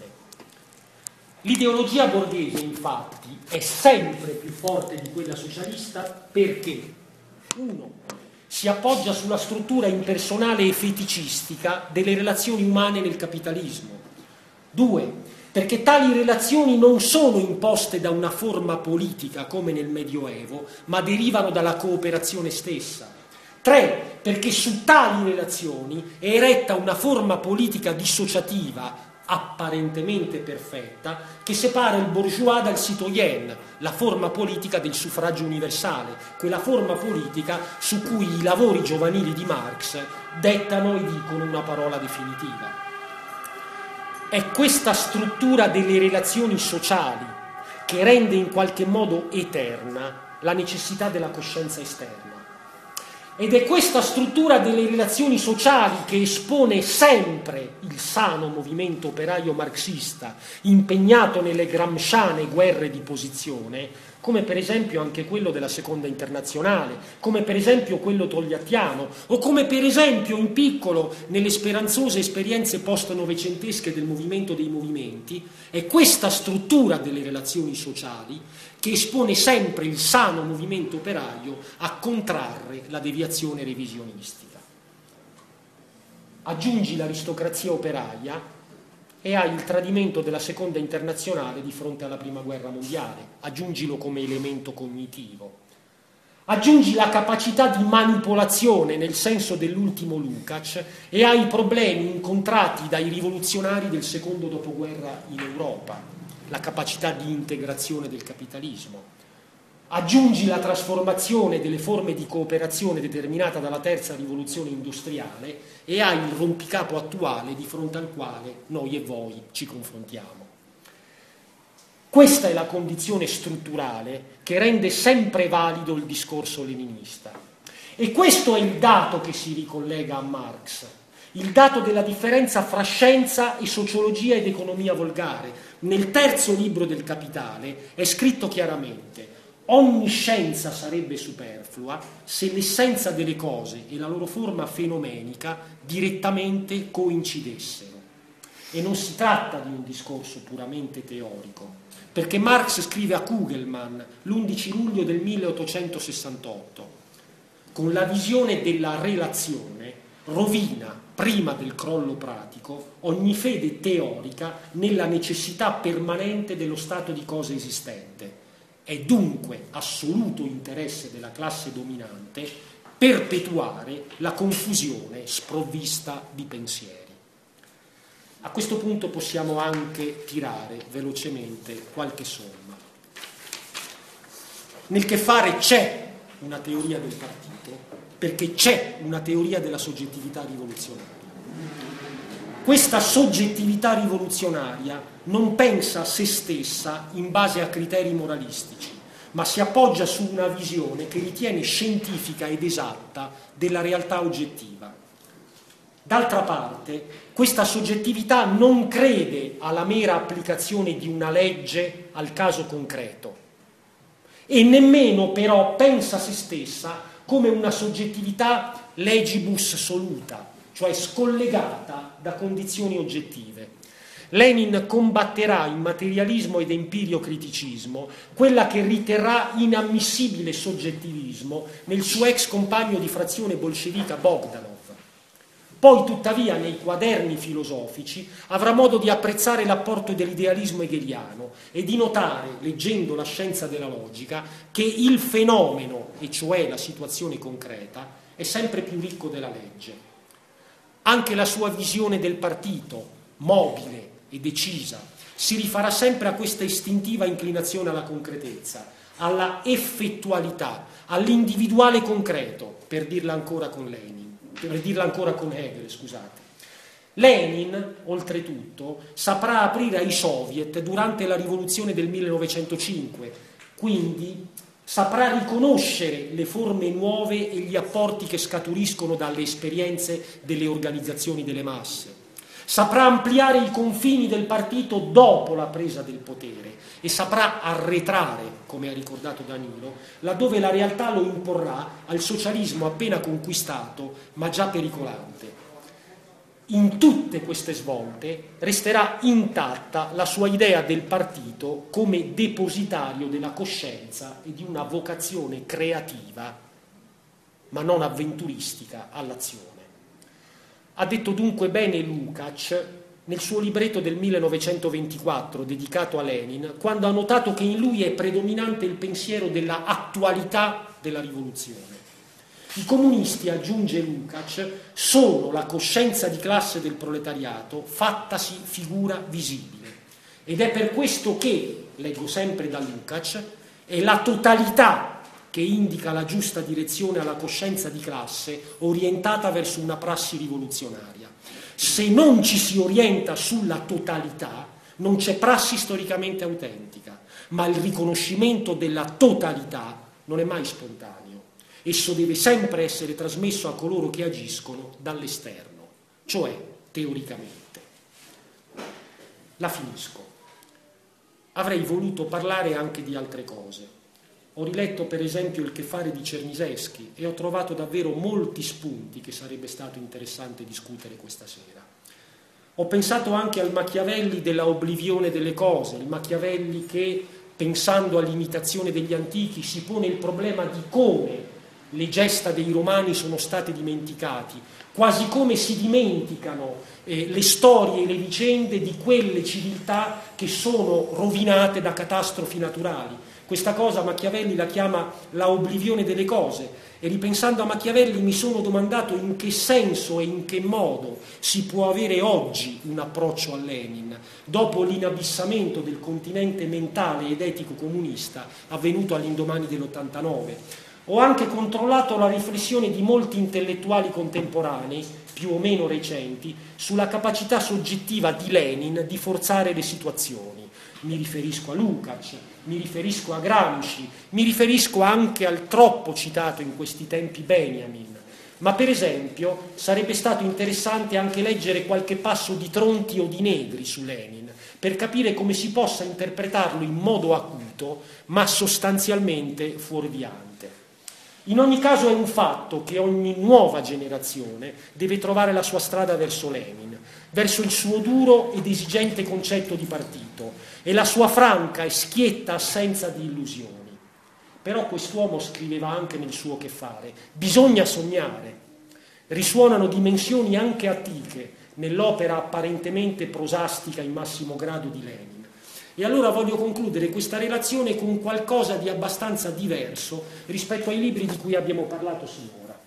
L'ideologia borghese, infatti, è sempre più forte di quella socialista perché, 1, si appoggia sulla struttura impersonale e feticistica delle relazioni umane nel capitalismo. 2, perché tali relazioni non sono imposte da una forma politica come nel Medioevo, ma derivano dalla cooperazione stessa. 3, perché su tali relazioni è eretta una forma politica dissociativa, apparentemente perfetta, che separa il bourgeois dal citoyen, la forma politica del suffragio universale, quella forma politica su cui i lavori giovanili di Marx dettano e dicono una parola definitiva. È questa struttura delle relazioni sociali che rende in qualche modo eterna la necessità della coscienza esterna. Ed è questa struttura delle relazioni sociali che espone sempre il sano movimento operaio marxista impegnato nelle gramsciane guerre di posizione, come per esempio anche quello della Seconda Internazionale, come per esempio quello togliattiano, o come per esempio in piccolo nelle speranzose esperienze post-novecentesche del movimento dei movimenti. È questa struttura delle relazioni sociali che espone sempre il sano movimento operaio a contrarre la deviazione revisionistica. Aggiungi l'aristocrazia operaia e hai il tradimento della Seconda Internazionale di fronte alla Prima Guerra Mondiale, aggiungilo come elemento cognitivo. Aggiungi la capacità di manipolazione nel senso dell'ultimo Lukács e hai i problemi incontrati dai rivoluzionari del secondo dopoguerra in Europa, la capacità di integrazione del capitalismo. Aggiungi la trasformazione delle forme di cooperazione determinata dalla terza rivoluzione industriale e hai il rompicapo attuale di fronte al quale noi e voi ci confrontiamo. Questa è la condizione strutturale che rende sempre valido il discorso leninista. E questo è il dato che si ricollega a Marx, il dato della differenza fra scienza e sociologia ed economia volgare. Nel terzo libro del Capitale è scritto chiaramente: ogni scienza sarebbe superflua se l'essenza delle cose e la loro forma fenomenica direttamente coincidessero. E non si tratta di un discorso puramente teorico, perché Marx scrive a Kugelmann l'11 luglio del 1868: con la visione della relazione rovina, prima del crollo pratico, ogni fede teorica nella necessità permanente dello stato di cose esistente. È dunque assoluto interesse della classe dominante perpetuare la confusione sprovvista di pensieri. A questo punto possiamo anche tirare velocemente qualche somma. Nel che fare c'è una teoria del partito, perché c'è una teoria della soggettività rivoluzionaria. Questa soggettività rivoluzionaria non pensa a se stessa in base a criteri moralistici, ma si appoggia su una visione che ritiene scientifica ed esatta della realtà oggettiva. D'altra parte, questa soggettività non crede alla mera applicazione di una legge al caso concreto e nemmeno però pensa a se stessa come una soggettività legibus soluta, cioè scollegata da condizioni oggettive. Lenin combatterà in materialismo ed empiriocriticismo quella che riterrà inammissibile soggettivismo nel suo ex compagno di frazione bolscevica Bogdanov. Poi, tuttavia, nei quaderni filosofici avrà modo di apprezzare l'apporto dell'idealismo hegeliano e di notare, leggendo la scienza della logica, che il fenomeno, e cioè la situazione concreta, è sempre più ricco della legge. Anche la sua visione del partito, mobile e decisa, si rifarà sempre a questa istintiva inclinazione alla concretezza, alla effettualità, all'individuale concreto, per dirla ancora con Hegel, scusate. Lenin, oltretutto, saprà aprire ai soviet durante la rivoluzione del 1905, quindi saprà riconoscere le forme nuove e gli apporti che scaturiscono dalle esperienze delle organizzazioni delle masse. Saprà ampliare i confini del partito dopo la presa del potere e saprà arretrare, come ha ricordato Danilo, laddove la realtà lo imporrà al socialismo appena conquistato, ma già pericolante. In tutte queste svolte resterà intatta la sua idea del partito come depositario della coscienza e di una vocazione creativa, ma non avventuristica, all'azione. Ha detto dunque bene Lukács nel suo libretto del 1924 dedicato a Lenin, quando ha notato che in lui è predominante il pensiero della attualità della rivoluzione. I comunisti, aggiunge Lukács, sono la coscienza di classe del proletariato fattasi figura visibile. Ed è per questo che, leggo sempre da Lukács, è la totalità che indica la giusta direzione alla coscienza di classe orientata verso una prassi rivoluzionaria. Se non ci si orienta sulla totalità, non c'è prassi storicamente autentica, ma il riconoscimento della totalità non è mai spontaneo. Esso deve sempre essere trasmesso a coloro che agiscono dall'esterno, cioè teoricamente. La finisco. Avrei voluto parlare anche di altre cose. Ho riletto per esempio il Che fare di Czernisewski e ho trovato davvero molti spunti che sarebbe stato interessante discutere questa sera. Ho pensato anche al Machiavelli della oblivione delle cose, il Machiavelli che, pensando all'imitazione degli antichi, si pone il problema di come le gesta dei romani sono state dimenticati, quasi come si dimenticano le storie e le vicende di quelle civiltà che sono rovinate da catastrofi naturali. Questa cosa Machiavelli la chiama la oblivione delle cose, e ripensando a Machiavelli mi sono domandato in che senso e in che modo si può avere oggi un approccio a Lenin, dopo l'inabissamento del continente mentale ed etico comunista avvenuto all'indomani dell'89. Ho anche controllato la riflessione di molti intellettuali contemporanei, più o meno recenti, sulla capacità soggettiva di Lenin di forzare le situazioni. Mi riferisco a Lukács, mi riferisco a Gramsci, mi riferisco anche al troppo citato in questi tempi Benjamin. Ma per esempio sarebbe stato interessante anche leggere qualche passo di Tronti o di Negri su Lenin, per capire come si possa interpretarlo in modo acuto, ma sostanzialmente fuorviante. In ogni caso è un fatto che ogni nuova generazione deve trovare la sua strada verso Lenin, verso il suo duro ed esigente concetto di partito e la sua franca e schietta assenza di illusioni. Però quest'uomo scriveva anche nel suo Che fare: bisogna sognare. Risuonano dimensioni anche antiche nell'opera apparentemente prosastica in massimo grado di Lenin. E allora voglio concludere questa relazione con qualcosa di abbastanza diverso rispetto ai libri di cui abbiamo parlato sinora.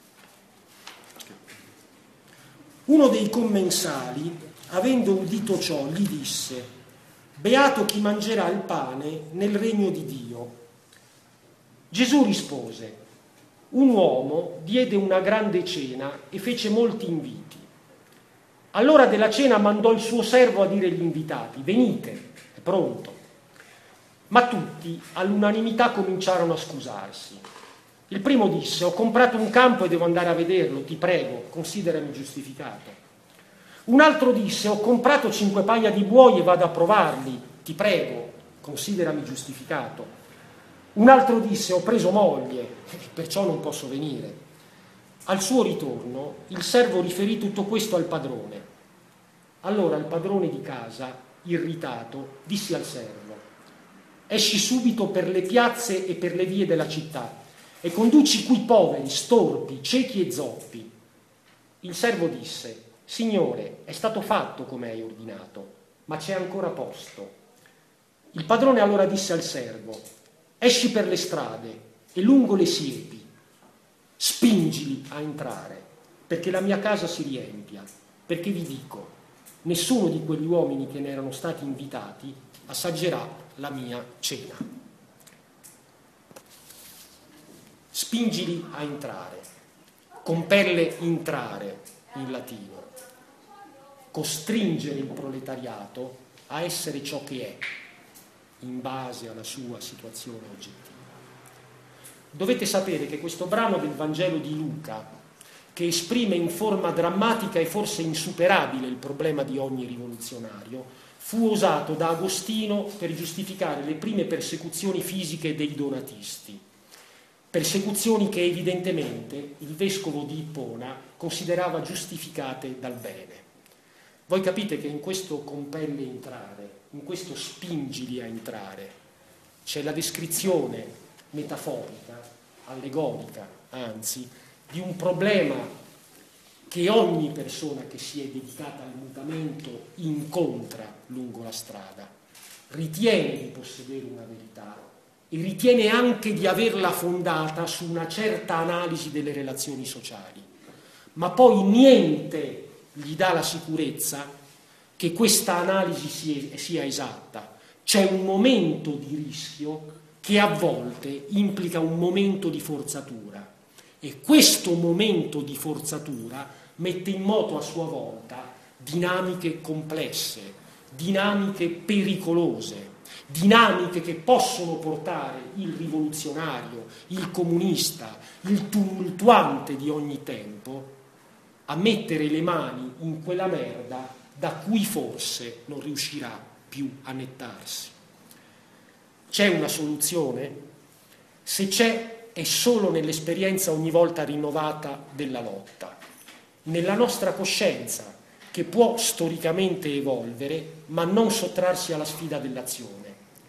Uno dei commensali, avendo udito ciò, gli disse: beato chi mangerà il pane nel regno di Dio. Gesù rispose: un uomo diede una grande cena e fece molti inviti. All'ora della cena mandò il suo servo a dire agli invitati: venite, è pronto. Ma tutti all'unanimità cominciarono a scusarsi. Il primo disse: ho comprato un campo e devo andare a vederlo, ti prego, considerami giustificato. Un altro disse: ho comprato 5 paia di buoi e vado a provarli, ti prego, considerami giustificato. Un altro disse: ho preso moglie, perciò non posso venire. Al suo ritorno il servo riferì tutto questo al padrone. Allora il padrone di casa, irritato, disse al servo: esci subito per le piazze e per le vie della città e conduci qui poveri, storpi, ciechi e zoppi. Il servo disse: Signore, è stato fatto come hai ordinato, ma c'è ancora posto. Il padrone allora disse al servo: esci per le strade e lungo le siepi, spingili a entrare, perché la mia casa si riempia, perché vi dico, nessuno di quegli uomini che ne erano stati invitati assaggerà la mia cena. Spingili a entrare, compelle intrare in latino, costringere il proletariato a essere ciò che è, in base alla sua situazione oggettiva. Dovete sapere che questo brano del Vangelo di Luca, che esprime in forma drammatica e forse insuperabile il problema di ogni rivoluzionario, fu usato da Agostino per giustificare le prime persecuzioni fisiche dei donatisti, persecuzioni che evidentemente il vescovo di Ippona considerava giustificate dal bene. Voi capite che in questo compelle entrare, in questo spingili a entrare, c'è la descrizione metaforica, allegorica, anzi, di un problema che ogni persona che si è dedicata al mutamento incontra lungo la strada, ritiene di possedere una verità e ritiene anche di averla fondata su una certa analisi delle relazioni sociali, ma poi niente gli dà la sicurezza che questa analisi sia esatta. C'è un momento di rischio che a volte implica un momento di forzatura, e questo momento di forzatura mette in moto a sua volta dinamiche complesse, dinamiche pericolose, dinamiche che possono portare il rivoluzionario, il comunista, il tumultuante di ogni tempo a mettere le mani in quella merda da cui forse non riuscirà più a nettarsi. C'è una soluzione? Se c'è, è solo nell'esperienza ogni volta rinnovata della lotta, nella nostra coscienza che può storicamente evolvere ma non sottrarsi alla sfida dell'azione.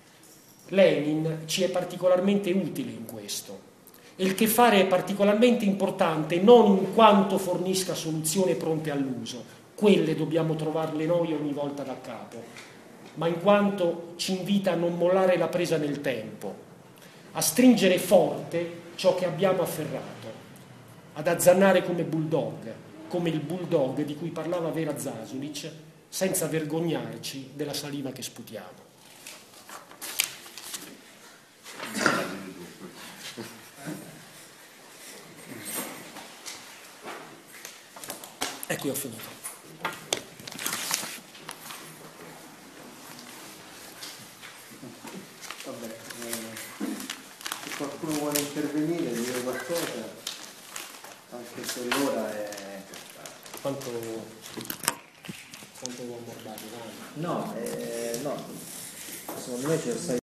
Lenin ci è particolarmente utile in questo, e il che fare è particolarmente importante non in quanto fornisca soluzioni pronte all'uso, quelle dobbiamo trovarle noi ogni volta da capo, ma in quanto ci invita a non mollare la presa nel tempo, a stringere forte ciò che abbiamo afferrato, ad azzannare come bulldog, come il bulldog di cui parlava Vera Zasulic, senza vergognarci della saliva che sputiamo. Ecco, io ho finito.
Vabbè, se qualcuno vuole intervenire, dire qualcosa, anche se l'ora è...
Quanto ho abordato?
No, no, secondo me c'è